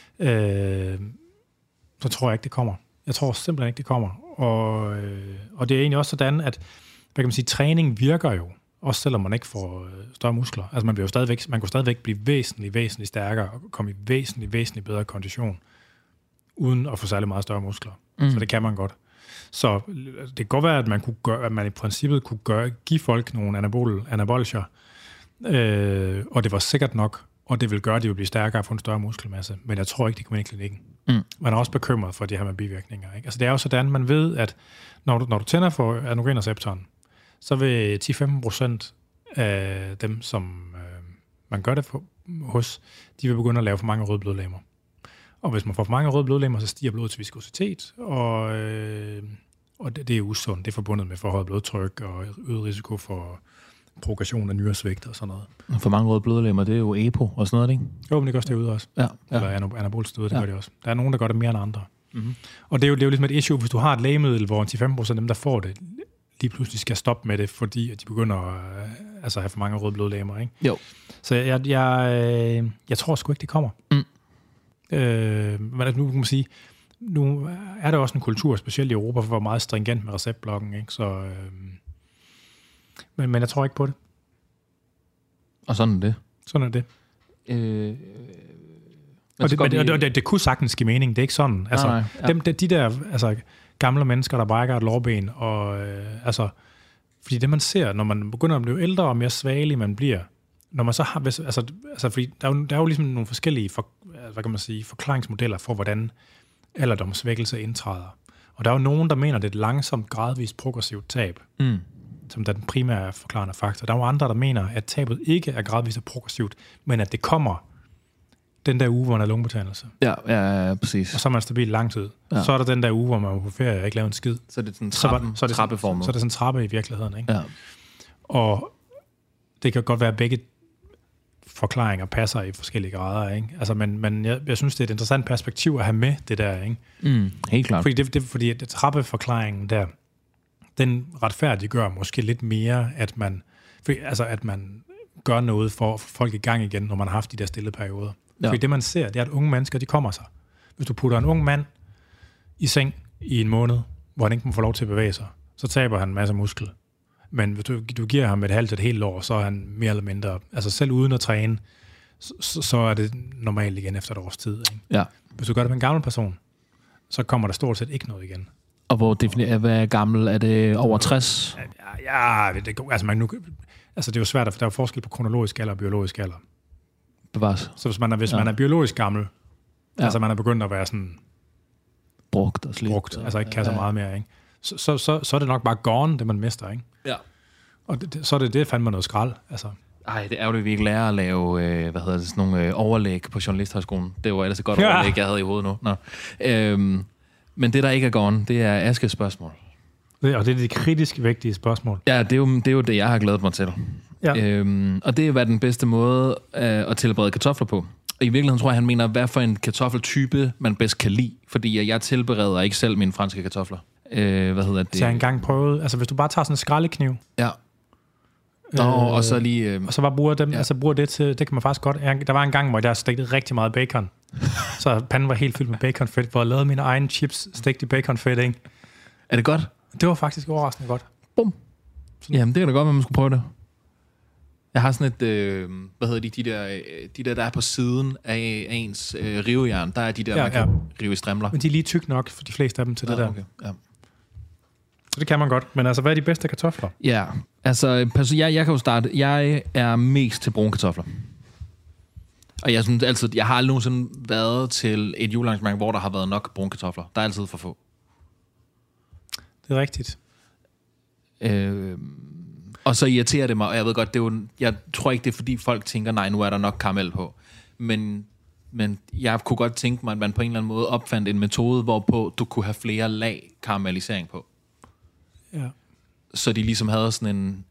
Så tror jeg ikke, det kommer. Jeg tror simpelthen ikke, det kommer. Og det er egentlig også sådan, at hvad kan man sige, træning virker jo, også selvom man ikke får større muskler. Altså man kan stadigvæk blive væsentligt stærkere og komme i væsentligt bedre kondition, uden at få særlig meget større muskler. Så det kan man godt. Så det kan godt være, at man i princippet kunne give folk nogle anabolcher, og det var sikkert nok, og det vil gøre, at de vil blive stærkere og få en større muskelmasse. Men jeg tror ikke, det kommer ind i klinikken. Man er også bekymret for de her med bivirkninger, ikke? Altså det er jo sådan, man ved, at når du tænder for androgenreceptoren, så vil 10-15% af dem, som man gør det hos, de vil begynde at lave for mange røde blodlegemer. Og hvis man får for mange røde blodlegemer, så stiger blodets viskositet, og det er usundt. Det er forbundet med forhøjet blodtryk og øget risiko for progression af nyresvigt og sådan noget. For mange røde blodlegemer, det er jo EPO og sådan noget, ikke? Jo, men det gør det ude også. Ja. Eller anabolsteroider, det gør det også. Der er nogen, der gør det mere end andre. Og det er jo ligesom et issue, hvis du har et lægemiddel, hvor 10-15% af dem, der får det, lige pludselig skal stoppe med det, fordi at de begynder at have for mange røde blodlegemer, ikke? Jo. Så jeg tror sgu ikke, det kommer. Men nu kan man sige, nu er der også en kultur, specielt i Europa, for at være meget stringent med receptblokken, ikke? Så, men jeg tror ikke på det. Og sådan er det. Sådan er det. Og det kunne sagtens give mening, det er ikke sådan. Altså, de der gamle mennesker, der brækker et lårben, og fordi det man ser, når man begynder at blive ældre og mere svagelig man bliver, når man så har... fordi der er jo ligesom nogle forskellige forklaringsmodeller for, hvordan alderdomssvækkelse indtræder. Og der er jo nogen, der mener, det er et langsomt, gradvist progressivt tab, som der er den primære forklarende faktor. Der er jo andre, der mener, at tabet ikke er gradvist og progressivt, men at det kommer den der uge, hvor man har lungebetændelse. Ja, præcis. Og så er man stabil lang tid. Ja. Så er der den der uge, hvor man er på ferie og ikke laver en skid. Så er det sådan en trappeformet. Så er det sådan en trappe i virkeligheden, ikke? Ja. Og det kan godt være, at begge forklaringer passer i forskellige grader, ikke? Altså, men jeg synes, det er et interessant perspektiv at have med det der, ikke? Helt klart. Fordi trappeforklaringen der, den retfærdiggør måske lidt mere, at man gør noget for at få folk i gang igen, når man har haft de der stille perioder. Ja. Fordi det, man ser, det er, at unge mennesker, de kommer sig. Hvis du putter en ung mand i seng i en måned, hvor han ikke må få lov til at bevæge sig, så taber han en masse muskel. Men hvis du giver ham et halvt til et helt år, så er han mere eller mindre, altså selv uden at træne, så er det normalt igen efter et års tid. Ikke? Ja. Hvis du gør det med en gammel person, så kommer der stort set ikke noget igen. Og hvad er gammel? Er det over 60? Ja, det er jo svært, for der er forskel på kronologisk alder og biologisk alder. Bevares. Så hvis man er biologisk gammel, altså man er begyndt at være sådan brugt og slidt, altså ikke kan så meget mere, ikke? Så er det nok bare gone, det man mister, ikke? Ja. Og så er det fandme noget skrald, altså. Ej, det er jo det, vi ikke lærer at lave, sådan nogle overlæg på journalisthøjskolen. Det var ellers et godt overlæg, jeg havde i hovedet nu. Nå. Men det, der ikke er gone, det er Askes spørgsmål. Og det er det kritisk vigtige spørgsmål. Ja, det er jo det, jeg har glædet mig til. Ja. Og det er, hvad den bedste måde at tilberede kartofler på. Og i virkeligheden tror jeg, han mener, hvad for en kartoffeltype man bedst kan lide. Fordi jeg tilbereder ikke selv mine franske kartofler. Hvad hedder det? Så jeg har engang prøvet, altså hvis du bare tager sådan en skraldekniv. Ja. Og så lige... og så bare bruger det til, det kan man faktisk godt. Der var en gang, hvor jeg stegte rigtig meget bacon. Så panden var helt fyldt med baconfedt, hvor jeg lavede mine egne chips stegt i baconfedt, ikke? Er det godt? Det var faktisk overraskende godt. Bum. Jamen, det kan da godt, at man skulle prøve det. Jeg har sådan et, de der er på siden af ens rivejern, der er de der, man kan rive i strimler. Men de er lige tyk nok for de fleste af dem til det der. Okay. Ja. Så det kan man godt. Men altså, hvad er de bedste kartofler? Ja, altså, jeg kan jo starte. Jeg er mest til brune kartofler. Og jeg synes altid, jeg har aldrig nogensinde været til et julearrangement, hvor der har været nok brune kartofler. Der er altid for få. Det er rigtigt. Og så irriterer det mig, og jeg ved godt, jeg tror ikke, det er fordi folk tænker, nej, nu er der nok karamel på. Men jeg kunne godt tænke mig, at man på en eller anden måde opfandt en metode, hvorpå du kunne have flere lag karamellisering på. Ja. Så de ligesom havde sådan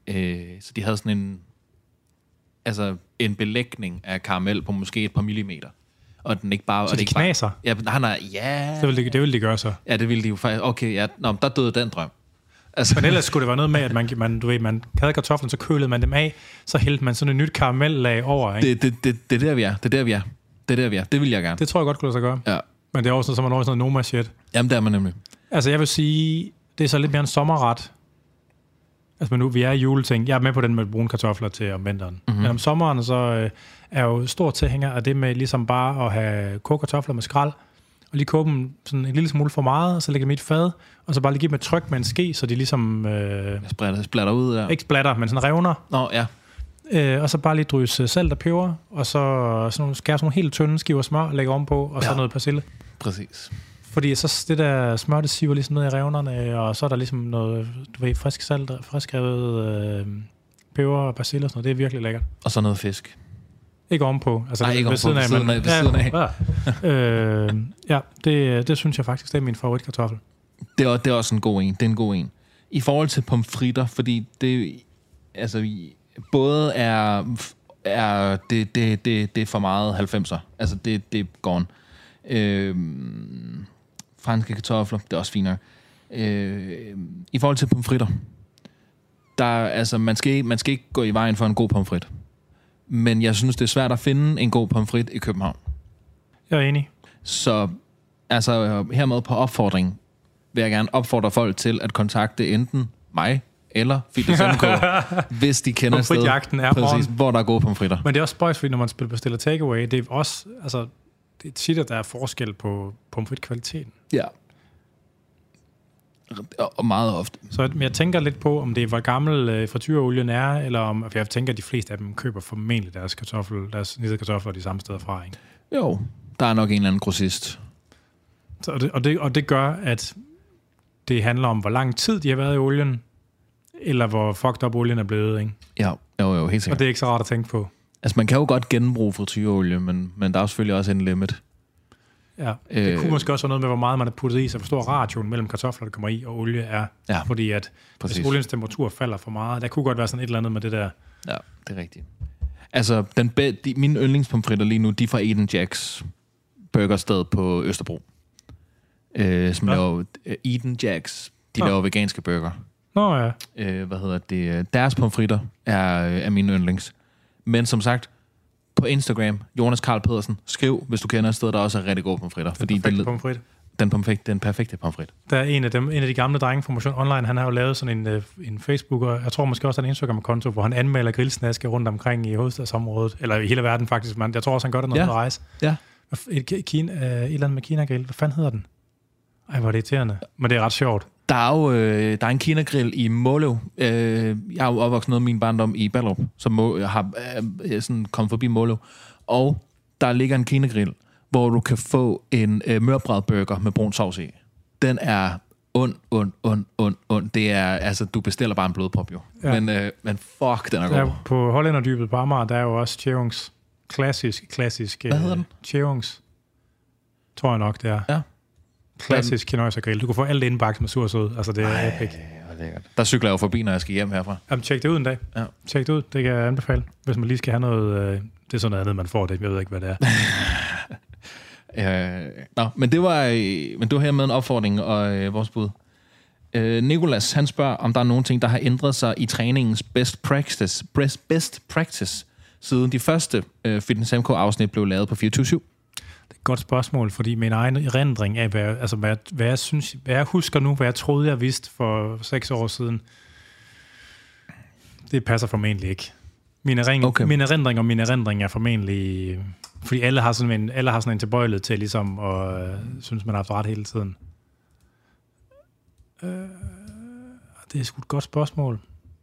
en belægning af karamel på måske et par millimeter. Og den ikke bare... Så de knaser? Ja. Det ville de gøre så. Ja, det ville de jo faktisk. Okay, ja. Der døde den drøm. Altså. Men ellers skulle det være noget med, at man havde kartoflen, så kølede man dem af, så hældte man sådan et nyt karamellag over, ikke? Det er der, vi er. Det vil jeg gerne. Det tror jeg godt kunne lade sig gøre. Ja. Men det er også sådan noget Noma-shit. Jamen, det er man nemlig. Altså, jeg vil sige, det er så lidt mere en sommerret. Altså, men nu, vi er i juleting. Jeg er med på den med brune kartofler til om vinteren. Mm-hmm. Men om sommeren, så er jo stor tilhænger af det med ligesom bare at have koge kartofler med skrald, og lige koge dem sådan en lille smule for meget, og så lægge dem i et fad, og så bare lige give dem et tryk med en ske, så de ligesom... splatter ud, ja. Ikke splatter, men sådan revner. Nå, ja. Og så bare lige drysse salt og peber, og så skære sådan nogle helt tynde skiver smør og lægge ovenpå, og så noget persille. Præcis. Fordi så det der smør, det siver ligesom ned i revnerne, og så er der ligesom noget, frisk salt, friskrevet peber og persille og sådan noget. Det er virkelig lækkert. Og så noget fisk. Ikke ovenpå. Altså, nej, ikke ovenpå, ved siden af. Det synes jeg faktisk, det er min favoritkartoffel. Det er også en god en. Det er en god en. I forhold til pomfritter, fordi det... Altså, både er det for meget 90'er. Altså, det er gone. Franske kartofler, det er også finere. I forhold til pomfritter, man skal ikke gå i vejen for en god pomfrit. Men jeg synes, det er svært at finde en god pomfrit i København. Jeg er enig. Så altså, hermed på opfordring vil jeg gerne opfordre folk til at kontakte enten mig eller Fitness MK, hvis de kender et sted, præcis, hvor der er gode pomfritter. Men det er også spøjs, fordi når man bestiller takeaway, det er også, altså, det er tit, at der er forskel på pomfritkvaliteten. Ja. Og meget ofte. Så jeg tænker lidt på, om det er, hvor gammel frityrolien er, eller om, for jeg tænker, at de fleste af dem køber formentlig deres nidede kartofler de samme steder fra, ikke? Jo, der er nok en eller anden grossist. Så, og det gør, at det handler om, hvor lang tid de har været i olien, eller hvor fucked up olien er blevet, ikke? Ja, jo, helt sikkert. Og det er ikke så rart at tænke på. Altså, man kan jo godt genbruge frityreolie, men der er jo selvfølgelig også en limit. Ja, det kunne måske også være noget med, hvor meget man har puttet i, så hvor stor ratioen mellem kartofler, der kommer i, og olie er. Ja, fordi at hvis oliens temperatur falder for meget, der kunne godt være sådan et eller andet med det der. Ja, det er rigtigt. Altså, mine yndlingspomfritter lige nu, de er fra Eden Jacks burgersted på Østerbro. Som laver Eden Jacks. De laver veganske burger. Nå ja. Deres pomfritter er mine yndlings. Men som sagt, på Instagram, Jonas Karl Pedersen, skriv, hvis du kender et sted, der også er rigtig gode pomfritter. Den perfekte pomfrit. Der er en af de gamle drenge fra Motion Online, han har jo lavet sådan en Facebook, og jeg tror måske også, han en Instagram-konto, hvor han anmelder grillsnaske rundt omkring i hovedstadsområdet, eller i hele verden faktisk, men jeg tror også, han gør det, når han rejse. Ja. Et eller andet med Kina-grill. Hvad fanden hedder den? Ej, hvor er det irriterende. Men det er ret sjovt. Der er en Kina-grill i Måløv. Jeg er jo opvokset noget af min barndom i Ballerup, så jeg har sådan kommet forbi Måløv. Og der ligger en Kina-grill, hvor du kan få en mørbrædburger med brun sovs i. Den er ond. Det er, altså, du bestiller bare en blodprop, jo. Ja. Men fuck, den er god. På Hollænderdybet på Amager, der er jo også Cheungs. Klassisk. Hvad hedder den? Cheungs. Tror jeg nok, det er. Ja. Klassisk kinøjsergrill. Du kan få alt indbagt med sursød. Altså, det er epic. Der cykler jeg jo forbi, når jeg skal hjem herfra. Jamen, tjek det ud en dag. Ja. Tjek det ud. Det kan jeg anbefale. Hvis man lige skal have noget... det er sådan noget andet, man får det. Jeg ved ikke, hvad det er. Men det var her med en opfordring og vores bud. Nicolas, han spørger, om der er nogle ting, der har ændret sig i træningens best practice, siden de første Fitness MK-afsnit blev lavet på 24/7. Det er et godt spørgsmål, fordi min egen erindring af, hvad jeg husker nu, hvad jeg troede, jeg vidste for 6 år siden, det passer formentlig ikke. Min erindring er formentlig... Fordi alle har sådan en tilbøjelighed til ligesom at synes, man har haft ret hele tiden. Det er sgu et godt spørgsmål.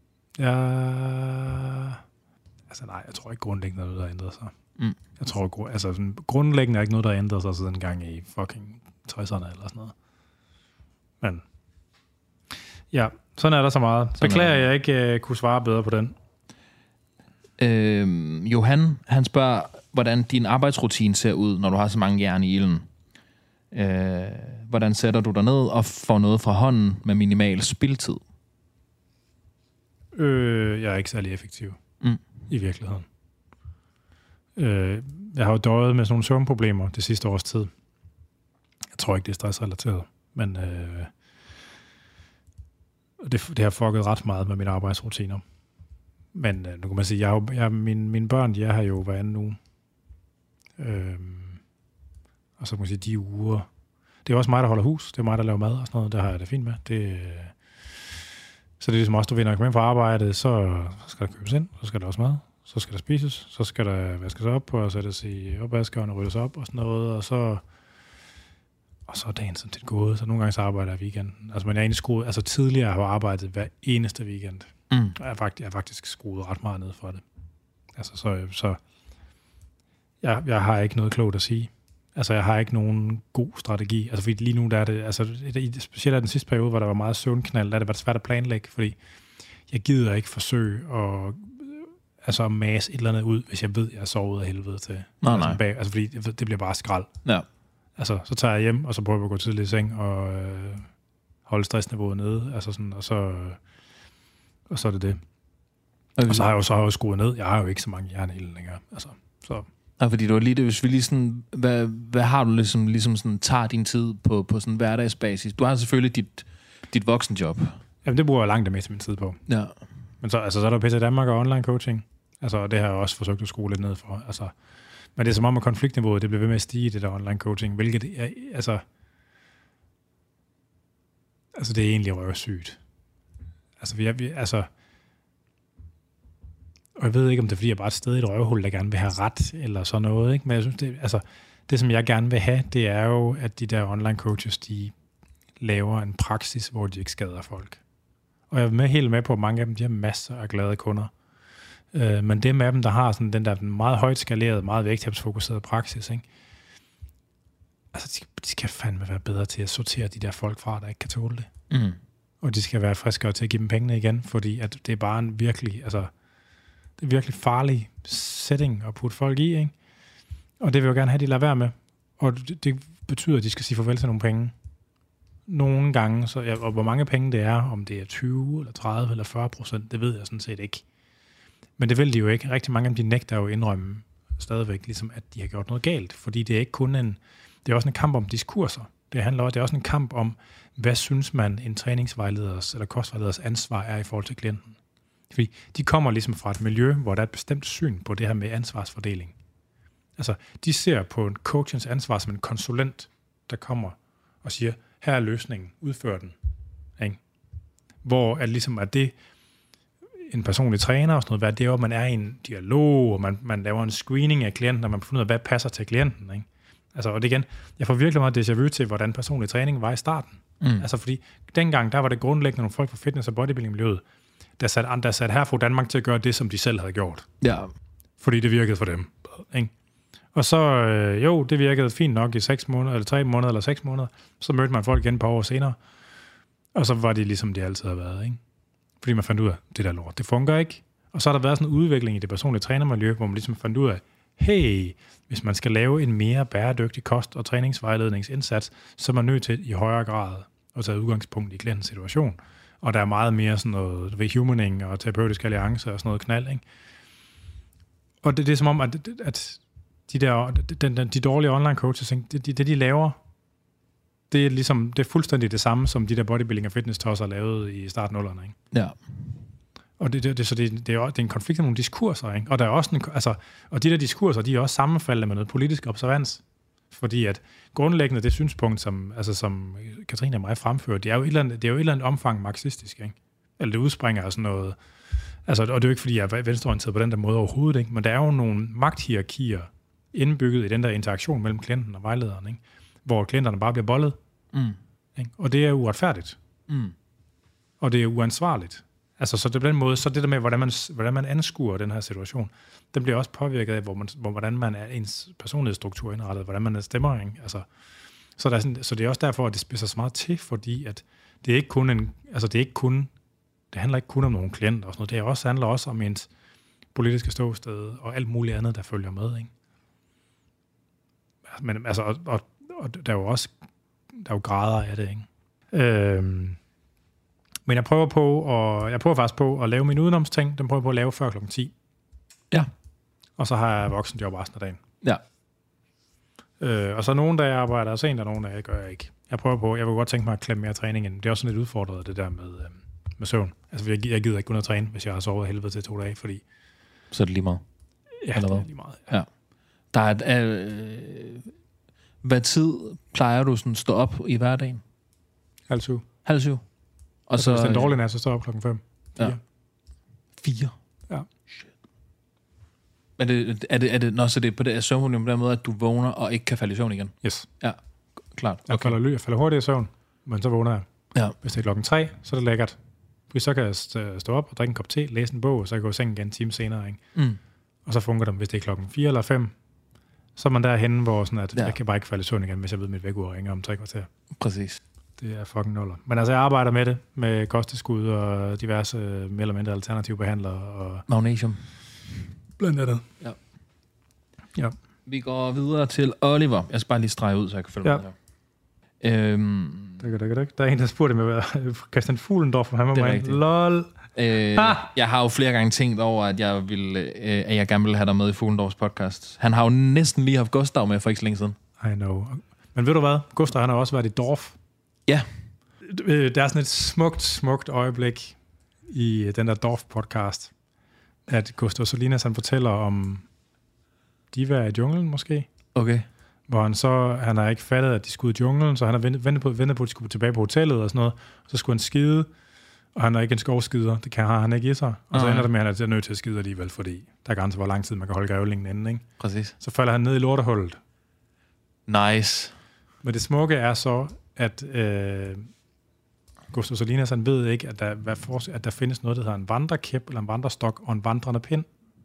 Jeg tror ikke grundlæggende noget, der har ændret sig. Jeg tror, grundlæggende er ikke noget, der har ændret sig siden en gang i fucking 60'erne eller sådan noget. Men ja, sådan er der så meget. Beklager, jeg ikke kunne svare bedre på den. Johan, han spørger, hvordan din arbejdsrutine ser ud, når du har så mange jern i ilden. Hvordan sætter du dig ned og får noget fra hånden med minimal spildtid? Jeg er ikke særlig effektiv i virkeligheden. Jeg har jo døjet med sådan nogle søvnproblemer det sidste års tid. Jeg tror ikke, det er stressrelateret, men det har fucket ret meget med mine arbejdsrutiner. Men nu kan man sige, mine børn, de er her jo hver anden uge. Og så kan man sige, de uger... Det er også mig, der holder hus. Det er mig, der laver mad og sådan noget. Det har jeg det fint med. Så det er ligesom også, du ved, når jeg kommer ind fra arbejdet, så skal der købes ind, så skal der også mad, så skal der spises, så skal der vaskes op og sættes i opvaskeren og ryddes op og sådan noget, og så er dagen sådan lidt gået. Så nogle gange så arbejder jeg i weekenden. Altså, men jeg er egentlig skruet... Altså, tidligere har jeg arbejdet hver eneste weekend. Jeg er faktisk skruet ret meget ned for det. Altså, så jeg har ikke noget klogt at sige. Altså, jeg har ikke nogen god strategi. Altså, fordi lige nu, der er det... Altså, specielt i den sidste periode, hvor der var meget søvnknald, der er det været svært at planlægge, fordi jeg gider ikke forsøge at masse et eller andet ud, hvis jeg ved, jeg er sovet af helvede til. Nej. Altså, fordi det bliver bare skrald. Ja. Altså, så tager jeg hjem, og så prøver jeg at gå tidligt i seng og holde stressniveauet nede. Altså sådan, og så er det det. Og så har jeg jo skruet ned. Jeg har jo ikke så mange jern i ilden længere. Altså, så... Ja, fordi det var lige det, hvis vi lige sådan, hvad har du ligesom sådan, tager din tid på sådan en hverdagsbasis? Du har selvfølgelig dit voksenjob. Jamen, det bruger jeg langt det meste af min tid på. Ja. Men så er der PC Danmark og online coaching. Altså, og det har jeg også forsøgt at skrue lidt ned for. Altså, men det er som om, at konfliktniveauet, det bliver ved med at stige, det der online coaching, hvilket er, altså det er egentlig røvsygt. Altså, og jeg ved ikke, om det er, fordi jeg bare er et sted i et røvhul, der gerne vil have ret, eller sådan noget, ikke? Men jeg synes, det som jeg gerne vil have, det er jo, at de der online coaches, de laver en praksis, hvor de ikke skader folk. Og jeg er helt med på, at mange af dem, de har masser af glade kunder. Men dem af dem, der har sådan den der meget højt skaleret, meget vægttabsfokuseret praksis, ikke? Altså, de skal fandme være bedre til at sortere de der folk fra, der ikke kan tåle det. Mm. Og de skal være friskere til at give dem pengene igen, fordi at det er bare en virkelig, altså, det er virkelig farlig setting at putte folk i, ikke? Og det vil jeg gerne have, de lader være med. Og det betyder, at de skal sige farvel til nogle penge. Nogle gange, og hvor mange penge det er, om det er 20 eller 30 eller 40%, det ved jeg sådan set ikke. Men det vil de jo ikke. Rigtig mange af dem, de nægter jo indrømme stadigvæk, ligesom at de har gjort noget galt. Fordi det er ikke kun det er også en kamp om diskurser. Det er også en kamp om, hvad synes man en træningsvejleders eller kostvejleders ansvar er i forhold til klienten. Fordi de kommer ligesom fra et miljø, hvor der er et bestemt syn på det her med ansvarsfordeling. Altså, de ser på en coachens ansvar som en konsulent, der kommer og siger, her er løsningen, udfør den. Ikke? Hvor at ligesom er det en personlig træner og sådan noget, hvad det er, at man er i en dialog, og man laver en screening af klienten, og man finder ud af, hvad passer til klienten. Ikke? Altså, og det igen, jeg får virkelig meget déjà vu til, hvordan personlig træning var i starten. Altså, fordi dengang, der var det grundlæggende nogle folk fra fitness- og bodybuilding-miljøet, der satte her fra Danmark til at gøre det, som de selv havde gjort. Ja. Fordi det virkede for dem. Ikke? Og så, det virkede fint nok i 6 måneder, eller 3 måneder, eller 6 måneder. Så mødte man folk igen et par år senere. Og så var de ligesom de altid har været. Ikke? Fordi man fandt ud af, det der lort, det fungerer ikke. Og så har der været sådan en udvikling i det personlige trænermiljø, hvor man ligesom fandt ud af, hey, hvis man skal lave en mere bæredygtig kost- og træningsvejledningsindsats, så er man nødt til i højere grad at tage udgangspunkt i klientens situation. Og der er meget mere sådan noget ved humaning og terapeutisk alliance og sådan noget knald, ikke? Og det er som om, at de dårlige online coaches, det de laver, det er ligesom, det er fuldstændig det samme, som de der bodybuilding og fitness tosser lavet i starten af 0'erne, ikke? Ja. Og det er en konflikt af nogle diskurser, ikke? Og der er også og de der diskurser, de er også sammenfaldende med noget politisk observans. Fordi at grundlæggende det synspunkt, som Katrine og mig fremfører, det er jo et eller andet omfang marxistisk, ikke? Eller det udspringer af sådan noget. Altså, og det er jo ikke, fordi jeg er venstreorienteret på den der måde overhovedet, ikke? Men der er jo nogle magthierarkier indbygget i den der interaktion mellem klienten og vejlederen, ikke? Hvor klienterne bare bliver bollet. Ikke? Og det er uretfærdigt. Og det er uansvarligt. Altså, så det på den måde, så det der med, hvordan man anskuer den her situation, den bliver også påvirket af, hvordan man er ens personlighedsstruktur indrettet, hvordan man er stemmer, ikke? Altså, så det er også derfor, at det spidser så meget til, fordi at det er ikke kun det handler ikke kun om nogle klienter og sådan noget, det handler også om ens politiske ståsted og alt muligt andet, der følger med, ikke? Men altså, og der er jo grader af det, ikke? Men jeg prøver faktisk på at lave min udenomsting. Den prøver på at lave før 10:00. Ja. Og så har jeg voksenjob resten af dagen. Ja. Og så nogle dage arbejder jeg sent, og nogle dage gør jeg ikke. Jeg vil godt tænke mig at klemme mere træning ind. Det er også sådan lidt udfordret, det der med søvn. Altså, jeg gider ikke kun at træne, hvis jeg har sovet helvede til 2 dage, fordi... Så er det lige meget? Ja, det er lige meget. Ja. Der er hvad tid plejer du sådan stå op i hverdagen? 6:30. 6:30? Og så, hvis det er en dårlig nat, så står jeg op 5:00. 4. Ja. 4? Ja. Shit. Men så det er på det søvnvolumen på den måde, at du vågner og ikke kan falde i søvn igen? Yes. Ja, klart. Okay. Jeg falder hurtigt i søvn, men så vågner jeg. Ja. Hvis det er 3:00, så er det lækkert. Fordi så kan jeg stå op og drikke en kop te, læse en bog, og så kan jeg gå i seng igen en time senere, ikke? Og så fungerer det, hvis det er 4 eller 5, så er man derhenne, hvor sådan at jeg kan bare ikke falde i søvn igen, hvis jeg ved, mit vækkeur ringer om 3 kvarter. Præcis. Det er fucking nuller. Men altså, jeg arbejder med det, med kosttilskud og diverse mere eller mindre alternative behandlere. Og magnesium. Blandt andet. Ja. Vi går videre til Oliver. Jeg skal bare lige strege ud, så jeg kan følge med her. Der er en, der spurgte mig, Christian Fuglendorf, han var med. LOL. Jeg har jo flere gange tænkt over, at jeg gerne vil have dig med i Fuglendorfs podcast. Han har jo næsten lige haft Gustav med for ikke så længe siden. I know. Men ved du hvad? Gustav, han har også været i Dorf. Ja. Der er sådan et smukt øjeblik i den der Dorf-podcast, at Gustav Solinas, han fortæller om diva i junglen, måske. Okay. Hvor han har ikke fattet, at de skulle i junglen, så han har ventet på, at de skulle tilbage på hotellet og sådan noget. Så skulle han skide, og han er ikke en skovskider. Det har han ikke i sig. Og så ender det med, at han er nødt til at skide alligevel, fordi der er grænser, hvor lang tid man kan holde grævlingen inde, ikke? Præcis. Så falder han ned i lortehullet. Nice. Men det smukke er så, at Gustav Salinas, han ved ikke, at der findes noget, der hedder en vandrekæp, eller en vandrestok, og en vandrende pind.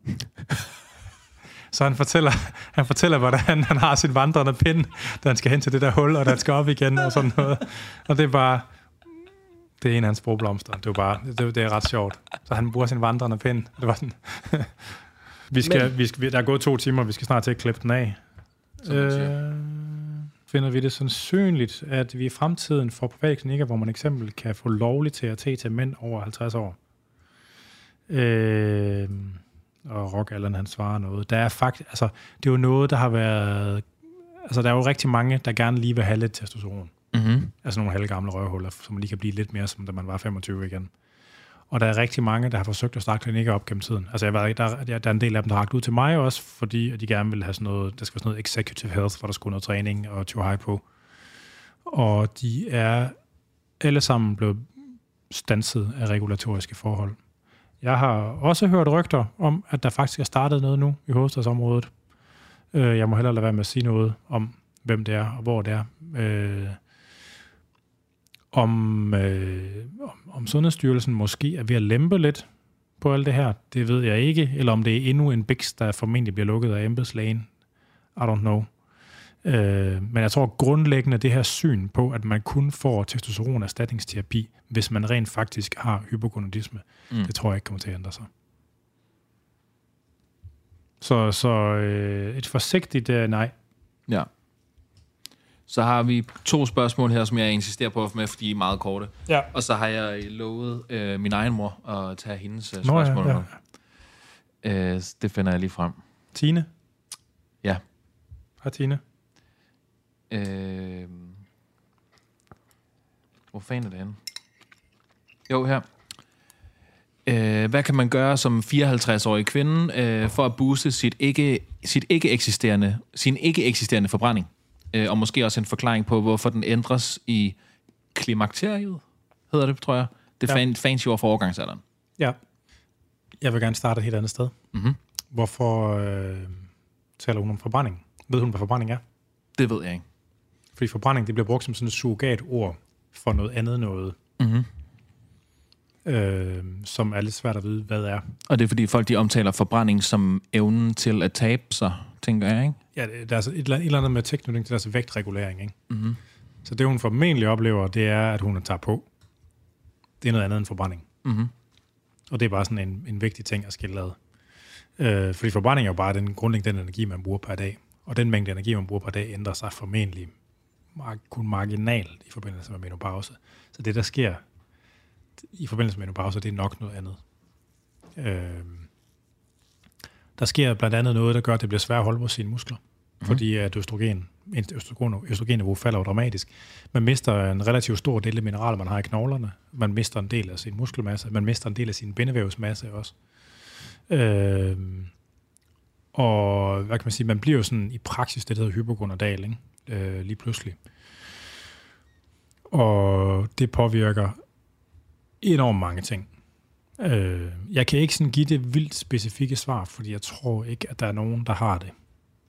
Så han fortæller, hvordan han har sin vandrende pind, da han skal hen til det der hul, og da han skal op igen, og sådan noget. Og det er bare... Det er en af hans sprogblomster. Det er ret sjovt. Så han bruger sin vandrende pind. Det var sådan... der er gået 2 timer, vi skal snart til at klippe den af. Finder vi det sandsynligt, at vi i fremtiden får private klinikker, hvor man eksempel kan få lovligt TRT til mænd over 50 år? Og Rock Allen, han svarer noget. Der er faktisk, altså, det er jo noget, der har været... Altså, der er jo rigtig mange, der gerne lige vil have lidt testosteron. Mm-hmm. Altså nogle halvgamle røvhuller, som lige kan blive lidt mere, som da man var 25 igen. Og der er rigtig mange, der har forsøgt at starte klinikker op gennem tiden. Altså, jeg ved ikke, der er en del af dem, der har rakt ud til mig også, fordi de gerne vil have sådan noget, der skal være sådan noget executive health, hvor der skulle noget træning og too high på. Og de er alle sammen blevet standset af regulatoriske forhold. Jeg har også hørt rygter om, at der faktisk er startet noget nu i hovedstadsområdet. Jeg må hellere lade være med at sige noget om, hvem det er og hvor det er. Om Sundhedsstyrelsen måske er ved at lempe lidt på alt det her, det ved jeg ikke. Eller om det er endnu en biks, der formentlig bliver lukket af embedslægen. I don't know. Men jeg tror grundlæggende det her syn på, at man kun får testosteronerstatningsterapi, hvis man rent faktisk har hypogonadisme, det tror jeg ikke kommer til at ændre sig. Så et forsigtigt nej. Ja. Så har vi 2 spørgsmål her, som jeg insisterer på at få med, fordi de er meget korte. Ja. Og så har jeg lovet min egen mor at tage hendes spørgsmål. Ja. Det finder jeg lige frem. Tine? Ja. Hej Tine. Hvor fanden er det henne? Jo, her. Hvad kan man gøre som 54-årig kvinde for at booste sin ikke eksisterende forbrænding? Og måske også en forklaring på, hvorfor den ændres i klimakteriet, hedder det, tror jeg. Det er fancy ord for overgangsalderen. Ja. Jeg vil gerne starte et helt andet sted. Mm-hmm. Hvorfor taler hun om forbrænding? Ved hun, hvad forbrænding er? Det ved jeg ikke. Fordi forbrænding, det bliver brugt som sådan et surrogat-ord for noget andet noget. Mm-hmm. Som er lidt svært at vide, hvad er. Og det er fordi folk, de omtaler forbrænding som evnen til at tabe sig, tænker jeg, ikke? Ja, der er altså et eller andet med tilknytning til deres vægtregulering, ikke? Mm-hmm. Så det, hun formentlig oplever, det er, at hun tager på. Det er noget andet end forbrænding. Mm-hmm. Og det er bare sådan en vigtig ting at skille ad. Fordi forbrænding er jo bare den grundlæggende energi, man bruger per dag. Og den mængde energi, man bruger per dag, ændrer sig formentlig kun marginalt i forbindelse med menopause. Så det, der sker i forbindelse med menopause, det er nok noget andet. Der sker blandt andet noget, der gør, at det bliver svært at holde på sine muskler. Fordi at østrogenniveau falder jo dramatisk. Man mister en relativt stor del af mineraler, man har i knoglerne. Man mister en del af sin muskelmasse. Man mister en del af sin bindevævsmasse også. Og hvad kan man sige, man bliver jo sådan i praksis det, der hedder hypogonadal, ikke? Lige pludselig. Og det påvirker enormt mange ting. Jeg kan ikke sådan give det vildt specifikke svar, fordi jeg tror ikke, at der er nogen, der har det.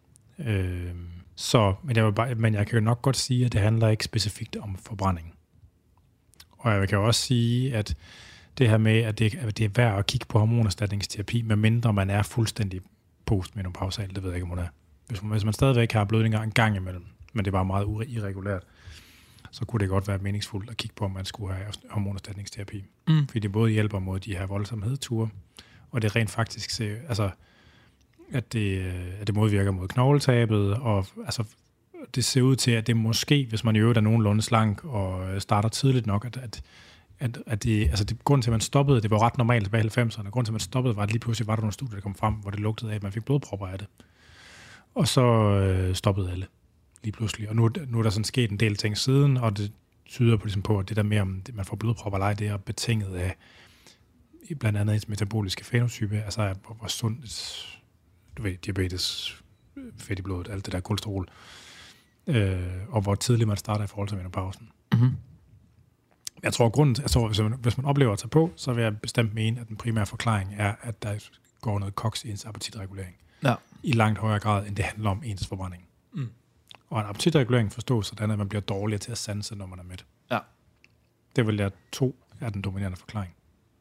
Men jeg kan jo nok godt sige, at det handler ikke specifikt om forbrænding. Og jeg kan jo også sige, at det her med, at det er værd at kigge på hormonerstatningsterapi, medmindre man er fuldstændig postmenopausal, det ved jeg ikke, om man er. Hvis man stadigvæk har blødninger en gang imellem, men det er bare meget irregulært, så kunne det godt være meningsfuldt at kigge på, om man skulle have hormonerstatningsterapi. Fordi det både hjælper mod de her voldsomme hedture, og det rent faktisk at det modvirker mod knogletabet, og altså, det ser ud til, at det måske, hvis man i øvrigt er nogenlunde slank og starter tidligt nok, at det, altså det, grunden til, at man stoppede, det var ret normalt tilbage i 90'erne, grunden til, at man stoppede, var, at lige pludselig var der nogle studier, der kom frem, hvor det lugtede af, at man fik blodpropper af det. Og så stoppede alle lige pludselig. Og nu er der sådan sket en del ting siden, og det tyder på, at det der med, om man får blodpropper eller ej, det er betinget af blandt andet ens metaboliske fænotype, altså hvor sundt, du ved, diabetes, fedt i blodet, alt det der kolesterol, og hvor tidligt man starter i forhold til menopausen. Mm-hmm. Jeg tror, hvis man oplever at tage på, så vil jeg bestemt mene, at den primære forklaring er, at der går noget koks i ens appetitregulering. Ja. I langt højere grad, end det handler om ens forbrænding. Og en appetitregulering forstås sådan, at man bliver dårligere til at sanse, når man er mæt. Ja. Det vil jeg tro er den dominerende forklaring.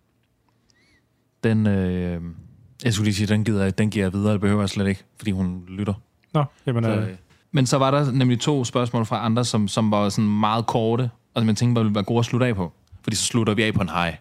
Den, jeg skulle lige sige, den giver jeg videre, det behøver jeg slet ikke, fordi hun lytter. Nå, jamen... Men så var der nemlig 2 spørgsmål fra andre, som var sådan meget korte, og man tænkte, ville være gode at slutte af på. Fordi så slutter vi af på en high.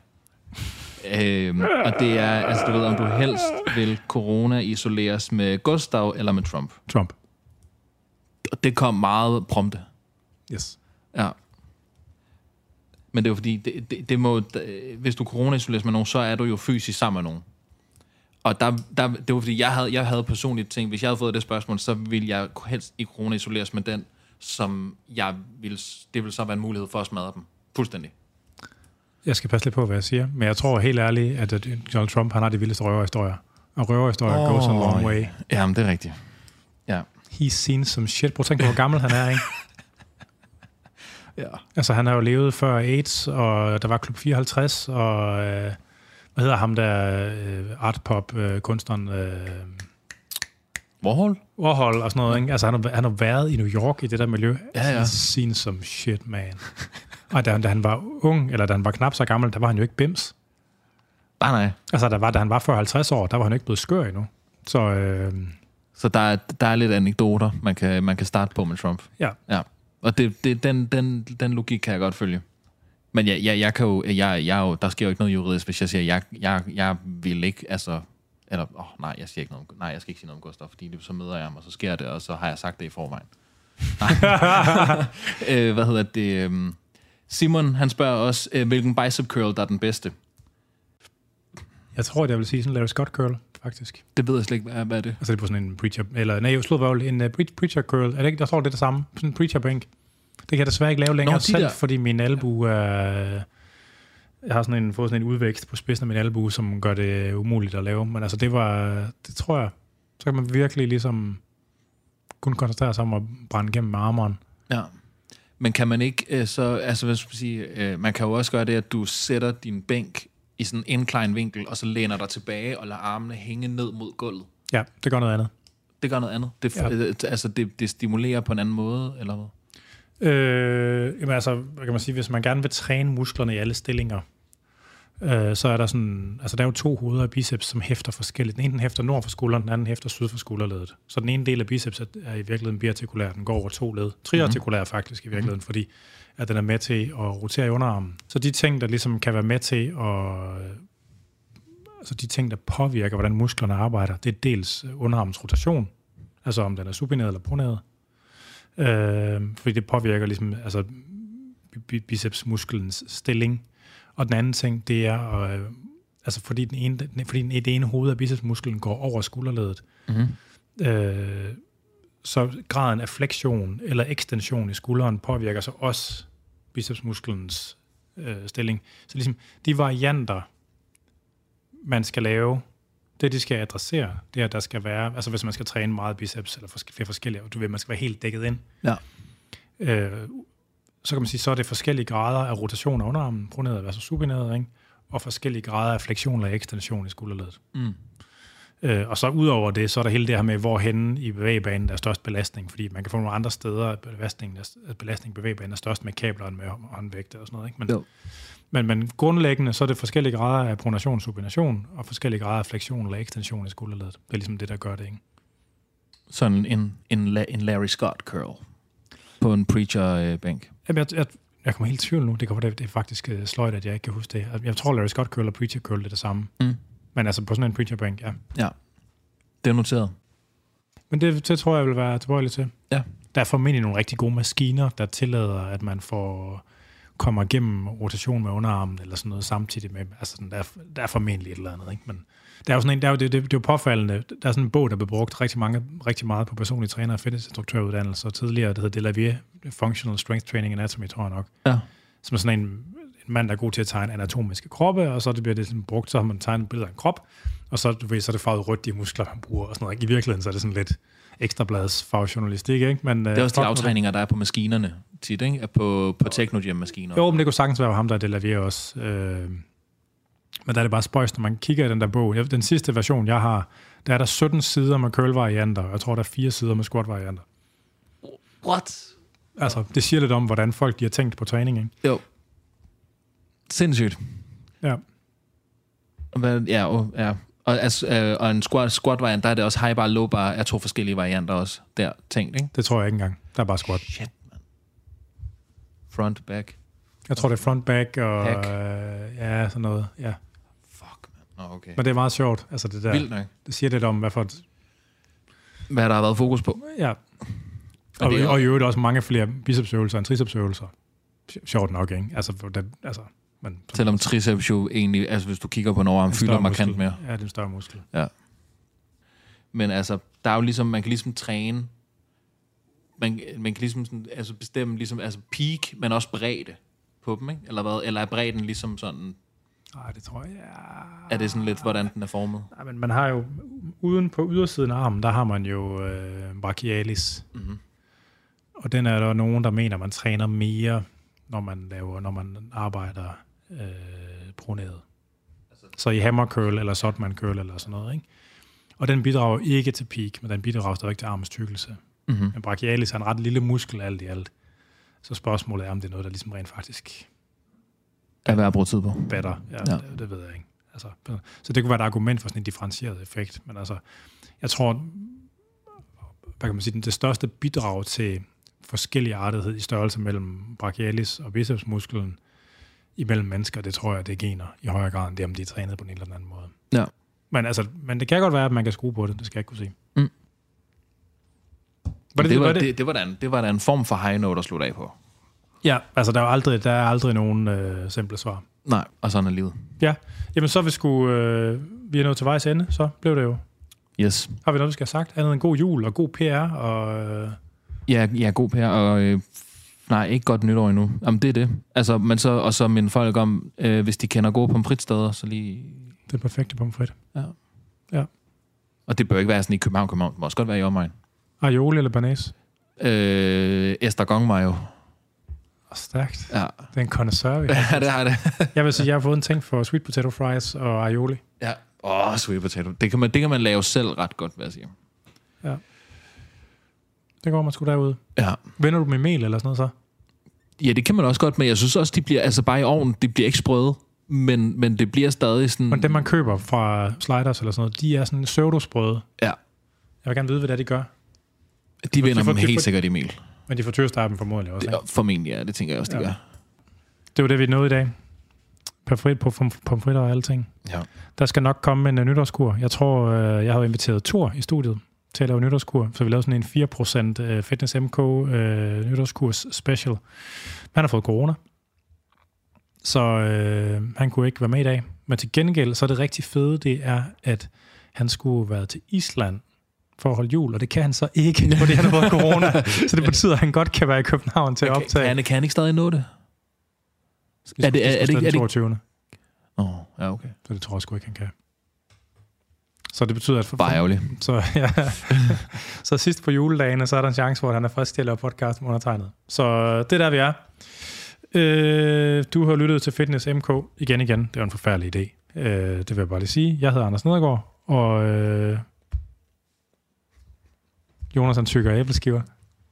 Og det er, altså du ved, om du helst vil corona-isoleres med Gustav eller med Trump. Trump. Og det kom meget prompte. Yes. Ja. Men det er jo fordi, det må, hvis du corona-isoleres med nogen, så er du jo fysisk sammen med nogen. Og det var fordi, jeg havde personligt tænkt, hvis jeg havde fået det spørgsmål, så ville jeg helst ikke corona-isoleres med den, som jeg ville, det ville så være en mulighed for at smadre dem. Fuldstændig. Jeg skal passe lidt på, hvad jeg siger, men jeg tror helt ærligt, at Donald Trump, han har de vildeste røverhistorier. Og røverhistorier goes a long way. Jamen, det er rigtigt. Ja. He's seen some shit. Prøv at tænke på, hvor gammel han er, ikke? Ja. Altså, han har jo levet før AIDS, og der var Klub 54, og hvad hedder ham der art-pop-kunstneren? Warhol og sådan noget, ikke? Altså, han har været i New York i det der miljø. Ja. He's seen some shit, man. Og da han var ung, eller da han var knap så gammel, der var han jo ikke bims. Nej. Altså, da han var 40-50 år, der var han ikke blevet skør endnu. Så der er lidt anekdoter, man kan starte på med Trump. Ja. Og den logik kan jeg godt følge. Men jeg kan jo, der sker jo ikke noget juridisk, hvis jeg siger, jeg vil ikke, altså, eller, nej, jeg siger ikke noget, nej, jeg skal ikke sige noget om Gustav, fordi så møder jeg ham, og så sker det, og så har jeg sagt det i forvejen. Hvad hedder det? Simon, han spørger også, hvilken bicep curl, der er den bedste? Jeg tror, jeg vil sige sådan en Larry Scott curl, faktisk. Det ved jeg slet ikke, hvad er det? Altså det er på sådan en preacher, eller nej, en preacher curl. Er det ikke? Jeg tror, det er det samme. Sådan en preacher bænk. Det kan jeg desværre ikke lave længere selv, fordi min albue er... Jeg har fået sådan en udvækst på spidsen af min albue, som gør det umuligt at lave. Men altså det tror jeg, så kan man virkelig ligesom kun koncentrere sig om at brænde gennem armoren. Ja. Men kan man ikke hvad skal man sige, man kan jo også gøre det, at du sætter din bænk i sådan en incline vinkel, og så læner dig tilbage og lader armene hænge ned mod gulvet. Ja, det gør noget andet. Det gør noget andet? Det stimulerer på en anden måde, eller hvad? Jamen altså, hvad kan man sige, hvis man gerne vil træne musklerne i alle stillinger, så er der sådan, altså der er jo 2 hoveder af biceps, som hæfter forskelligt. Den ene den hæfter nord for skulderen, den anden hæfter syd for skulderledet. Så den ene del af biceps er i virkeligheden biartikulær, den går over 2 led. Triartikulær faktisk i virkeligheden, fordi at den er med til at rotere i underarmen. Så de ting, der ligesom kan være med til at... Altså de ting, der påvirker, hvordan musklerne arbejder, det er dels underarmens rotation, altså om den er supineret eller proneret. Fordi det påvirker ligesom, altså bicepsmusklens stilling. Og den anden ting, det er, altså fordi det ene hoved af bicepsmusklen går over skulderledet, så graden af flektion eller ekstension i skulderen påvirker så også bicepsmusklens stilling. Så ligesom de varianter, man skal lave, det de skal adressere, det er, at der skal være, altså hvis man skal træne meget biceps, eller flere forskellige, og du ved, man skal være helt dækket ind, så kan man sige, så er det forskellige grader af rotation af underarmen, proneret versus supineret, ikke? Og forskellige grader af flektion eller ekstension i skulderledet. Og så ud over det, så er der hele det her med, hvorhen i bevægebanen der er størst belastning, fordi man kan få nogle andre steder, at belastning i bevægebanen er størst med kabler end med håndvægte og sådan noget, ikke? Men grundlæggende, så er det forskellige grader af pronation og supination, og forskellige grader af flektion eller ekstension i skulderledet. Det er ligesom det, der gør det, ikke? Sådan en Larry Scott curl på en preacher-bænk. Jeg kommer helt i tvivl nu. Det er faktisk sløjt, at jeg ikke kan huske det. Jeg tror, Larry Scott curl og preacher curl er det samme. Men altså på sådan en preacher-bænk, ja. Ja, det er noteret. Men det tror jeg vil være tilbøjelig til. Ja. Der er formentlig nogle rigtig gode maskiner, der tillader, at man kommer igennem rotation med underarmen eller sådan noget samtidig med, altså der er formentlig et eller andet, ikke? Men der er jo sådan en, det er jo påfaldende, der er sådan en bog, der blev brugt rigtig meget på personlige træner og fitnessinstruktøruddannelser tidligere, det hedder Delavie, Functional Strength Training Anatomy, tror jeg nok. Ja. Som er sådan en mand, der er god til at tegne anatomiske kroppe, og så bliver det sådan brugt, så har man tegnet billeder af en krop, og så, så er det farvet rødt, de muskler, man bruger, og sådan noget. I virkeligheden, så er det sådan lidt ekstrablads fagjournalistik, ikke? Men, det er også de aftræninger, der er på maskinerne tit, ikke? På Technogym-maskiner. Jo, men det kunne sagtens være ham, der er Delavie også. Men der er det bare spøjst, når man kigger i den der bog. Den sidste version, jeg har, der er der 17 sider med curl-varianter, og jeg tror, der er 4 sider med squat-varianter. What? Altså, det siger lidt om, hvordan folk de har tænkt på træning, ikke? Jo. Sindssygt. Ja. Ja. Og en squat-variant, der er det også high bar, low bar, er 2 forskellige varianter også. Der tænkt, ikke? Det tror jeg ikke engang. Der er bare squat. Shit, man. Front, back. Jeg tror, det er front, back og... Hack. Ja, sådan noget. Ja. Fuck, man. Okay. Men det er meget sjovt. Altså, det der, Vildt nok. det siger lidt om, Hvad der har været fokus på. Ja. Og det er- Og i øvrigt også mange flere bicepsøvelser end tricepsøvelser. Sjovt nok, ikke? Men, Selvom triceps jo egentlig, altså hvis du kigger på en overarm, fylder markant mere. Ja, det er en større muskel. Ja. Men altså, der er jo ligesom, man kan ligesom træne, man kan ligesom sådan, altså bestemme ligesom, altså peak, men også bredde på dem, ikke? Eller hvad? Eller er bredden ligesom sådan, Nej, det tror jeg. er det sådan lidt, hvordan den er formet? Nej, men man har jo, uden på ydersiden af armen, der har man jo brachialis. Mm-hmm. Og den er der nogen, der mener, man træner mere, når man arbejder proneret. Så i hammer curl eller Sodman curl eller sådan noget, ikke? Og den bidrager ikke til peak, men den bidrager stadig til armens tykkelse. Mm-hmm. Men brachialis er en ret lille muskel alt i alt. Så spørgsmålet er, om det er noget, der ligesom rent faktisk Er værd at bruge tid på. batter. Ja. Det ved jeg ikke. Altså, så det kunne være et argument for sådan en differentieret effekt. Men altså, jeg tror, hvad kan man sige, det største bidrag til forskellig artighed i størrelse mellem brachialis og bicepsmusklen imellem mennesker, det tror jeg, det er gener i højere grad, end det, om de er trænet på en eller anden måde. Ja. Men det kan godt være, at man kan skrue på det. Det skal jeg ikke kunne sige. Mm. Det var da en form for high note at slutte af på. Ja, altså der er aldrig nogen simple svar. Nej, og sådan er livet. Ja, jamen så vi er nået til vejs ende, så blev det jo. Yes. Har vi noget, vi skal have sagt? Andet end god jul og god PR og... Ja, god PR, og nej, ikke godt nytår endnu. Jamen, det er det. Altså, men så minde folk om, hvis de kender gode pomfritsteder, så lige... Det er perfekte pomfrit. Ja. Og det bør ikke være sådan i København. Det må også godt være i omegn. Aioli eller banæs? Estragon mayo. Stærkt. Ja. Det er en connoisseur. Ja, det har det. Jeg vil sige, jeg har fået en ting for sweet potato fries og aioli. Ja. Sweet potato. Det kan man lave selv ret godt, vil jeg sige. Ja. Det går man sgu derude. Ja. Vender du med mel eller sådan noget så? Ja, det kan man også godt, men jeg synes også, de bliver, altså bare i ovnen, de bliver ikke sprøde, men det bliver stadig sådan... Men dem, man køber fra Sliders eller sådan noget, de er sådan pseudosprøde. Ja. Jeg vil gerne vide, hvad det gør. De vender dem helt sikkert i mel. Men de fortørster dem formodentlig også, ikke? Formentlig, ja. Det tænker jeg også, de gør. Det var det, vi nåede i dag. Perfekt på pomfritter og alting. Ja. Der skal nok komme en nytårskur. Jeg tror, jeg har inviteret Thor i studiet til at lave nytårskur, så vi lavede sådan en 4% Fitness MK nytårskurs special. Han har fået corona, så han kunne ikke være med i dag. Men til gengæld, så er det rigtig fede, det er, at han skulle være til Island for at holde jul, og det kan han så ikke, fordi han har fået corona. Så det betyder, at han godt kan være i København til at optage. Kan han ikke stadig nå det? Er det den 22. Ja, okay. Så det tror jeg sgu ikke, han kan. Så det betyder, at... Bare ærgerligt. Så sidst på juledagene, så er der en chance for, at han er frisk til at lave podcast med undertegnet. Så det er der, vi er. Du har lyttet til Fitness MK igen. Det var en forfærdelig idé. Det vil jeg bare lige sige. Jeg hedder Anders Nedergaard, og Jonas han tykker æbleskiver.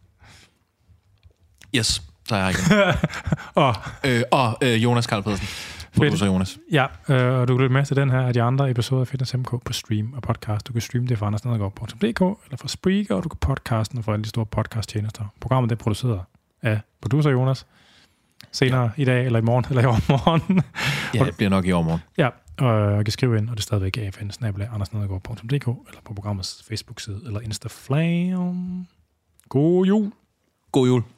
Yes, så er jeg igen. og Jonas Karl Pedersen. Producer Jonas. Ja, og du kan lytte med til den her af de andre episoder af Fitness MK på stream og podcast. Du kan streame det fra andersnedergaard.dk eller fra Spreaker, og du kan podcasten fra alle de store podcasttjenester. Programmet er produceret af producer Jonas. Senere i dag, eller i morgen, eller i overmorgen. Ja, det bliver nok i overmorgen. Ja, og jeg kan skrive ind, og det er stadigvæk afn@andersnedergaard.dk eller på programmets Facebook-side eller Instagram. God jul! God jul!